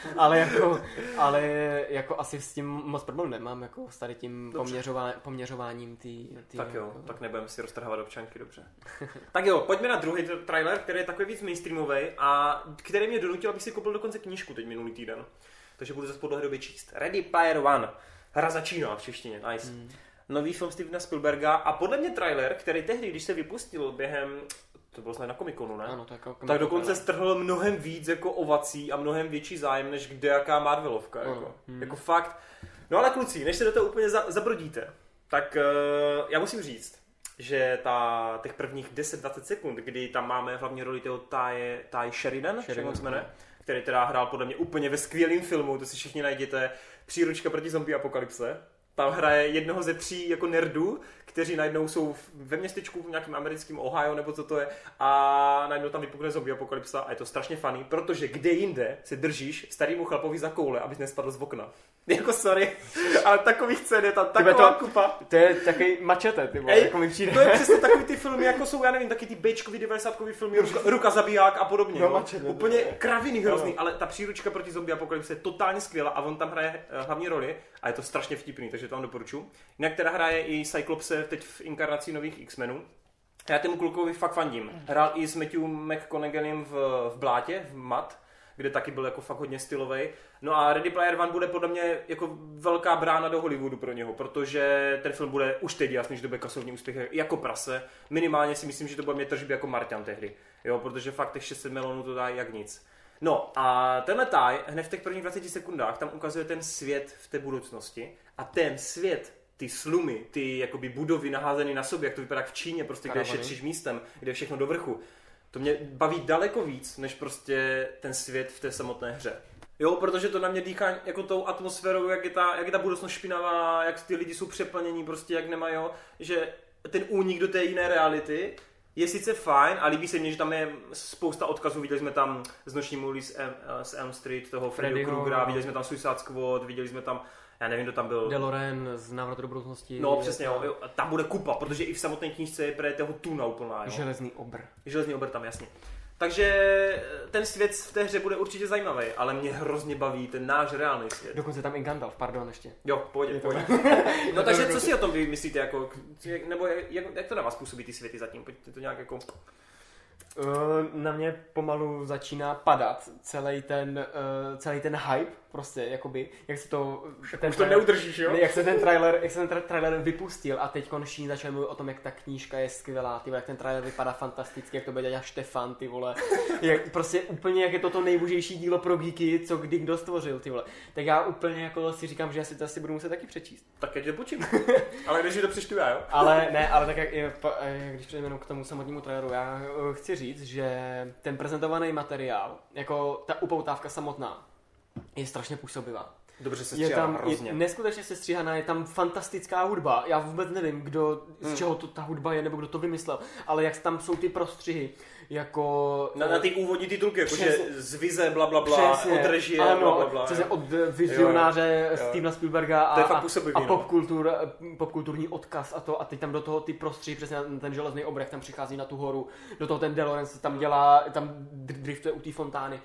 ale jako asi s tím moc problém nemám, jako s tady tím poměřováním ty tak jo, tak nebudeme si roztrhávat občanky, dobře. Tak jo, pojďme na druhý trailer, který je takový víc mainstreamový a který mě donutil, abych si koupil dokonce knížku teď minulý týden. Takže budu zase podle doby číst. Ready Player One. Hra začíná v češtině, nice. Nový film Stevena Spielberga a podle mě trailer, který tehdy, když se vypustil během, to bylo snad na Comic-Conu, ne? Ano, tak dokonce strhl mnohem víc jako ovací a mnohem větší zájem, než kdejaká Marvelovka. Jako fakt. No ale kluci, než se do toho úplně zabrodíte, tak já musím říct, že těch prvních 10-20 sekund, kdy tam máme hlavní roli toho Ty Sheridan, který teda hrál podle mě úplně ve skvělém filmu, to si všichni najděte, Příručka proti zombie apokalypse. Tam hraje jednoho ze 3 jako nerdů, kteří najednou jsou ve městečku v nějakém americkém Ohio nebo co to je a najednou tam vypukne zombie apokalypsa a je to strašně funny, protože kde jinde se držíš starýmu chlapovi za koule, abys nespadl z okna. Jako sorry, ale takových scén je tam taková kupa. To je takový mačete, ty vole, jako mi přijde. To je přesně takový ty filmy, jako jsou, já nevím, taky ty Bčkový 90kový filmy, Ruka zabiják a podobně. No, mačete, úplně kraviny hrozný, ale ta Příručka proti zombie apokalypse je totálně skvělá a on tam hraje hlavní roli a je to strašně vtipný, takže to vám doporučuji. Jinak teda hraje i Cyclopse teď v inkarnaci nových X-menů. Já tomu klukovi fakt fandím. Hrál i s Matthew McConaugheyem v Blátě, v Mat, kde taky byl jako fakt hodně stylovej. No a Ready Player One bude podle mě jako velká brána do Hollywoodu pro něho, protože ten film bude už teď jasný, že to bude kasovní úspěch jako prase. Minimálně si myslím, že to bude mít tržby jako Marťan tehdy, jo, protože fakt těch 600 milionů to dá jak nic. No a tenhle Ty hned v těch prvních 20 sekundách tam ukazuje ten svět v té budoucnosti a ten svět, ty slumy, ty jakoby budovy naházené na sobě, jak to vypadá v Číně, prostě kde šetříš místem, kde je všechno do vrchu. To mě baví daleko víc, než prostě ten svět v té samotné hře. Jo, protože to na mě dýchá jako tou atmosférou, jak je ta budoucnost špinavá, jak ty lidi jsou přeplnění, prostě jak nemají, že ten únik do té jiné reality je sice fajn a líbí se mně, že tam je spousta odkazů, viděli jsme tam z Noční můry z Elm Street, toho Freddyho Krugera, viděli jsme tam Suicide Squad, viděli jsme tam, já nevím, kdo tam byl. DeLorean z Návratu do budoucnosti. No přesně, jo, tam bude kupa, protože i v samotné knížce je právě toho tuna úplná. Jo. Železný obr tam, jasně. Takže ten svět v té hře bude určitě zajímavý, ale mě hrozně baví ten náš reálný svět. Dokonce tam i Gandalf, pardon ještě. Jo, pojď. No takže co si o tom vy myslíte, jako, nebo jak to na vás působí ty světy zatím? Pojďte to nějak jako... Na mě pomalu začíná padat celý ten hype, prostě, jakoby, jak se to... Už to neudržíš, jo? Jak se ten trailer vypustil a teď konečně začal mluvit o tom, jak ta knížka je skvělá, ty vole, jak ten trailer vypadá fantasticky, jak to bude dělat Štefan, ty vole. Jak, prostě úplně, jak je to nejbožejší dílo pro geeky, co kdy kdo stvořil, ty vole. Tak já úplně jako si říkám, že já si to asi budu muset taky přečíst. Tak já tě počím. Ale když to přečtu já, jo? Ale tak když přejdeme k tomu samotnému traileru, já chci říct, že ten prezentovaný materiál, jako ta upoutávka samotná, je strašně působivá. Dobře se stříhá, hrozně. Je neskutečně se stříhaná, je tam fantastická hudba. Já vůbec nevím, z čeho ta hudba je, nebo kdo to vymyslel, ale jak tam jsou ty prostřihy, jako... Na ty úvodní titulky, jakože z vize, blablabla, od režie, blablabla. Přesně, od vizionáře Stevena Spielberga a popkulturní odkaz a teď tam do toho ty prostřihy, přesně ten železný obrech tam přichází na tu horu, do toho ten DeLorean se tam dělá, tam driftuje u té fontány.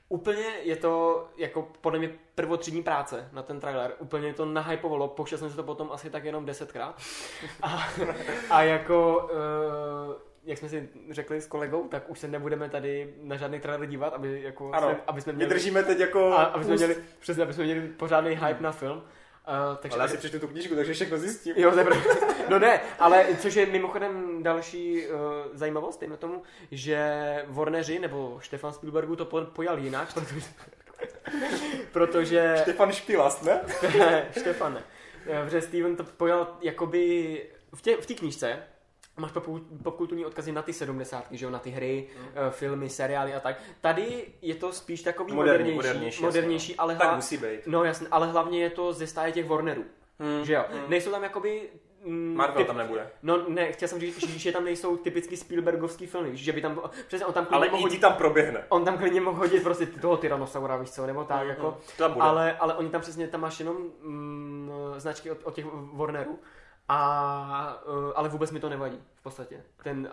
Úplně je to jako podle mě prvotřídní práce na ten trailer. Úplně to nahypovalo, pouštěl jsem se to potom asi tak jenom 10krát. A jako, jak jsme si řekli s kolegou, tak už se nebudeme tady na žádný trailer dívat, aby jsme měli... držíme teď jako... aby jsme měli pořádný hype na film. Takže ale já si přečtu tu knížku, takže všechno zjistím. Jo, no ne, ale což je mimochodem další zajímavost, na tomu, že Warneri nebo Štefan Spielbergu to pojal jinak, protože... Štefan Špilast, ne? Štefan, protože Steven to pojal jakoby v té knížce. Máš popkulturní odkazy na ty 70, že jo, na ty hry, filmy, seriály a tak. Tady je to spíš takový modernější, ale tak musí být. No jasně, ale hlavně je to ze stáje těch Warnerů. Že jo. Nejsou tam jakoby Marvel tam nebude. No ne, chtěl jsem říct, že tam nejsou typicky Spielbergovský filmy, že by tam přesně on tam ale i tam proběhne. On tam klidně mohl hodit prostě toho Tyrannosaura, víš co, nebo tak jako. Ale oni tam přesně tam máš jenom značky od těch Warnerů. Ale vůbec mi to nevadí, v podstatě. Ten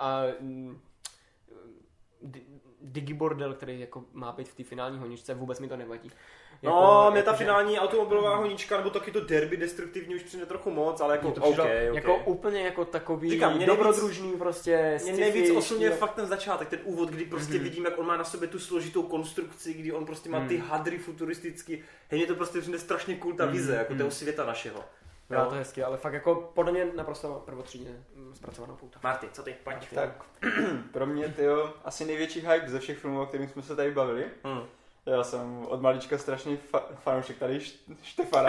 Digibordel, který jako má být v té finální honičce, vůbec mi to nevadí. No, mě ta finální automobilová honička, nebo taky to derby destruktivní už přijde trochu moc, ale jako okay. Jako úplně jako takový dobrodružný prostě. Mě nejvíc oslňuje fakt ten začátek, ten úvod, kdy prostě vidím, jak on má na sobě tu složitou konstrukci, kdy on prostě má ty hadry futuristický. Hej, mě to prostě přijde strašně cool ta vize, jako toho světa našeho. Jo, to je hezky, ale fakt jako podle mě naprosto prvotřídně zpracovanou pouta. Marty, co ty? Pojď. Tak pro mě, tyjo, asi největší hype ze všech filmů, o kterých jsme se tady bavili. Já jsem od malička strašný fanoušek tady Štefana.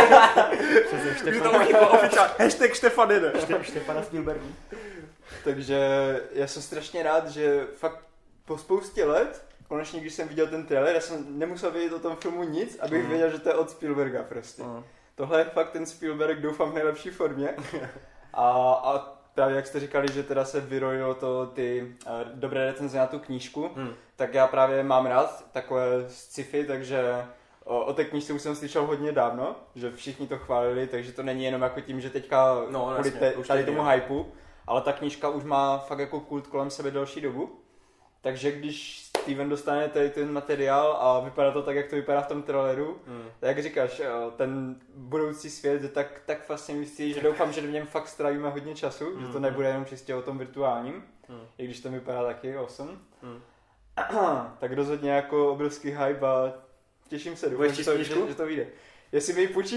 Hashtag Štefanine. Štefana Spielbergu. Takže já jsem strašně rád, že fakt po spoustě let, konečně když jsem viděl ten trailer, já jsem nemusel vědět o tom filmu nic, abych věděl, že to je od Spielberga prostě. Tohle je fakt ten Spielberg, doufám, v nejlepší formě. A právě jak jste říkali, že teda se vyrojilo to ty dobré recenze na tu knížku, tak já právě mám rád takové sci-fi, takže o té knížce už jsem slyšel hodně dávno, že všichni to chválili, takže to není jenom jako tím, že teďka kvůli tady tomu hypeu, ale ta knížka už má fakt jako kult kolem sebe delší dobu. Takže když Steven dostane tady ten materiál a vypadá to tak, jak to vypadá v tom traileru, tak jak říkáš, ten budoucí svět je tak fascinující, že doufám, že v něm fakt strávíme hodně času, že to nebude jenom čistě o tom virtuálním, i když to vypadá taky awesome. Tak rozhodně jako obrovský hype a těším se, doufám, že to vyjde. Jestli mi ji půjčíš,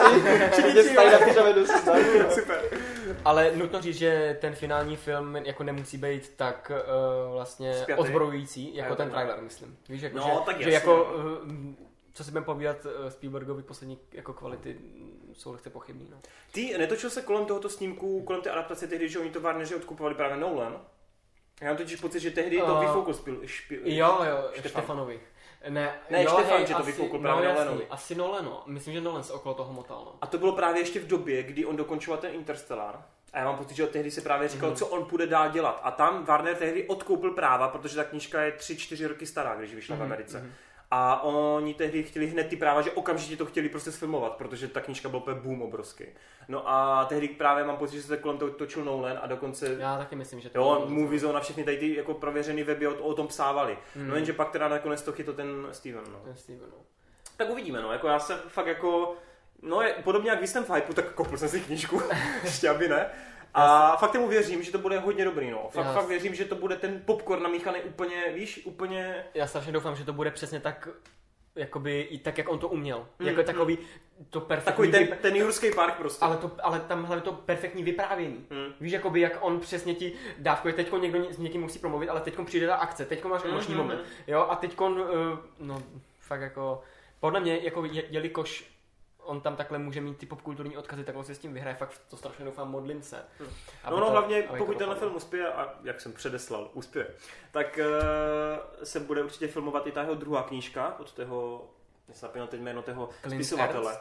super. Ale nutno říct, že ten finální film jako nemusí být tak vlastně ozbrojující, jako ten trailer, myslím. Víš, jako, no, že jako, co si budeme povídat, Spielbergovi poslední jako kvality jsou lehce pochybný. No. Ty, netočil se kolem tohoto snímku, kolem té adaptace tehdy, že oni to Warneri odkupovali právě Nolan? Já mám totiž pocit, že tehdy to vyfoukl Jo, Štefanovi. Ne, Štefan, že to vyfoukl právě Nolanovi. Asi Nolano. Myslím, že Nolan se okolo toho motal. No. A to bylo právě ještě v době, kdy on dokončoval ten Interstellar. A já mám pocit, že tehdy se právě říkal, co on půjde dál dělat. A tam Warner tehdy odkoupil práva, protože ta knížka je 3-4 roky stará, když vyšla v Americe. A oni tehdy chtěli hned ty práva, že okamžitě to chtěli prostě sfilmovat, protože ta knížka byla úplně boom obrovský. No a tehdy právě mám pocit, že se kolem toho točil Nolan a dokonce... Já taky myslím, že to jo, Movie Zone a všechny tady ty jako prověřený weby o tom psávali. No jenže pak teda nakonec to chytil ten Steven, no. Tak uvidíme, no, jako já jsem fakt jako... No podobně jak vy jsem v hypeu, tak koupil jsem si knížku, ještě aby ne. A fakt tomu věřím, že to bude hodně dobrý, no. Fakt věřím, že to bude ten popcorn namíchaný úplně, víš, úplně... Já strašně doufám, že to bude přesně tak, jakoby, i tak, jak on to uměl. Jako takový to perfektní... Takový ten Jurský park prostě. Ale tam hlavně to perfektní vyprávění. Víš, jakoby, jak on přesně ti dávkuje, teďko někdo s někým musí promluvit, ale teďko přijde ta akce, teďko máš emoční moment. Jo, a teďko, no, fakt jako... Podle mě, jako jelikož on tam takhle může mít ty popkulturní odkazy, tak on si s tím vyhraje, fakt to strašně doufám, modlím se. No hlavně pokud tenhle film uspěje, a jak jsem předeslal, uspěje, tak se bude určitě filmovat i ta jeho druhá knížka od toho, nesapěl teď jméno toho spisovatele.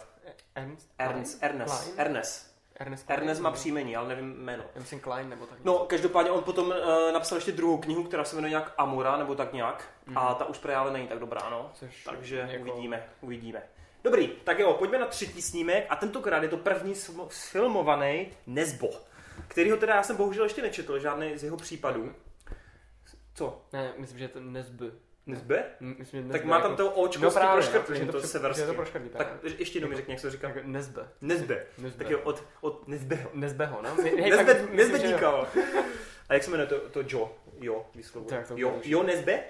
Ernest má příjmení, ale nevím jméno. Myslím Klein nebo tak. No, každopádně on potom napsal ještě druhou knihu, která se jmenuje nějak Amura, nebo tak nějak, a ta už právě není tak dobrá, no. Takže jako... uvidíme. Dobrý, tak jo, pojďme na třetí snímek a tentokrát je to první sfilmovaný Nesbo, kterýho teda já jsem bohužel ještě nečetl, žádný z jeho případů. Co? Ne, myslím, že je to Nesby. Nesbe? Myslím, tak má tam to očko s tím proškrtnutím, to severský. Tak ještě jednou mi řekni, jak se to říká. Nesbe. Tak jo, od Nesbeho. Nesbeho, no. Nesbedíka. A jak se jmenuje to Joe? Jo, vyslovuje. Jo Nesbe?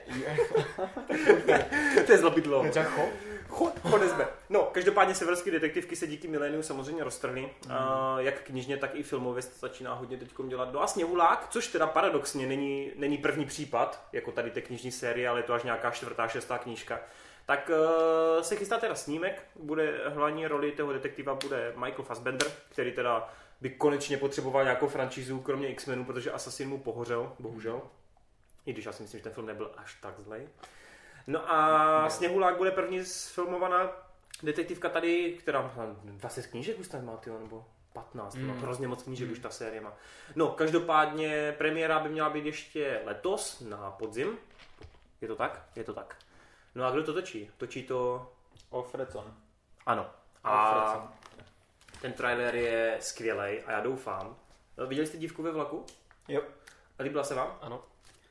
To je zlapidlo. Cho Nesbe. No, každopádně severské detektivky se díky miléniu samozřejmě roztrhly. Jak knižně, tak i filmově se začíná hodně teďkom dělat. No a Sněhulák, což teda paradoxně není první případ, jako tady té knižní série, ale je to až nějaká 4., 6. knížka. Tak se chystá teda snímek, hlavní roli toho detektiva bude Michael Fassbender, který teda by konečně potřeboval nějakou franšízu, kromě X-Menů, protože Assassin mu pohořel, bohužel. I když já si myslím, že ten film nebyl až tak zlej. No a Sněhulák bude první sfilmovaná detektivka tady, která má 20 knížek už tam má, nebo 15, má to hrozně moc knížek už ta série má. No, každopádně premiéra by měla být ještě letos na podzim. Je to tak? Je to tak. No a kdo to točí? Točí to... Alfredson. Ano. A ten trailer je skvělej a já doufám. Viděli jste Dívku ve vlaku? Jo. A líbila se vám? Ano.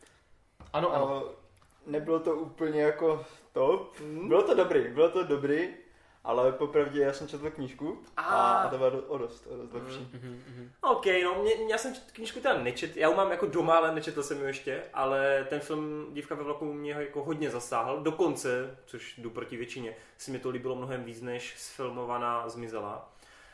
Ano. Nebylo to úplně jako top. Bylo to dobrý, ale popravdě já jsem četl knížku a to bylo o dost lepší. OK, no, já jsem knížku teda nečetl, já ho mám jako doma, ale nečetl jsem ji ještě, ale ten film Dívka ve vlaku mě jako hodně zasáhl, dokonce, což jdu proti většině, si mi to líbilo mnohem víc, než sfilmovaná Zmizela.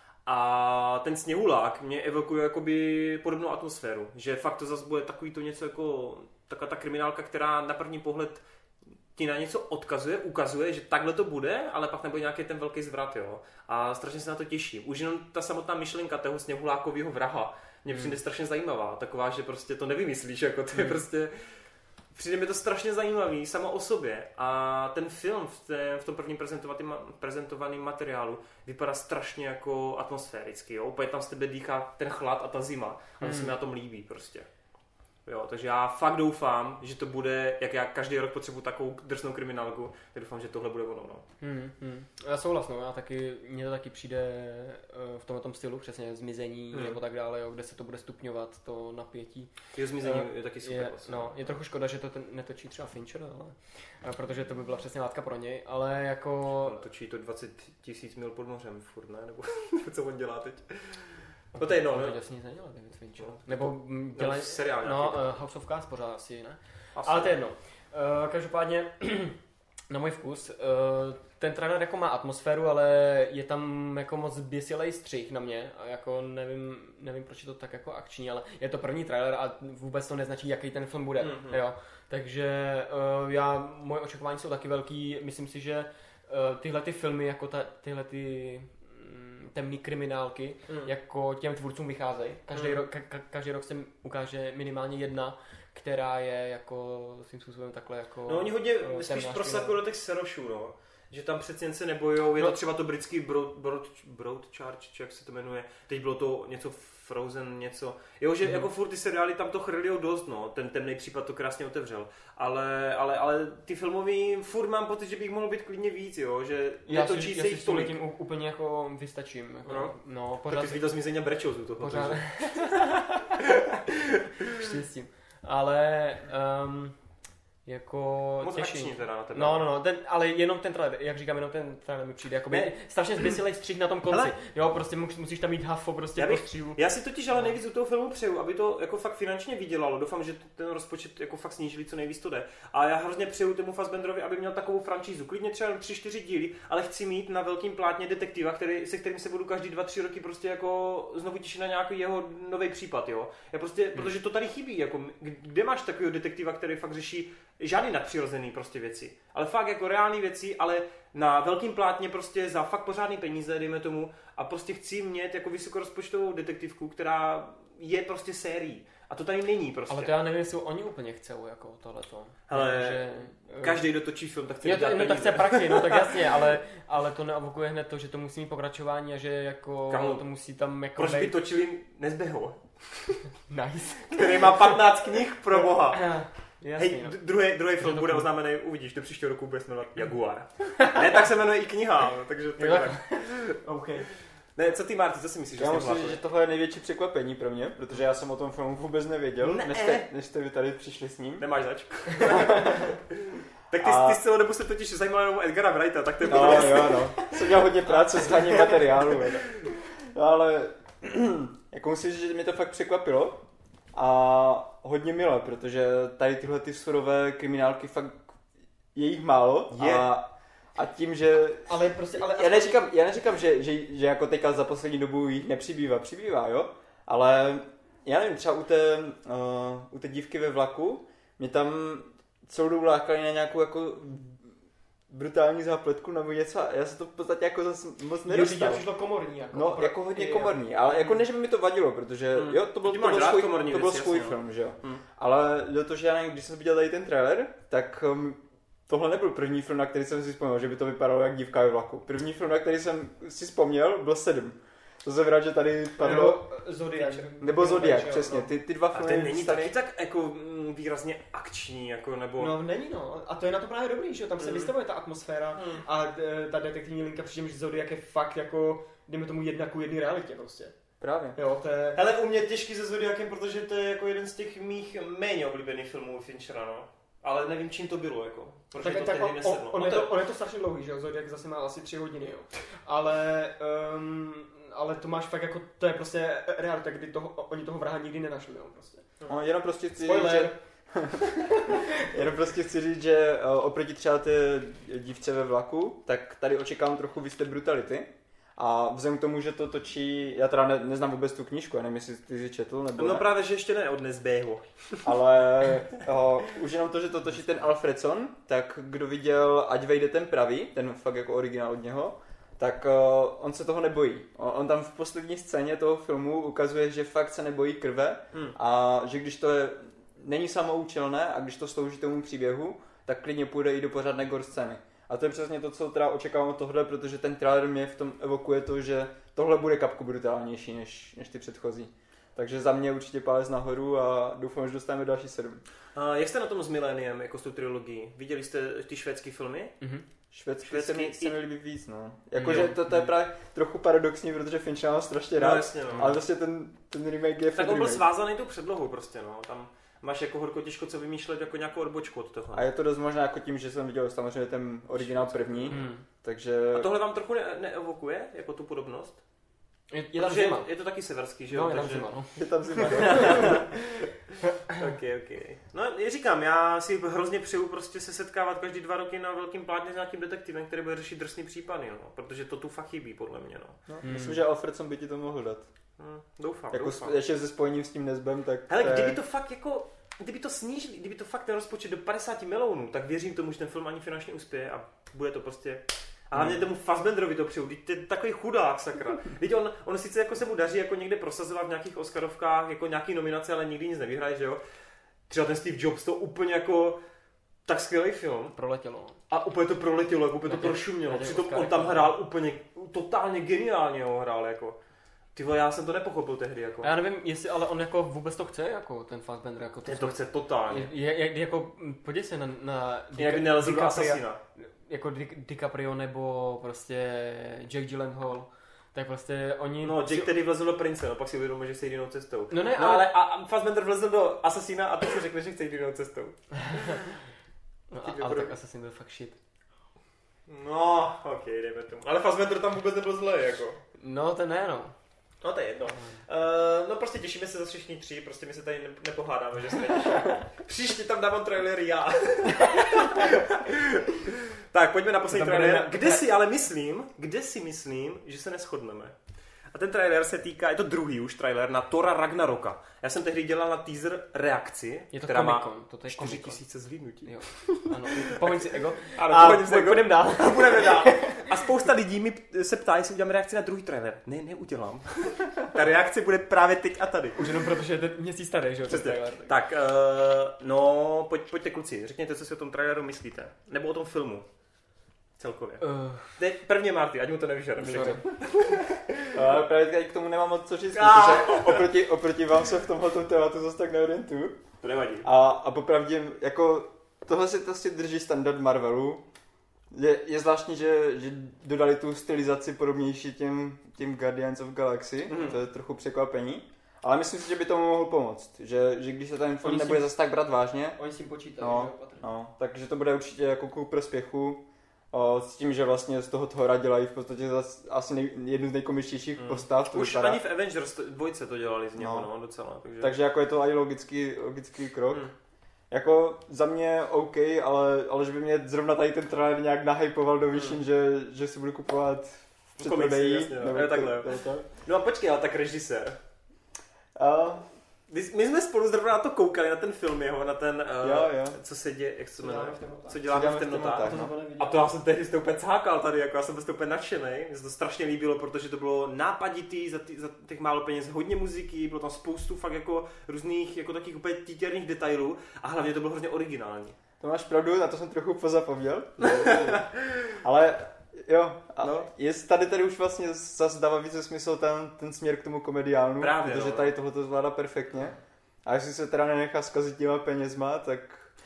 A ten Sněhulák mě evokuje jakoby podobnou atmosféru, že fakt to zase bude takový to něco jako taková ta kriminálka, která na první pohled ti na něco ukazuje, že takhle to bude, ale pak nebude nějaký ten velký zvrat, jo. A strašně se na to těším. Už jenom ta samotná myšlenka toho Sněhulákovýho vraha mě přijde strašně zajímavá, taková, že prostě to nevymyslíš, jako to je prostě... Přijde mi to strašně zajímavý samo o sobě a ten film v tom prvním prezentovaném materiálu vypadá strašně jako atmosféricky, jo. Úplně tam z tebe dýchá ten chlad a ta zima a to se mi na tom líbí prostě. Jo, takže já fakt doufám, že to bude, jak já každý rok potřebuji takovou drsnou kriminálku, tak doufám, že tohle bude ono. No. Já souhlasím, mně to taky přijde v tomhle stylu, přesně zmizení nebo tak dále, jo, kde se to bude stupňovat, to napětí. Zmizení je taky super. Je trochu škoda, že to netočí třeba Fincher, protože to by byla přesně látka pro něj, ale jako... On točí to 20 000 mil pod mořem furt, ne? Nebo co on dělá teď? No to je jedno, ne? To nic nedělá, David Fincher. Nebo dělají... House of Cards pořád asi, ne? Asi. Ale to je jedno. Každopádně, na můj vkus, ten trailer jako má atmosféru, ale je tam jako moc běsilej střih na mě. A jako nevím, proč je to tak jako akční, ale je to první trailer a vůbec to neznačí, jaký ten film bude. Jo. Takže moje očekávání jsou taky velký. Myslím si, že tyhle ty filmy, jako tyhle ty temný kriminálky, jako těm tvůrcům vycházejí. Každý rok se ukáže minimálně jedna, která je jako svým způsobem takhle jako... No oni hodně spíš prosakují do těch serošů, no. Že tam přeci jen se nebojou, je to třeba to britský Broadchurch, či jak se to jmenuje. Teď bylo to něco Frozen, něco. Jo, že jako furt ty seriály tam to chrlijou dost, no. Ten temný případ to krásně otevřel. Ale ty filmový furt mám pocit, že bych mohl být klidně víc, jo, že netočí se jich tolik. Já si tím úplně jako vystačím. Jako, no, pořád. Taky jsi viděl Zmizení a brečel z toho. Pořád. Štěstím. Ale... jako moc akční teda na tebe. No, ale jenom ten trailer, jak říkám, jenom ten trailer mi přijde jakoby strašně zběsilej střih na tom konci. Hele, jo, prostě musíš tam mít hafo prostě po stříhu. Já si totiž ale nejvíc u toho filmu přeju, aby to jako fakt finančně vydělalo. Doufám, že ten rozpočet jako fakt snížili, co nejvíc to jde. A já hrozně přeju tomu Fassbenderovi, aby měl takovou franšízu. Klidně třeba 3-4 díly, ale chci mít na velkým plátně detektiva, se kterým se budu každý 2-3 roky prostě jako znovu těšit na nějaký jeho nový případ, jo. Já prostě, protože to tady chybí, jako kde máš takového detektiva, který fakt řeší žádný nadpřirozený prostě věci, ale fakt jako reální věci, ale na velkým plátně prostě za fakt pořádný peníze, dejme tomu, a prostě chci mít jako vysokorozpočtovou detektivku, která je prostě sérií. A to tady není prostě. Ale to já nevím, jestli oni úplně chcou jako tohleto. Ale každý, kdo točí film, tak chce dělat peníze. Tak chce prachy, no tak jasně, ale to neavokuje hned to, že to musí mít pokračování a že jako to musí tam jako... Proč by točili Nesbeho? Nice. Který má 15 knih, pro boha. Jasný, hej, druhý film bude oznámený, uvidíš, do příštího roku bude se jmenovat Jaguar. Ne, tak se jmenuje i kniha, takže takhle. Okay. Ne, co ty, Marty, co si myslíš? Já myslím, že tohle je největší překvapení pro mě, protože já jsem o tom filmu vůbec nevěděl, než jste vy tady přišli s ním. Nemáš zač. Tak ty celou dobu se totiž zajímal jenom Edgara Wrighta, tak to je no. Jsem měl hodně práce s hraním materiálu. No, ale jako musím říct, že mě to fakt překvapilo a hodně milé, protože tady tyhle ty surové kriminálky fakt je jich málo a tím, že... Ale prostě, já neříkám, že jako teďka za poslední dobu jich přibývá, jo? Ale já nevím, třeba u té dívky ve vlaku, mě tam celou dobu lákali na nějakou jako brutální zápletku nebo něco a já se to v podstatě jako zase moc nedostal. Přišlo komorní. Jako, no, jako hodně komorní, ale jako ne, že by mi to vadilo, protože jo, to byl svůj film, že jo. Ale do toho, že já nevím, když jsem viděl tady ten trailer, tak tohle nebyl první film, na který jsem si vzpomněl, že by to vypadalo jak dívka ve vlaku. První film, na který jsem si vzpomněl, byl 7. To znamená, že tady padlo... Nebo Zodiak, přesně. Ty dva filmy... A ten není taky tak jako výrazně akční, jako nebo... No není no. A to je na to právě dobrý, že tam se vystavuje ta atmosféra a ta detektivní linka, přičemž Zodiak je fakt jako, dejme tomu 1:1 realitě prostě. Právě. Jo, to je... Hele, u mě těžký se Zodiakem, protože to je jako jeden z těch mých méně oblíbených filmů Finchera, no. Ale nevím, čím to bylo, jako. Protože tak, to tehdy nesedlo. On je to strašně dlouhý, že jo? Zodiak zase má asi 3 hodiny, jo. Ale to máš fakt jako, to je prostě realita, kdy oni toho vraha nikdy nenašli, jo, prostě. No, jenom prostě chci říct, že oproti třeba té dívce ve vlaku, tak tady očekávám trochu víc té brutality. A vzhledem k tomu, že to točí, já teda neznám vůbec tu knížku, já nevím, jestli ty jsi četl, nebo no právě, že ještě ne, od nezběhu. Ale už jenom to, že to točí ten Alfredson, tak kdo viděl Ať vejde ten pravý, ten fakt jako originál od něho, tak on se toho nebojí. On tam v poslední scéně toho filmu ukazuje, že fakt se nebojí krve a že když to není samoučelné a když to slouží tomu příběhu, tak klidně půjde i do pořádné gore scény. A to je přesně to, co teda očekávám od tohle, protože ten trailer mě v tom evokuje to, že tohle bude kapku brutálnější než ty předchozí. Takže za mě určitě palec nahoru a doufám, že dostaneme další 7. Jak jste na tom s Milleniem, jako s tou trilogií? Viděli jste ty švédský filmy? Švédský se mi líbí víc, no. Jakože to je právě trochu paradoxní, protože Fincher mám strašně rád, jasně, no. Ale vlastně ten remake je tak on byl svázaný tou předlohou prostě, no. Tam máš jako horko těžko co vymýšlet jako nějakou odbočku od toho. A je to dost možná jako tím, že jsem viděl samozřejmě ten originál první, takže... A tohle vám trochu neevokuje, jako tu podobnost? Je tam zima. Je to taky severský, že jo? No, je tam zima, no. Je tam zima, Okay. No, říkám, já si hrozně přeju prostě se setkávat každý 2 roky na velkým plátně s nějakým detektivem, který bude řešit drsný případy, no. Protože to tu fakt chybí, podle mě, no. Myslím, že Alfredson by ti to mohl dát. Doufám. Ještě se spojením s tím Nesbem, tak... Hele, kdyby to fakt jako... Kdyby to snížili, kdyby to fakt ten rozpočet do 50 milionů, tak věřím tomu, že ten film ani finančně uspěje a bude to prostě... A hlavně tomu Fassbenderovi to přeju, teď to je takový chudák, sakra. Teď on sice jako se mu daří jako někde prosazovat v nějakých Oscarovkách, jako nějaký nominace, ale nikdy nic nevyhraje, že jo? Třeba ten Steve Jobs, to úplně jako tak skvělý film. Proletělo. A úplně to proletělo, jako úplně to prošumělo. Přitom on tam hrál úplně totálně geniálně, ho hrál jako. Ty vole, já jsem to nepochopil tehdy, jako. Já nevím, jestli ale on jako vůbec to chce, jako ten Fassbender, jako to chce totálně. Jako, podívej se na jak nelezí Assassina. Jako DiCaprio nebo prostě Jake Gyllenhaal, tak prostě oni... No, Jake tedy vlezl do Prince, no pak si uvědomil, že chce jít jinou cestou. No ne, ale a Fassbender vlezl do Assassina a teď si řekne, že chce jít jinou cestou. No, ale tak Assassin byl fakt shit. No, okej, dejme tomu. Ale Fassbender tam vůbec nebyl zlej, jako. No, to ne, no. No to je jedno. No prostě těšíme se za všichni 3, prostě my se tady nepohádáme, že se netěšíme. Příště tam dávám trailer já. Tak, pojďme na poslední trailer. Kde si myslím, že se neshodneme. A ten trailer se týká, je to druhý už trailer na Thora Ragnaroka. Já jsem tehdy dělal na teaser reakci, která má 4000 zhlídnutí. Jo. Ano, pomeň si ego. Ano, půjdeme dál. Budeme dál. A spousta lidí mi se ptá, jestli udělám reakci na druhý trailer. Ne, neudělám. Ta reakce bude právě teď a tady. Už jenom protože je to měsíc starý, že jo? Tak, no, pojďte kluci, řekněte, co si o tom traileru myslíte. Nebo o tom filmu. Celkově. Teď prvně Marty, ať mu to nevyžere. Ale právě k tomu nemám moc co říct, protože oproti vám se v tomhle tématu zase tak neorientuju. To nevadí. A popravdě, jako tohle se prostě drží standard Marvelu. Je zvláštní, že dodali tu stylizaci podobnější těm Guardians of Galaxy. To je trochu překvapení. Ale myslím si, že by tomu mohl pomoct. Že když se ten film nebude zase tak brát vážně. Oni s tím počítají. No, takže to bude určitě jako ku prospěchu. S tím, že vlastně z toho Thora dělají v podstatě asi jednu z nejkomičtějších postav. Už vypadá. Ani v Avengers 2 to dělali z něho, docela. Takže jako je to i logický krok. Jako za mě OK, ale že by mě zrovna tady ten trailer nějak nahypoval do výšin, že si budu kupovat v předprodeji. No a počkej, ale tak režisér. My jsme spolu zrovna na to koukali, na ten film jeho, na ten, co se děje, jak se jmenuje, co děláme v temnotách. A to já jsem tehdy to úplně cákal tady, jako já jsem to úplně nadšenej, mně se to strašně líbilo, protože to bylo nápaditý, za těch málo peněz hodně muziky, bylo tam spoustu fakt jako různých, jako takových úplně títěrných detailů a hlavně to bylo hrozně originální. To máš pravdu, na to jsem trochu pozapomněl, ale jo, jest tady už vlastně zase dává více smysl ten směr k tomu komediánu, právě, protože tady tohle to zvládá perfektně. A jestli se teda nenechá zkazit těma penězma, tak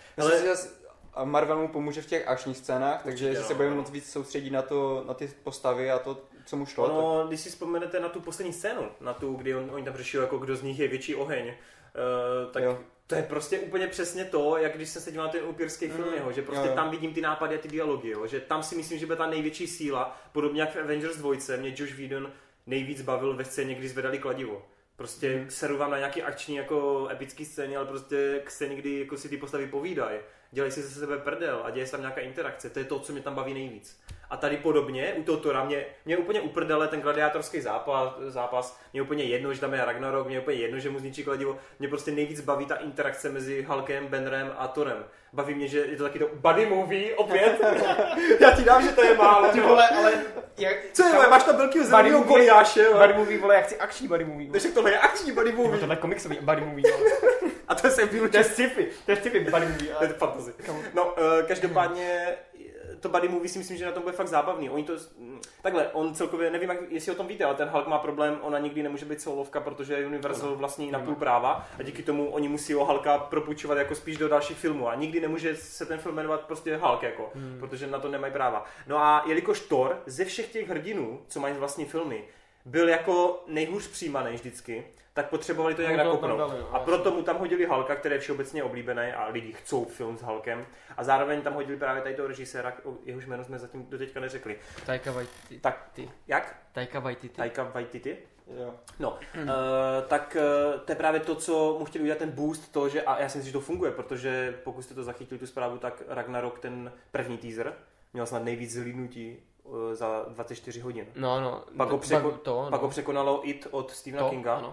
a Marvel mu pomůže v těch akčních scénách, takže jestli se budeme moc víc soustředit na ty postavy a to, co mu šlo. No, když si vzpomenete na tu poslední scénu, na tu, kdy oni tam řešili, jako kdo z nich je větší oheň, tak to je prostě úplně přesně to, jak když jsem se díval na ten upírský film jeho, že prostě tam vidím ty nápady a ty dialogy, jo, že tam si myslím, že bude ta největší síla, podobně jak v Avengers 2, mě Joss Whedon nejvíc bavil ve scéně, kdy zvedali kladivo. Prostě seru vám na nějaký akční jako epický scény, ale prostě k scéně, kdy jako si ty postavy povídají, dělají si ze sebe prdel a děje se tam nějaká interakce, to je to, co mě tam baví nejvíc. A tady podobně, u toho Thora mě úplně uprdele ten gladiátorský zápas, mě úplně jedno, že tam je Ragnarok, mě úplně jedno, že mu zničí kladivo, mě prostě nejvíc baví ta interakce mezi Hulkem, Bannerem a Thorem. Baví mě, že je to taky to buddy movie, opět. Já ti dám, že to je málo. Ty vole, ale... Co je, máš tam velkýho zeměho Goliáše. Buddy movie, vole, já chci akční buddy movie. Takže tohle je akční buddy movie. Tohle je komiksový buddy movie. A to jsem to je sci-fi buddy movie. To je fantasy. No, každopádně to buddy movie si myslím, že na tom bude fakt zábavný. Oni to... Takhle, on celkově, nevím, jestli o tom víte, ale ten Hulk má problém, ona nikdy nemůže být solovka, protože Universal vlastní napůl práva a díky tomu oni musí o Hulka propůjčovat jako spíš do dalších filmů a nikdy nemůže se ten film jmenovat prostě Hulk jako, protože na to nemají práva. No a jelikož Thor ze všech těch hrdinů, co mají vlastní filmy, byl jako nejhůř přijímaný vždycky, tak potřebovali to nějak nakopnout. A proto mu tam hodili Hulka, který je všeobecně oblíbený a lidi chcou film s Hulkem. A zároveň tam hodili právě tady toho režiséra, jehož jméno jsme zatím doteďka neřekli. Taika Waititi. Tak, jak? Taika Waititi. Jo. No, tak to je právě to, co mu chtěli udělat ten boost, to, že, a já si myslím, že to funguje, protože pokud jste to zachytili tu zprávu, tak Ragnarok, ten první teaser, měl snad nejvíc zhlídnutí za 24 hodin. No. Pak ho překonalo It od Stephena Kinga. Ano.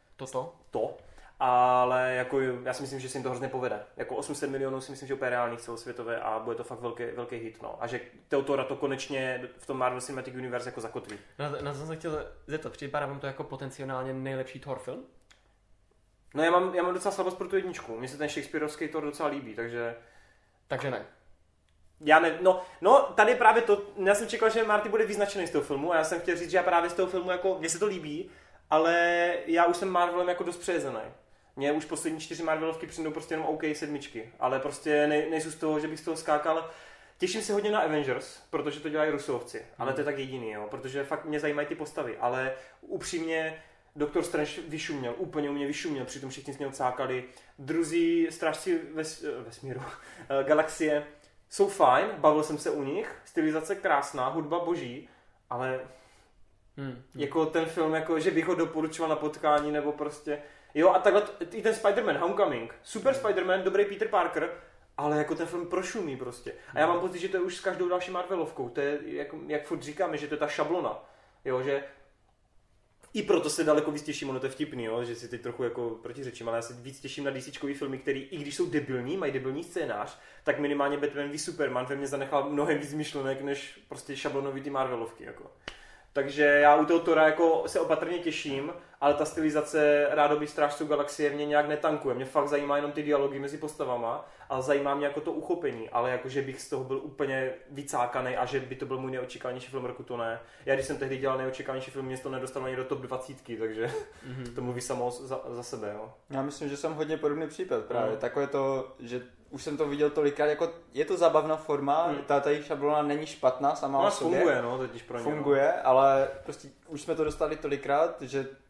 To. Ale jako já si myslím, že se jim to hrozně povede. Jako 800 milionů si myslím, že úplně reálných celosvětové a bude to fakt velký hit. No. A že Thora to konečně v tom Marvel Cinematic Universe jako zakotví. Na to jsem chtěl zeptat, připadá vám to jako potenciálně nejlepší Thor film? No já mám docela slabost pro tu jedničku. Mně se ten Shakespeareovský Thor docela líbí, takže... Takže ne. Já ne, no tady právě to, já jsem čekal, že Marty bude vyznačený z toho filmu a já jsem chtěl říct, že já právě z toho filmu jako, mně se to líbí, ale já už jsem Marvelem jako dost přejezený. Mně už poslední 4 Marvelovky přijdou prostě jenom OK sedmičky, ale prostě nejsou z toho, že bych z toho skákal. Těším se hodně na Avengers, protože to dělají Rusovci, ale to je tak jediný, jo, protože fakt mě zajímají ty postavy, ale upřímně Doktor Strange vyšuměl, úplně u mě vyšuměl, přitom všichni s něho cákali. Druzí strážci vesmíru, galaxie jsou fajn, bavil jsem se u nich, stylizace krásná, hudba boží, ale jako ten film, jako, že bych ho doporučoval na potkání, nebo prostě, jo a takhle, i ten Spider-Man, Homecoming, super Spider-Man, dobrý Peter Parker, ale jako ten film prošumí prostě. A já mám pocit, že to je už s každou další Marvelovkou, to je, jak furt říkáme, že to je ta šablona, jo, že i proto se daleko víc těším, ono to je vtipný, jo, že si teď trochu jako protiřečím, ale já se víc těším na DCčkový filmy, který i když jsou debilní, mají debilní scénář, tak minimálně Batman v Superman ve mně zanechal mnohem víc myšlenek, než prostě šablonový ty Marvelovky, jako. Takže já u toho Thora jako se opatrně těším, ale ta stylizace rádoby Strážců galaxie mě nějak netankuje. Mě fakt zajímá jenom ty dialogy mezi postavama a zajímá mě jako to uchopení, ale jako že bych z toho byl úplně vycákaný a že by to byl můj nejočekávanější film roku, to ne. Já když jsem tehdy dělal nejočekávanější film, mě to nedostalo ani do top 20, takže to mluví samo za sebe. Jo. Já myslím, že jsem hodně podobný případ právě. Takové to, že už jsem to viděl tolikrát, jako je to zábavná forma, ta jejich šablona není špatná sama o sobě. Funguje, no, totiž pro ně. Funguje, ale prostě už jsme to dostali tolikrát, že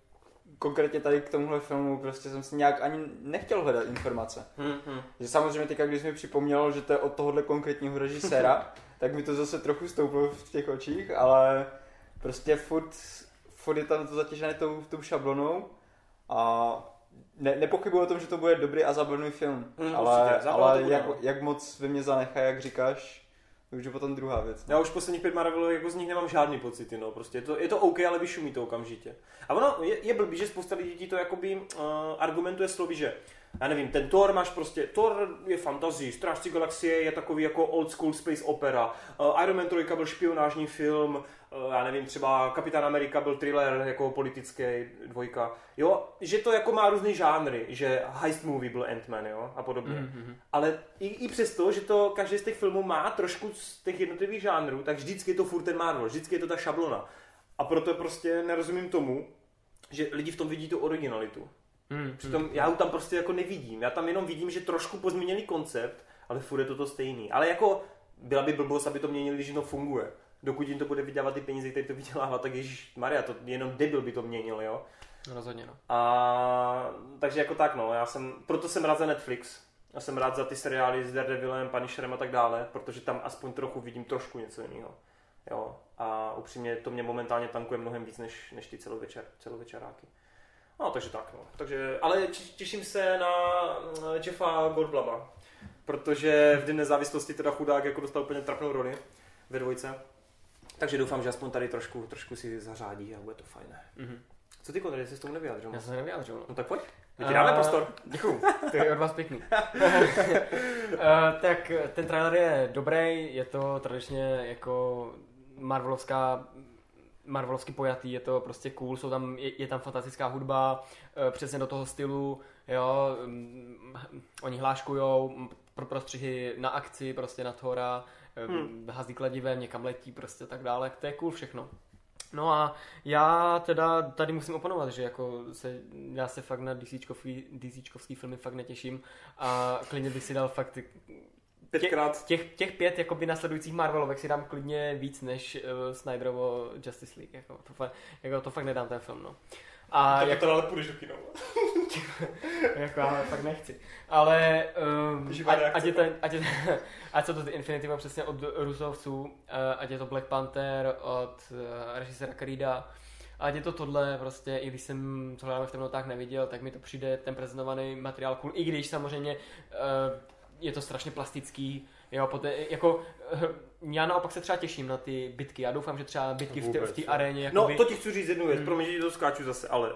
konkrétně tady k tomuhle filmu prostě jsem si nějak ani nechtěl hledat informace. Že samozřejmě teďka, když mi připomnělo, že to je od tohohle konkrétního režiséra, tak mi to zase trochu stouplo v těch očích, ale prostě furt je tam to zatěžené tou šablonou a nepochybuji o tom, že to bude dobrý a zábavný film, ale jak moc ve mě zanechá, jak říkáš, to už je potom druhá věc. Já už posledních 5 Marvelů jako z nich nemám žádný pocity, no, prostě je to OK, ale vyšumí to okamžitě. A ono je blbý, že spousta lidí to jakoby argumentuje slovy, že já nevím, ten Thor máš prostě, Thor je fantasy, Strážci galaxie je takový jako old school space opera, Iron Man 3 byl špionážní film, já nevím, třeba Kapitán Amerika byl thriller jako politický, 2, jo, že to jako má různý žánry, že heist movie byl Ant-Man, jo, a podobně. Ale i přesto, že to každý z těch filmů má trošku z těch jednotlivých žánrů, tak vždycky je to furt ten Marvel, vždycky je to ta šablona. A proto prostě nerozumím tomu, že lidi v tom vidí tu originalitu. Přitom já ho tam prostě jako nevidím. Já tam jenom vidím, že trošku pozměnili koncept, ale furt je to stejný. Ale jako byla by blbost, aby to měnili, když to funguje. Dokud jim to bude vydělávat ty peníze, které to vydělává, tak ježišmarja, to jenom debil by to měnil, jo? Rozhodně, no. A takže jako tak, no, proto jsem rád za Netflix. Já jsem rád za ty seriály s Daredevilem, Punisherem a tak dále, protože tam aspoň trochu vidím trošku něco jiného. Jo? A upřímně to mě momentálně tankuje mnohem víc než ty celovečeráky. No, takže tak, no. Takže, ale těším se na Jeffa Goldbluma, protože v Den nezávislosti teda chudák jako dostal úplně trapnou roli ve 2. Takže doufám, že aspoň tady trošku si zařádí a bude to fajné. Co ty, Konrad, jsi s tomu nevyjádřil? Já jsem se nevyjádřil. No tak pojď. My ti dáme prostor. Děkuju, to je od vás pěkný. Tak ten trailer je dobrý, je to tradičně jako Marvelovsky pojatý, je to prostě cool, je tam fantastická hudba, přesně do toho stylu, jo, oni hláškujou prostřihy na akci, prostě na Thora, hází kladivem, někam letí, prostě tak dále, to je cool všechno. No a já teda tady musím oponovat, že jako já se fakt na DCčkovský filmy fakt netěším a klidně bych si dal fakt těch 5 jakoby následujících Marvelovek si dám klidně víc než Snyderovo Justice League, jako to fakt nedám ten film, no. A tak jako to ale půjdeš do kina. Jako ale fakt nechci. Ale ať jsou to ty Infinity War přesně od Rusovců, ať je to Black Panther od režiséra Creeda, ať je to tohle prostě, i když jsem co hledáme v temnotách neviděl, tak mi to přijde ten prezentovaný materiál cool, i když samozřejmě je to strašně plastický, jo, jako já naopak se třeba těším na ty bitky, já doufám, že třeba bitky v té aréně jakoby... No to ti chci říct jednu věc, promiň, že to skáču zase, ale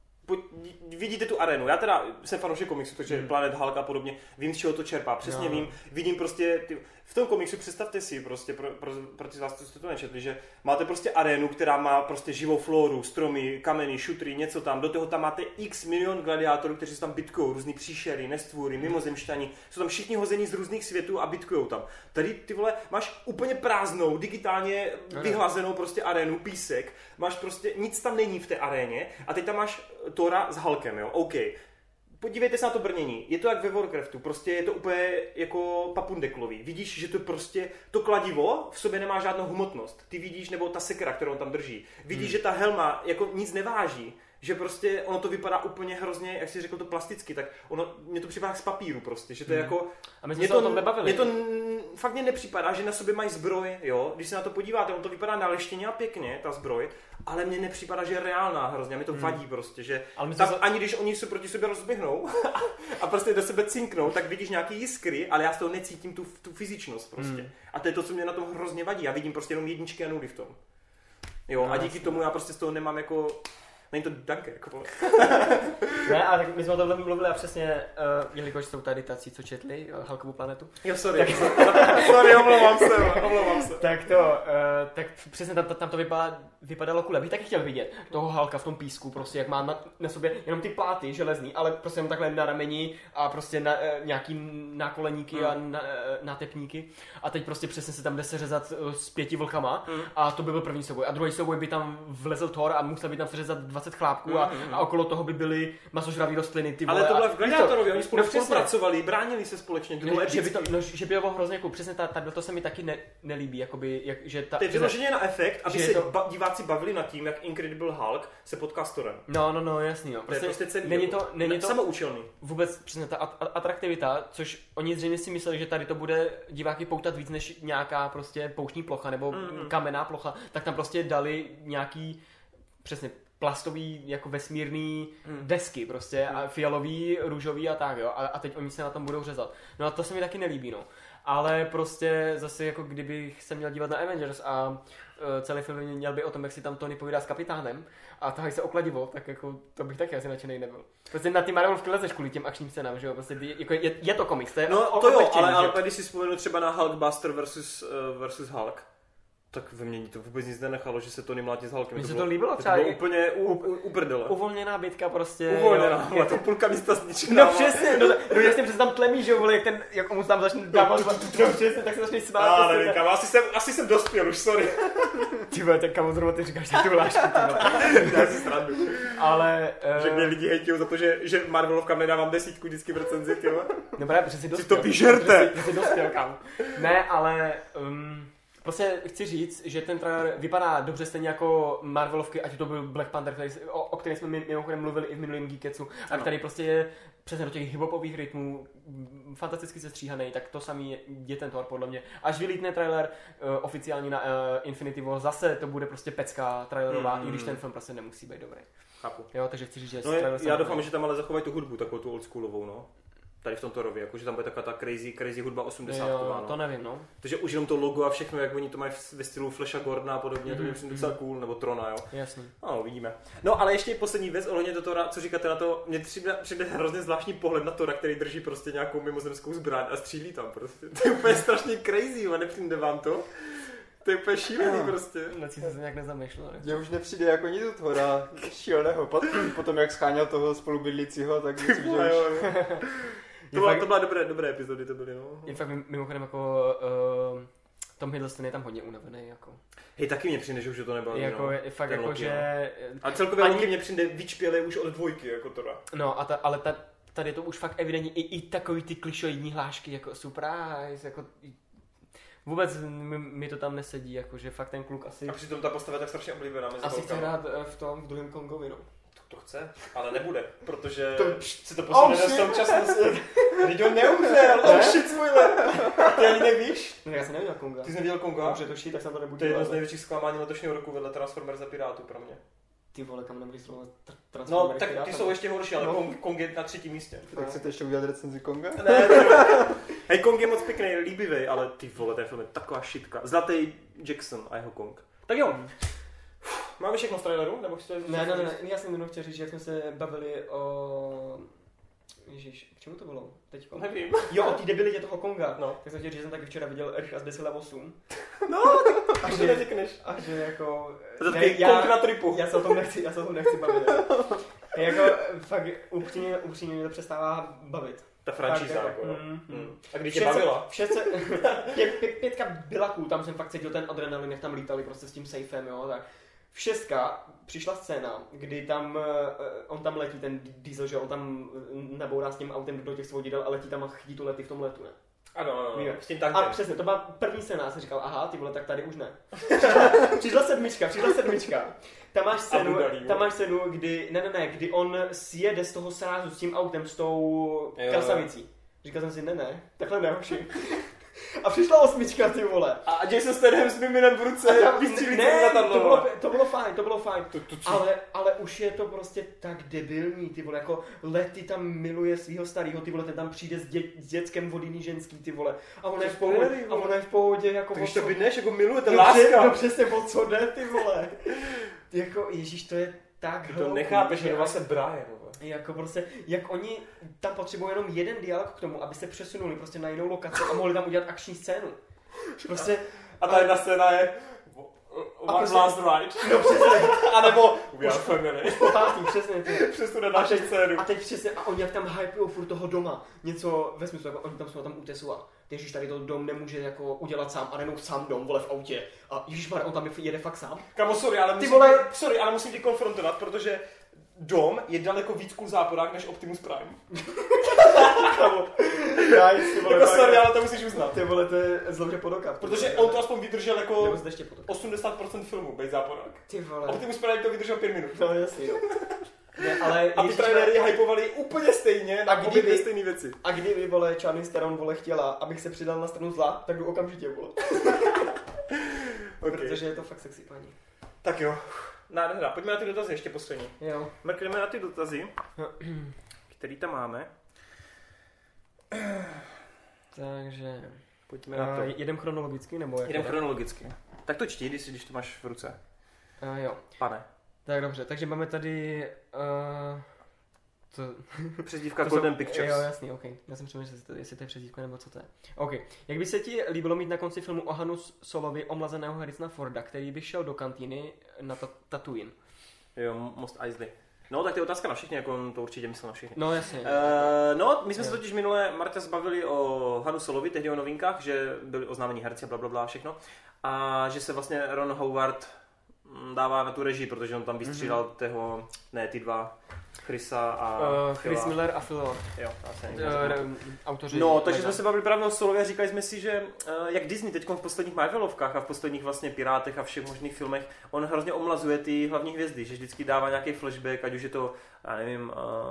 vidíte tu arénu, já teda jsem fanoušek komiksu, takže Planet Hulk a podobně, vím, z čeho to čerpá, přesně vidím prostě, v tom komiksu představte si prostě, pro ty z vás, co jste to nečetli, že máte prostě arénu, která má prostě živou floru, stromy, kameny, šutry, něco tam, do toho tam máte x milion gladiátorů, kteří se tam bitkujou, různý příšery, nestvůry, mimozemšťani, jsou tam všichni hození z různých světů a bitkujou tam. Tady ty vole, máš úplně prázdnou, digitálně vyhlazenou prostě arénu, písek, máš prostě, nic tam není v té aréně a teď tam máš Thora s Hulkem, jo, OK. Podívejte se na to brnění, je to jak ve Warcraftu, prostě je to úplně jako papundeklový. Vidíš, že to prostě, to kladivo v sobě nemá žádnou hmotnost. Ty vidíš, nebo ta sekera, kterou on tam drží. Vidíš, že ta helma jako nic neváží. Že prostě ono to vypadá úplně hrozně, jak jsi řekl, to plasticky, tak mně to připadá z papíru prostě, že to je jako... A my jsme se o tom nebavili. Mně to fakt mě nepřipadá, že na sobě mají zbroj, jo, když se na to podíváte, on to vypadá naleštěně a pěkně, ta zbroj, ale mně nepřipadá, že je reálná hrozně, a mě to vadí prostě, že tam ani když oni se proti sobě rozběhnou a prostě do sebe cinknou, tak vidíš nějaký jiskry, ale já z toho necítím tu fyzičnost prostě. A to je to, co mě na tom hrozně vadí, já vidím prostě jenom jedničky a nuly v tom. Jo, a díky tomu já prostě z toho nemám jako... Není to Dunkirk, jako. Ne, ale tak my jsme o tomhle mluvili a přesně, jelikož jsou tady tací, co četli Hulkovu planetu. Jo, sorry. Sorry, omlouvám se. Tak přesně tam to vypadalo cool. Bych taky chtěl vidět toho Hulka v tom písku, prostě jak má na sobě jenom ty pláty železný, ale prostě jenom takhle na rameni a prostě nějaký nákoleníky a nátepníky. A teď prostě přesně se tam jde seřezat s 5 vlkama a to by byl první souboj. A druhý souboj by tam vlezl Thor a musel by tam seřezat 20 20 chlápků a okolo toho by byly masožravý rostliny, ty vole. Ale to bylo v Gladiátorovi, oni spolu spolupracovali, bránili se společně. Že by to bylo hrozně jako přesně to se mi taky nelíbí, jakoby, že ta... To je vyloženě na efekt, aby se diváci bavili nad tím, jak Incredible Hulk se potká s Thorem. No, jasný, jo. Prostě není to samoučelný. Vůbec přesně ta atraktivita, což oni zřejmě si mysleli, že tady to bude diváky poutat víc než nějaká prostě pouštní plocha nebo kamenná plocha, tak tam prostě dali nějaký přesně plastový jako vesmírný desky prostě a fialový, růžový a tak, jo. A teď oni se na tom budou řezat. No a to se mi taky nelíbí, no. Ale prostě zase jako kdybych se měl dívat na Avengers a celý film měl by o tom, jak si tam Tony povídá s kapitánem a tahají se o kladivo, tak jako to bych taky asi nadšenej nebyl. Prostě na ty Marvelovky lezeš kvůli těm akčním scénám, že jo? Prostě jako je to komiks, to je to jo, ale když si vzpomenu třeba na Hulkbuster versus Hulk, tak ve mně to vůbec nic nenechalo, že se Tony mlátí s Hulkem. Mně se to líbilo třeba. To bylo úplně uprdele. Uvolněná bitka prostě. Uvolněná, ale to půlka místa zničená. No přesně, no jasně přes tam tlemí, že jo, vole, jak mu tam začne dávat, no přesně, tak se začne smát. Nevím, kam, asi jsem dospěl už, sorry. Ty vole, tak kamo zrovna ty říkáš ty vlášky, ty vole. Já si srandu. Ale... Že mě lidi hejtijou za to, že Marvelovkám nedávám 10 vždycky v recenzi, ty vole. No právě, protože si dospěl. Si to vyžerte. Protože si dospěl, kámo. Ne, ale... Prostě chci říct, že ten trailer vypadá dobře stejně jako Marvelovky, ať to byl Black Panther, o kterém jsme mimochodem mluvili i v minulém Geeketsu, a který prostě je přesně do těch hiphopových rytmů fantasticky sestříhaný, tak to samý je ten Thor podle mě. Až vylítne trailer oficiální na Infinity War, zase to bude prostě pecka trailerová, i když ten film prostě nemusí být dobrý. Chápu. Jo, takže chci říct, že já doufám, že tam ale zachovají tu hudbu, takovou tu oldschoolovou, no. Tady v tomto rově, jakože tam bude taková ta crazy hudba 80. Jo, to nevím, no. Takže už jenom to logo a všechno, jak oni to mají ve stylu Flasha Gordona a podobně, to je myslím docela cool, nebo Trona, jo. Jasný. No, vidíme. No, ale ještě poslední věc ohledně Tora, co říkáte na to, mně přijde hrozně zvláštní pohled na Tora, který drží prostě nějakou mimozemskou zbraň a střílí tam prostě. To je úplně strašně crazy, a nepřijde vám to? To je úplně šílený prostě. Na si se nějak nezamýšlel. Mně už nepřijde jako nic od Thora šíleného. Potom jak scháněl toho spolubydlícího, tak myslím, že už... To byla dobré epizody, to byly, no. Je fakt mimochodem jako Tom Hiddleston je tam hodně unavený, jako. Hej, taky mě přijde, že už to nebaví, jako, no. Je fakt jako, Loki, že... No. A celkově Loki mě přijde vyčpělej už od 2, jako Thora. No, ale tady je to už fakt evidentní, i takový ty klišoidní hlášky, jako surprise, jako... Vůbec mi to tam nesedí, jako, že fakt ten kluk asi... A přitom ta postava je tak strašně oblíbená mezi asi chce hrát v druhém Kongovi, no. To chce, ale nebude, protože se to posune do současnosti. Teď on neumřel, shit spoiler. Ty ani nevíš? No, já jsem neviděl Konga. Ty jsi neviděl Konga? Může to šít, tak jsem to nebudu. To je jedno z největších zklamání letošního roku vedle Transformers a Pirátů pro mě. Ty vole, kam nebudeš srovnat Transformers. No, tak ty jsou ještě horší, ale Kong je na 3. místě. Tak chcete ještě udělat recenzi Konga? Ne. Hej, Kong je moc pěkný, líbivý, ale ty vole, ten film je taková šitka. Zlatý Jackson a jeho Kong. Tak jo. Máme všechno z traileru? Nebo ne, já jsem jenom chtěl říct, že jak jsme se bavili o... Ježíš, k čemu to bylo teďko? Nevím. Jo, o té debilitě toho Konga. No. Tak jsem chtěl říct, že jsem taky včera viděl Rychle z 10 8. No, tak až to neřekneš. A že jako... To je Kong na tripu. Já se o tom nechci bavit. Jako fakt upřímně mě to přestává bavit. Ta franšíza, jako jo. A když tě bavila? Pětka byla cool, tam jsem fakt cítil ten adrenalin, jak tam lítali prostě s tím safem, jo, tak. V 6 přišla scéna, kdy tam, on tam letí, ten Diesel, že on tam nabourá s tím autem do těch svodidel a letí tam a chytí tu lety v tom letu, ne? Ano, s tím tankem. A přesně, to byla první scéna, já jsem říkal, aha, ty vole, tak tady už ne. Přišla sedmička. Tam máš scénu, kdy, kdy on sjede z toho srázu s tím autem, s tou krasavicí. Říkal jsem si, ne, takhle ne, hoši. A přišla 8, ty vole. A Jason Statham s miminem v ruce. To bylo fajn. Ale už je to prostě tak debilní, ty vole, jako lety tam miluje svýho starýho, ty vole, ten tam přijde s dětskem od jiný ženský, ty vole. A ona je v pohodě, jako... Takže to bydneš, jako miluje, ten láska. No přesně, o co jde, ty vole. Jako, ježíš, to je tak hloupý. To nechápeš, že vlastně Brian, jako prostě, jak oni tam potřebují jenom jeden dialog k tomu, aby se přesunuli prostě na jinou lokaci a mohli tam udělat akční scénu. Prostě... A ta jedna scéna je One Last Ride. No přesně. A nebo We Are Family. Popátý, přesně. Přes tu nadáš scénu. A teď přesně, a oni jak tam hypujou furt toho doma. Něco ve smyslu, jako oni tam jsou tam u Tesu a ježiš, tady to dom nemůže jako udělat sám a nenou sám dom, vole, v autě. A ježišmarja, on tam jede fakt sám. Kamo, sorry, ale musím tě konfrontovat, protože dom je daleko víc cool záporák než Optimus Prime. Kamo. Jako sorry, ale to musíš uznat. Ty vole, to je zlomě podoka. Protože on to aspoň vydržel jako 80% filmu, bez záporák. Ty vole. Optimus Prime to vydržel 5 minut. No jasný, jo. Ne, ale a ty trailery hypovali úplně stejně na obě stejné věci. A kdyby, vole, Charlize Theron, vole, chtěla, abych se přidal na stranu zla, tak jdu okamžitě, vole. Okay. Protože je to fakt sexy, paní. Tak jo. Nádhera. Pojďme na ty dotazy ještě poslední. Jo. Mrkneme na ty dotazy, který tam máme. Takže... Pojďme na to. Jedem chronologicky, nebo jak? Jedem chronologicky. Tak to čti, když to máš v ruce. Jo. Pane. Tak dobře, takže máme tady... Přezdívka Golden Pictures. Jo, jasný, ok. Já jsem přemýšlel, jestli to je přezdívka nebo co to je. Ok. Jak by se ti líbilo mít na konci filmu o Hanu Solovi omlazeného Harrisona Forda, který by šel do kantýny na Tatooine? Jo, Mos Eisley. No, tak to je otázka na všechny, jako on to určitě myslel na všechny. No, jasně. No, my jsme se totiž minule, Marta, zbavili o Hanu Solovi, tehdy o novinkách, že byli oznámení herci a blablabla všechno. A že se vlastně Ron Howard dává na tu režii, protože on tam vystřídal ty dva, Chrisa a Chris Miller a Phil Lord. Jo, autoři. No, takže jsme se bavili právě o Solovi a říkali jsme si, že jak Disney teď v posledních Marvelovkách a v posledních vlastně Pirátech a všech možných filmech, on hrozně ty hlavní hvězdy, že vždycky dává nějaký flashback, ať už je to, já nevím,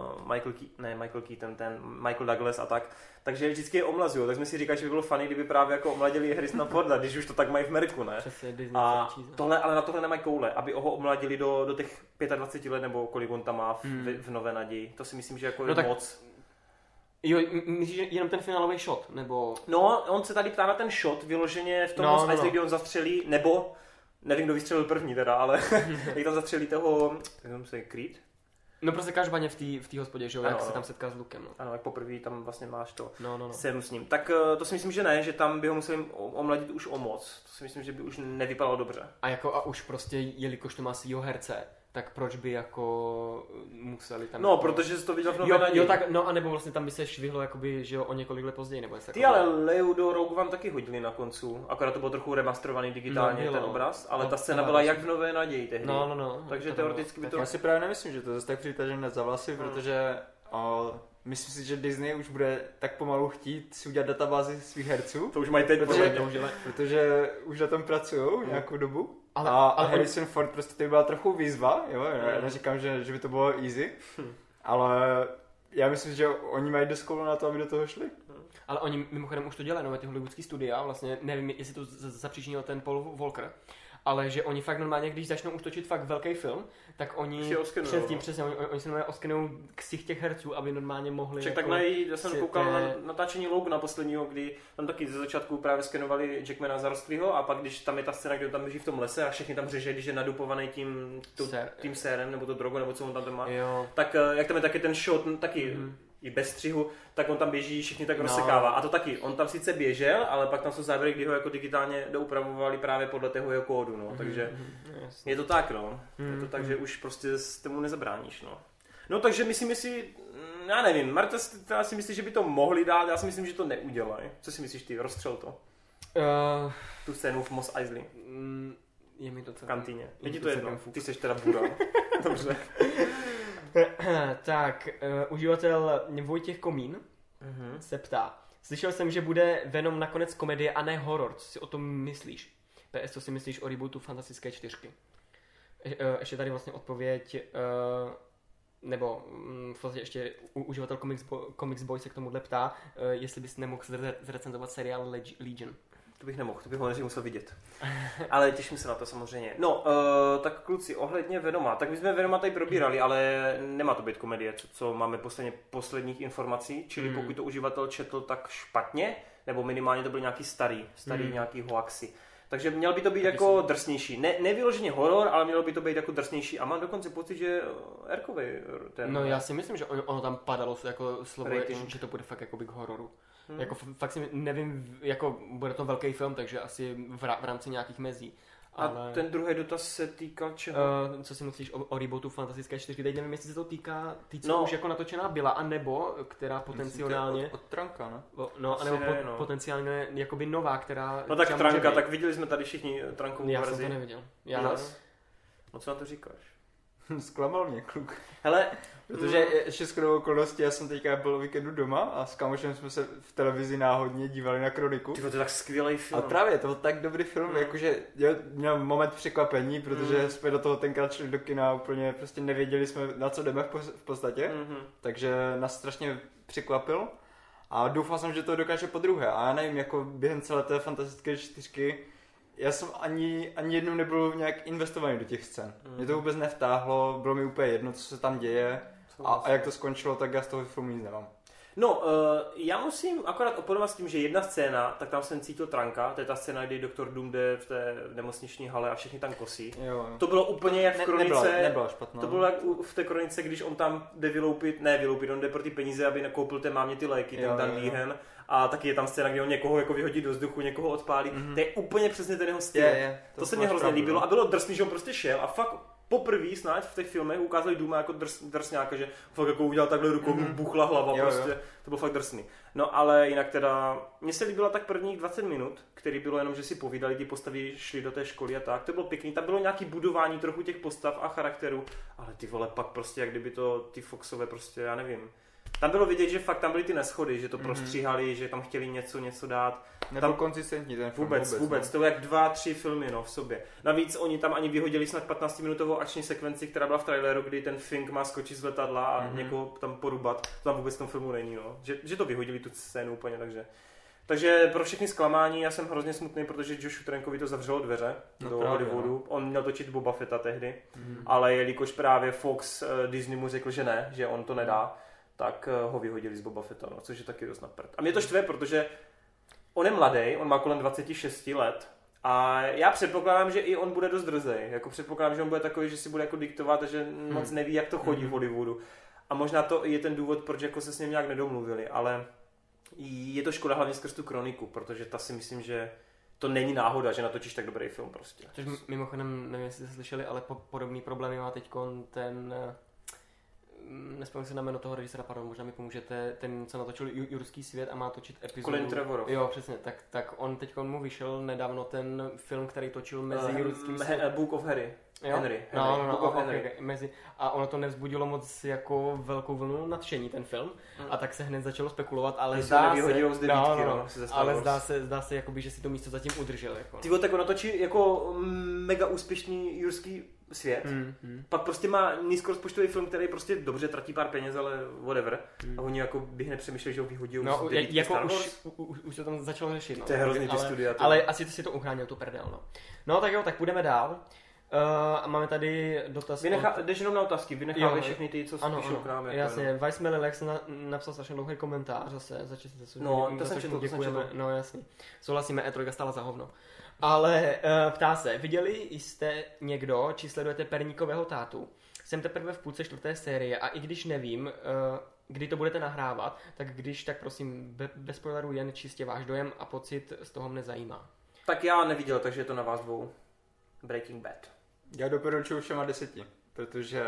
Michael Douglas a tak. Takže vždycky je omlazují, tak jsme si říkali, že by bylo funny, kdyby právě jako omladili Harrisona Forda, když už to tak mají v Merku, ne? Přesně, Disney a tohle, ale na tohle nemají koule, aby ho omladili do těch 25 let, nebo kolik on tam má v Nové naději. To si myslím, že jako je moc. Jo, myslíš, že jenom ten finálový shot, nebo... No, on se tady ptá na ten shot, vyloženě v tom Mos Eisley, kdy on zastřelí, nebo, nevím, kdo vystřelil první teda, ale jak tam zastřelí toho, Creed? No prostě každopádně v té hospodě, že jo, jak se tam setká s Lukem. No. Ano, jak poprvé tam vlastně máš to no. scénu s ním. Tak to si myslím, že ne, že tam by ho museli omladit už o moc. To si myslím, že by už nevypadalo dobře. A už prostě, jelikož to má svýho herce, tak proč by jako museli tam... No, jako... protože jsi to viděl v Nové naději. Jo, tak, no a nebo vlastně tam by se švihlo jakoby, že jo, o několik let později, nebo Ty ale Leu do Rogue One taky hodili na koncu, akorát to bylo trochu remasterovaný digitálně ten obraz, ale ta scéna byla jak v Nové naději tehdy. No. Takže teoreticky by to... Já si právě nemyslím, že to zase tak přitažené za vlasy, protože myslím si, že Disney už bude tak pomalu chtít si udělat databázi svých herců. To už mají teď, protože už na tom pracují nějakou dobu. Ale Harrison Ford prostě to byla trochu výzva, jo, já neříkám, že by to bylo easy, ale já myslím, že oni mají dost koule na to, aby do toho šli. Ale oni mimochodem už to dělají, ty hollywoodský studia, vlastně nevím, jestli to zapříčinil ten Paul Walker, ale že oni fakt normálně, když začnou už točit fakt velký film, tak oni předtím přesně, oni se normálně oskenují ksich těch herců, aby normálně mohli... Ček, jako, tak já jsem koukal na natáčení Logana posledního, kdy tam taky ze začátku právě skenovali Jackmana Zarstlýho a pak když tam je ta scéna, kde tam běží v tom lese a všechny tam řeže, když je nadupovaný tím sérem nebo to drogou, nebo co on tam má, tak jak tam je taky ten shot, taky i bez střihu, tak on tam běží, všichni tak rozsekává. A to taky, on tam sice běžel, ale pak tam jsou záběry, kdy ho jako digitálně doupravovali právě podle toho jeho kódu, no. Takže je to tak, no. Je to tak, že už prostě s tomu nezabráníš, no. No takže myslím si, já nevím, Marta si myslí, že by to mohli dát, já si myslím, že to neudělají. Co si myslíš ty, rozstřel to? Tu scénu v Mos Eisley. Je mi to v kantýně. Je ti to jedno, ty seš teda Buda. Dobře. Tak, uživatel Vojtěch Komín se ptá. Slyšel jsem, že bude Venom nakonec komedie a ne horor. Co si o tom myslíš? PS, co si myslíš o rebootu Fantastické 4? Ještě tady vlastně odpověď, nebo v podstatě ještě uživatel Comics Boy se k tomuhle ptá, jestli bys nemohl zrecenzovat seriál Legion. To bych nemohl, to bych ho nejdřív musel vidět. Ale těším se na to samozřejmě. No, tak kluci, ohledně Venoma. Tak my jsme Venoma tady probírali, ale nemá to být komedie, co máme posledních informací. Čili pokud to uživatel četl tak špatně, nebo minimálně to byl nějaký starý nějaký hoaxy. Takže měl by to být jako drsnější. Nevyloženě horor, ale mělo by to být jako drsnější. A mám dokonce pocit, že Erkovi ten... No já si myslím, že ono tam padalo jako slovo, že to bude fakt jako k hororu. Jako fakt si nevím, jako bude to velký film, takže asi v rámci nějakých mezí. A ten druhý dotaz se týkal čeho? Co si myslíš o rebootu Fantastické 4? Teď nevím, jestli se to týká co už jako natočená byla, anebo která potenciálně... Od Tranka, ne? Anebo potenciálně jakoby nová, která... No tak Tranka, tak viděli jsme tady všichni Trankovou verzi. Já jsem to neviděl. No co na to říkáš? Zklamal mě, kluk. Hele, protože ještě shodou okolností, já jsem teďka byl o víkendu doma a s kamošem jsme se v televizi náhodně dívali na Kroniku. Tyvo, to je tak skvělý film. A právě, to byl tak dobrý film, jakože měl moment překvapení, protože jsme do toho tenkrát šli do kina úplně, prostě nevěděli jsme, na co jdeme v podstatě, takže nás strašně překvapil a doufal jsem, že to dokáže podruhé a já nevím, jako během celé té Fantastické 4 já jsem ani jednou nebyl nějak investovaný do těch scén. Mě to vůbec nevtáhlo, bylo mi úplně jedno, co se tam děje a jak to skončilo, tak já z toho filmu nic nemám. No, já musím akorát oponovat s tím, že jedna scéna, tak tam jsem cítil Tranka, to je ta scéna, kdy doktor Doom jde v té nemocniční hale a všichni tam kosí. Jo. To bylo úplně jak v Kronice. Nebyla špatná. To bylo jak v té Kronice, když on tam jde vyloupit, on jde pro ty peníze, aby nakoupil té mámě ty léky, ten Dan Lehan. A taky je tam scéna, kde on někoho jako vyhodí do vzduchu, někoho odpálí. To je úplně přesně ten jeho styl. To se mi hrozně líbilo a bylo drsný, že on prostě šel a fakt poprvé snad v těch filmech ukázali Dooma jako drsňáka, že fakt jako udělal takhle rukou, buchla hlava, prostě to bylo fakt drsný. No ale jinak teda, mně se líbila tak prvních 20 minut, který bylo jenom, že si povídali, ty postavy šly do té školy a tak, to bylo pěkný, tam bylo nějaký budování trochu těch postav a charakterů, ale ty vole pak prostě, jak kdyby to ty Foxové prostě, já nevím. Tam bylo vidět, že fakt tam byly ty neschody, že to prostříhali, že tam chtěli něco dát. Nebyl konzistentní ten film vůbec. To bylo jak 2-3 filmy v sobě. Navíc oni tam ani vyhodili snad 15-minutovou akční sekvenci, která byla v traileru, kdy ten Fink má skočit z letadla a někoho tam porubat. To tam vůbec v tom filmu není, no. Že to vyhodili tu scénu úplně, takže pro všechny zklamání já jsem hrozně smutný, protože Joshu Trankovi to zavřelo dveře do Hollywoodu. On měl točit Boba Fetta tehdy, ale jelikož právě Fox Disney mu řekl, že ne, že on to nedá, tak ho vyhodili z Boba Fetta, no, což je taky dost na prd. A mě to štve, protože on je mladý, on má kolem 26 let a já předpokládám, že i on bude dost drzej. Jako předpokládám, že on bude takový, že si bude jako diktovat a že moc neví, jak to chodí v Hollywoodu. A možná to je ten důvod, proč jako se s ním nějak nedomluvili, ale je to škoda hlavně skrz tu Kroniku, protože ta si myslím, že to není náhoda, že natočíš tak dobrý film prostě. Což mimochodem, nevím, jestli jste slyšeli, ale podobný problémy má teďkon ten... Nespomínám si na jméno toho režisera, pardon, možná mi pomůžete, ten, co natočil Jurský svět a má točit epizodu. Colin Trevorrow. Jo, přesně, tak on teďko mu vyšel nedávno ten film, který točil mezi Jurským světem. Book of Harry. Jo? Henry. Book of Henry. Mezi, a ono to nevzbudilo moc jako velkou vlnu nadšení, ten film, a tak se hned začalo spekulovat, ale zdá se jakoby, že si to místo zatím udržel. Jako. Tyvo, tak ono točí jako mega úspěšný Jurský svět, pak prostě má nízkorozpočtový film, který prostě dobře tratí pár peněz, ale whatever. A oni jako bych nepřemýšleli, že ho vyhodí z jako už to tam začalo řešit. No. To je hrozný ty studia. Ale asi si to uchránil tu prdel, no. No tak jo, tak půjdeme dál. A máme tady dotaz. Jdeš jenom na otázky, vynecháme všechny ty, co píšou k nám. Jasně, Weissmele Lex napsal strašně dlouhý komentář zase, to jsem četl. No jasně, souhlasíme, E3 stála za hovno. Ale ptá se, viděli jste někdo, či sledujete Perníkového tátu? Jsem teprve v půlce 4. série a i když nevím, kdy to budete nahrávat, tak když, tak prosím, bez spoilerů jen čistě váš dojem a pocit z toho mne zajímá. Tak já neviděl, takže je to na vás dvou. Breaking Bad. Já doporučuji všema 10, protože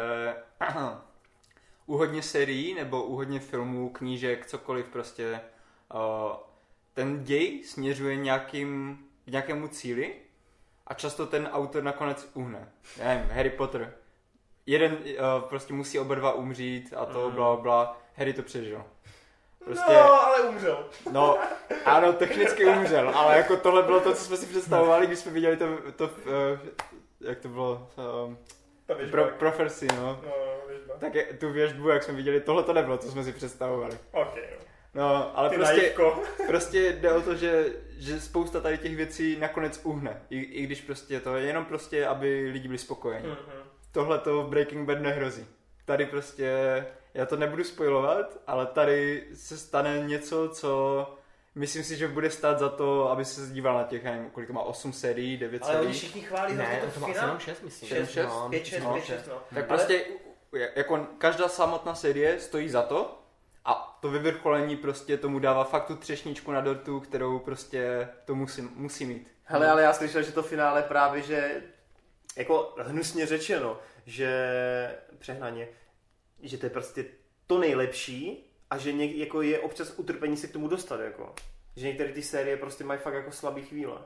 u hodně serií nebo u hodně filmů, knížek, cokoliv prostě, ten děj směřuje k nějakému cíli a často ten autor nakonec uhne. Já nevím, Harry Potter. Jeden prostě musí oba dva umřít a to bla. Harry to přežil. Prostě, ale umřel. No, ano, technicky umřel, ale jako tohle bylo to, co jsme si představovali, když jsme viděli to jak to bylo, Prophecy, no. Tak tu věžbu, jak jsme viděli, tohle to nebylo, co jsme si představovali. Okay. No, ale prostě jde o to, že spousta tady těch věcí nakonec uhne, i když prostě to je jenom prostě, aby lidi byli spokojeni. Tohle to v Breaking Bad nehrozí. Tady prostě, já to nebudu spoilovat, ale tady se stane něco, co myslím si, že bude stát za to, aby se díval na těch, nevím, kolik to má, 8 sérií, 9 sérií. Ale oni všichni chválí, ne, to má asi jenom 6, myslím. 5, 6, no. Tak prostě, jako každá samotná série stojí za to, A to vyvrcholení prostě tomu dává fakt tu třešničku na dortu, kterou prostě to musí mít. Hele, ale já slyšel, že to finále právě, že jako hnusně řečeno, že přehnaně, že to je prostě to nejlepší a že jako je občas utrpení se k tomu dostat, jako. Že některé ty série prostě mají fakt jako slabý chvíle.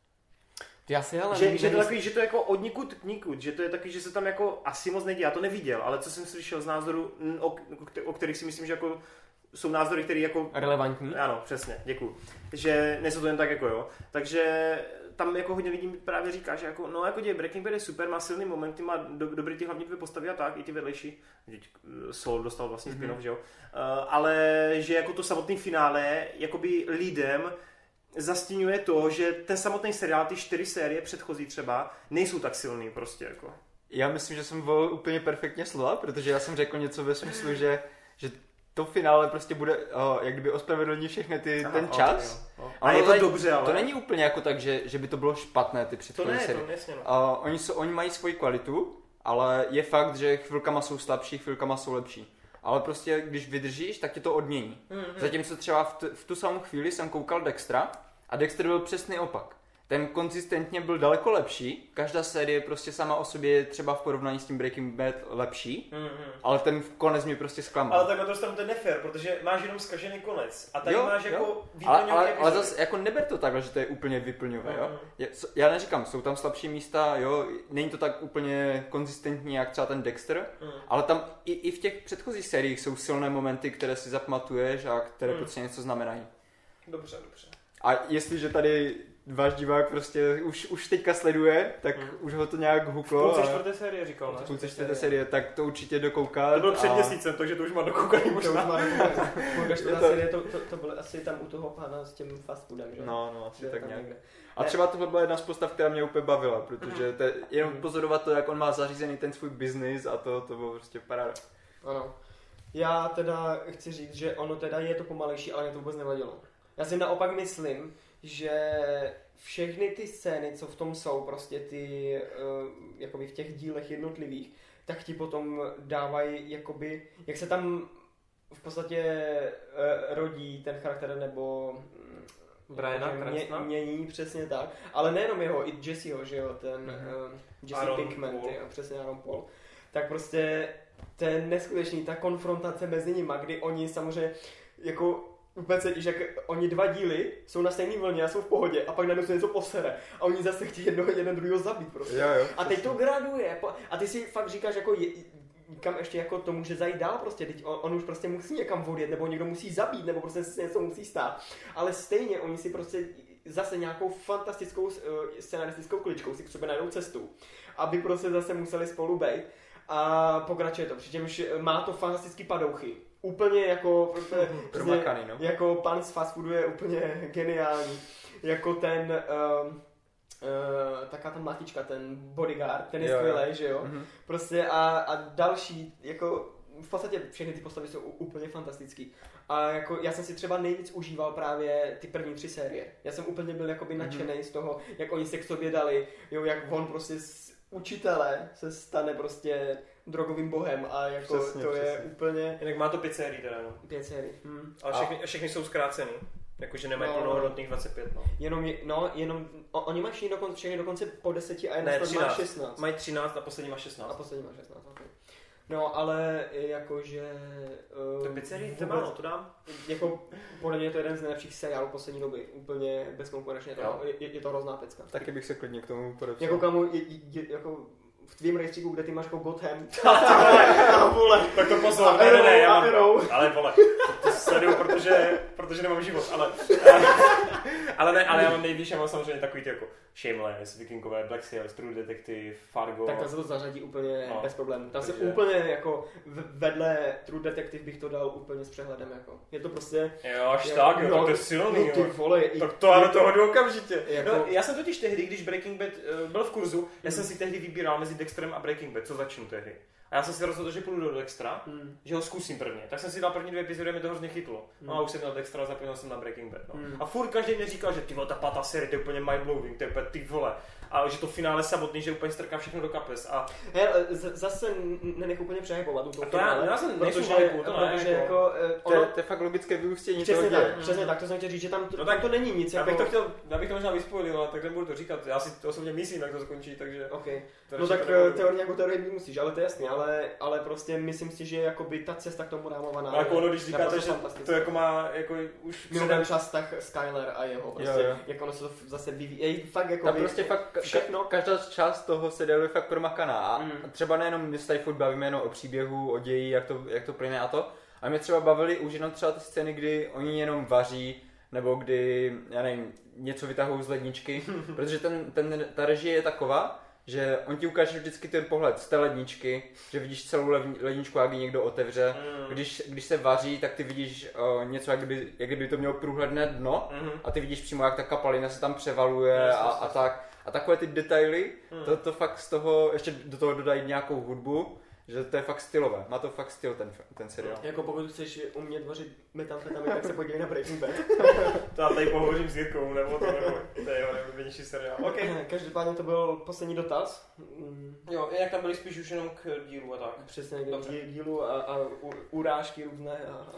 Že to takový, že to je jako od nikud k nikud, že to je takový, že se tam jako asi moc neděje, já to neviděl, ale co jsem slyšel z názoru, o kterých si myslím, že jako jsou názory, které jako... relevantní. Ano, přesně, děkuju. Že nejsou to jen tak jako jo. Takže tam jako hodně lidí právě říká, že jako, no jako Breaking Bad je super, má silný momenty, má dobrý ty hlavní dvě postavy a tak, i ty vedlejší. Saul dostal vlastně spin-off, že jo. Ale že jako to samotné finále, jakoby lidem zastínuje to, že ten samotný seriál, ty 4 série předchozí třeba, nejsou tak silný prostě jako. Já myslím, že jsem volil úplně perfektně slova, protože já jsem řekl něco ve smyslu, že to finále prostě bude, jak kdyby ospravedlní všechny ten čas. A je to dobře, ale... To není úplně jako tak, že by to bylo špatné, ty předchozí série. Oni mají svoji kvalitu, ale je fakt, že chvilkama jsou slabší, chvilkama jsou lepší. Ale prostě, když vydržíš, tak tě to odmění. Zatímco třeba v tu samou chvíli jsem koukal Dextera a Dexter byl přesný opak. Ten konzistentně byl daleko lepší, každá série prostě sama o sobě je třeba v porovnání s tím Breaking Bad lepší, ale ten konec mě prostě zklamal. Ale tak na to stranu to je nefér, protože máš jenom zkažený konec a tady máš jako vyplňový ale zase jako neber to takhle, že to je úplně vyplňové, jo. Já neříkám, jsou tam slabší místa, jo, není to tak úplně konzistentní jak třeba ten Dexter, ale tam i v těch předchozích sériích jsou silné momenty, které si zapamatuješ a které prostě něco znamenají. Dobře. A jestliže tady váš divák prostě už teďka sleduje, tak už ho to nějak huklo. V půlce čtvrté série říkal, ne? V půlce čtvrté série, tak to určitě dokouká. To bylo před měsícem, takže to už má dokoukaný možná. Půlka čtvrtá série, to bylo asi tam u toho pána s tím fast foodem, že? No, asi tak nějak. A třeba tohle byla jedna z postav, která mě úplně bavila, protože jenom pozorovat to, jak on má zařízený ten svůj biznis a to bylo prostě paráda. Ano. Já teda chci říct, že ono teda je to pomalejší, ale mě to vůbec nevadilo. Já si naopak myslím, že všechny ty scény, co v tom jsou, prostě ty, jakoby v těch dílech jednotlivých, tak ti potom dávají, jakoby, jak se tam v podstatě rodí ten charakter, nebo Briana mění, přesně tak. Ale nejenom jeho, i Jesseho, že jo, ten Jesse Pinkman, přesně Aaron Paul. Tak prostě ten neskutečný, ta konfrontace mezi nimi, kdy oni samozřejmě jako úplně cítíš, jak oni 2 díly jsou na stejné vlně a jsou v pohodě a pak najednou se něco posere a oni zase chtějí jeden druhýho zabít prostě. Jo, a teď to graduje a ty si fakt říkáš jako kam ještě jako to může zajít dál prostě, teď on už prostě musí někam odjet nebo někdo musí zabít nebo prostě se něco musí stát, ale stejně oni si prostě zase nějakou fantastickou scenaristickou kličkou si k sobě najdou cestu, aby prostě zase museli spolu bejt a pokračuje to, přičemž má to fantastický padouchy. Úplně jako jako pan z fast foodu je úplně geniální. Jako ten taká ta matička, ten bodyguard, ten je skvělý, že jo? Prostě a další, jako v podstatě všechny ty postavy jsou úplně fantastický. A jako já jsem si třeba nejvíc užíval právě ty první 3 série. Já jsem úplně byl jakoby nadšený z toho, jak oni se k sobě dali, jo, jak on prostě z učitele se stane prostě drogovým bohem a jako přesně. Je úplně... Jinak má to 5 sérií teda, no. 5 sérií. Ale všechny jsou zkrácený. Jakože nemají plnohodnotných 25, no. Jenom, oni mají všechny dokonce po 10 a jedna má 16. Mají 13 a poslední má 16. A poslední má 16, ok. No, ale jakože... Tak 5 sérií, to málo, to dám. Jako, podle mě je to jeden z nejlepších seriálů poslední doby. Úplně bezkonkurenčně, je to hrozná pecka. Taky bych se klidně k tomu podepsal. Jako kamu, jako v tvým rejstříku, kde ty máš jako Gotham. Vole, tak to pozor, ne, já mám, ale vole, to sleduju, protože nemám život, ale já mám nejvíc, já mám samozřejmě takový ty jako Shameless, Vikingové, Black Sails, True Detective, Fargo. Tak to se to zařadí úplně bez problémů. Tam se úplně jako vedle True Detective bych to dal úplně s přehledem jako. Je to prostě... Jo, až tak, jo, tak to je silný, jo. Vole, tak to ale toho jdu okamžitě. Jako... No, já jsem totiž tehdy, když Breaking Bad byl v kurzu, já jsem si tehdy vybíral mezi Dexterem a Breaking Bad, co začnu tehdy. A já jsem si rozhodl, že půjdu do Dextera, že ho zkusím prvně. Tak jsem si dal první 2 epizody a mě to hrozně chytlo. No a už jsem měl Dextera a zapomněl jsem na Breaking Bad. No. A furt každý mi říkal, že ty vole, ta 5. série, to je úplně mindblowing, to je úplně ty vole. a že to finále samotný, že úplně strká všechno do kapes. A zase nenech úplně přehypovat u toho finále, protože jako to je fakt logické vyústění toho děje. Přesně tak, to jsem chtěl říct, že tam to není nic. Já bych to možná vyspoilil, ale tak nebudu to říkat. Já si to osobně myslím, jak to skončí, takže... Okay. No tak teorii musíš, ale to je jasný, ale prostě myslím si, že jakoby ta cesta k tomu rámovaná. A jako ono, když říkáte, že to jako má jako už mimochodem čas tak Skyler a jeho prostě, jak ono se to zase vyvíjí, fakt jako tam prostě fakt všechno, každá část toho seriálu je fakt promakaná a třeba nejenom my se tady furt bavíme jenom o příběhu, o ději, jak to plyne a to, a mě třeba bavili už jenom třeba ty scény, kdy oni jenom vaří, nebo kdy, já nevím, něco vytahují z ledničky, protože ta režie je taková, že on ti ukáže vždycky ten pohled z té ledničky, že vidíš celou ledničku, jak ji někdo otevře. Když se vaří, tak ty vidíš něco, jak kdyby to mělo průhledné dno a ty vidíš přímo, jak ta kapalina se tam převaluje a tak. A takové ty detaily, to fakt z toho, ještě do toho dodají nějakou hudbu, že to je fakt stylové. Má to fakt styl ten seriál. Jako pokud chceš umět vařit metamfetamin, tak se podívej na Breaking Bad. To já tady pohovořím s Jirkou, nebo to je jeho nejoblíbenější seriál. Okay. Každopádně to byl poslední dotaz. Jo, jinak tam byli spíš už jenom k dílu a tak. Přesně, k dílu a urážky různé.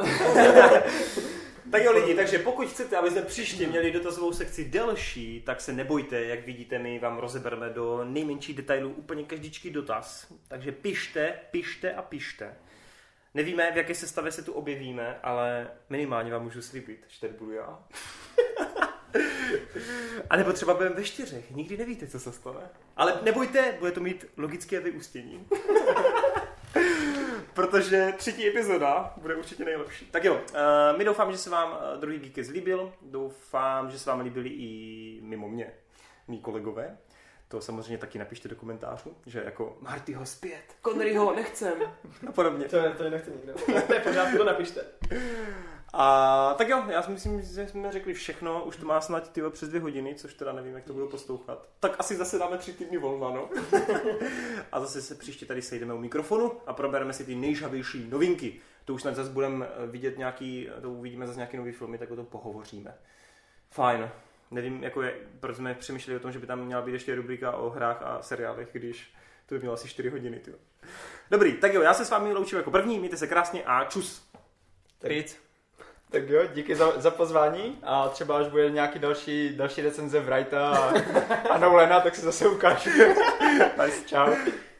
Tak jo lidi, takže pokud chcete, aby jsme příště měli dotazovou sekci delší, tak se nebojte, jak vidíte, my vám rozebereme do nejmenších detailů úplně každičký dotaz. Takže pište. Nevíme, v jaké sestavě se tu objevíme, ale minimálně vám můžu slíbit, že tady budu já. A nebo třeba budeme ve 4, nikdy nevíte, co se stane. Ale nebojte, bude to mít logické vyústění. Protože 3. epizoda bude určitě nejlepší. Tak jo, my doufám, že se vám druhý Geekcast líbil. Doufám, že se vám líbili i mimo mě, mý kolegové. To samozřejmě taky napište do komentářů, že jako Martyho zpět, Conneryho nechcem a podobně. To nechce nikdo. To je pořád, to napište. A tak jo, já si myslím, že jsme řekli všechno, už to má snad přes 2 hodiny, což teda nevím, jak to budu poslouchat. Tak asi zase dáme 3 týdny volna, no. A zase se příště tady sejdeme u mikrofonu a probereme si ty nejžavější novinky. To už snad zase budeme vidět uvidíme zase nějaký nový filmy, tak o tom pohovoříme. Fajn. Nevím, proč jsme přemýšleli o tom, že by tam měla být ještě rubrika o hrách a seriálech, když to by mělo asi 4 hodiny. Tyjo. Dobrý, tak jo, já se s vámi loučím jako první, mějte se krásně a čus. Tak jo, díky za pozvání a třeba až bude nějaký další recenze Wrighta a Nolana, tak se zase ukážu. Nice, čau.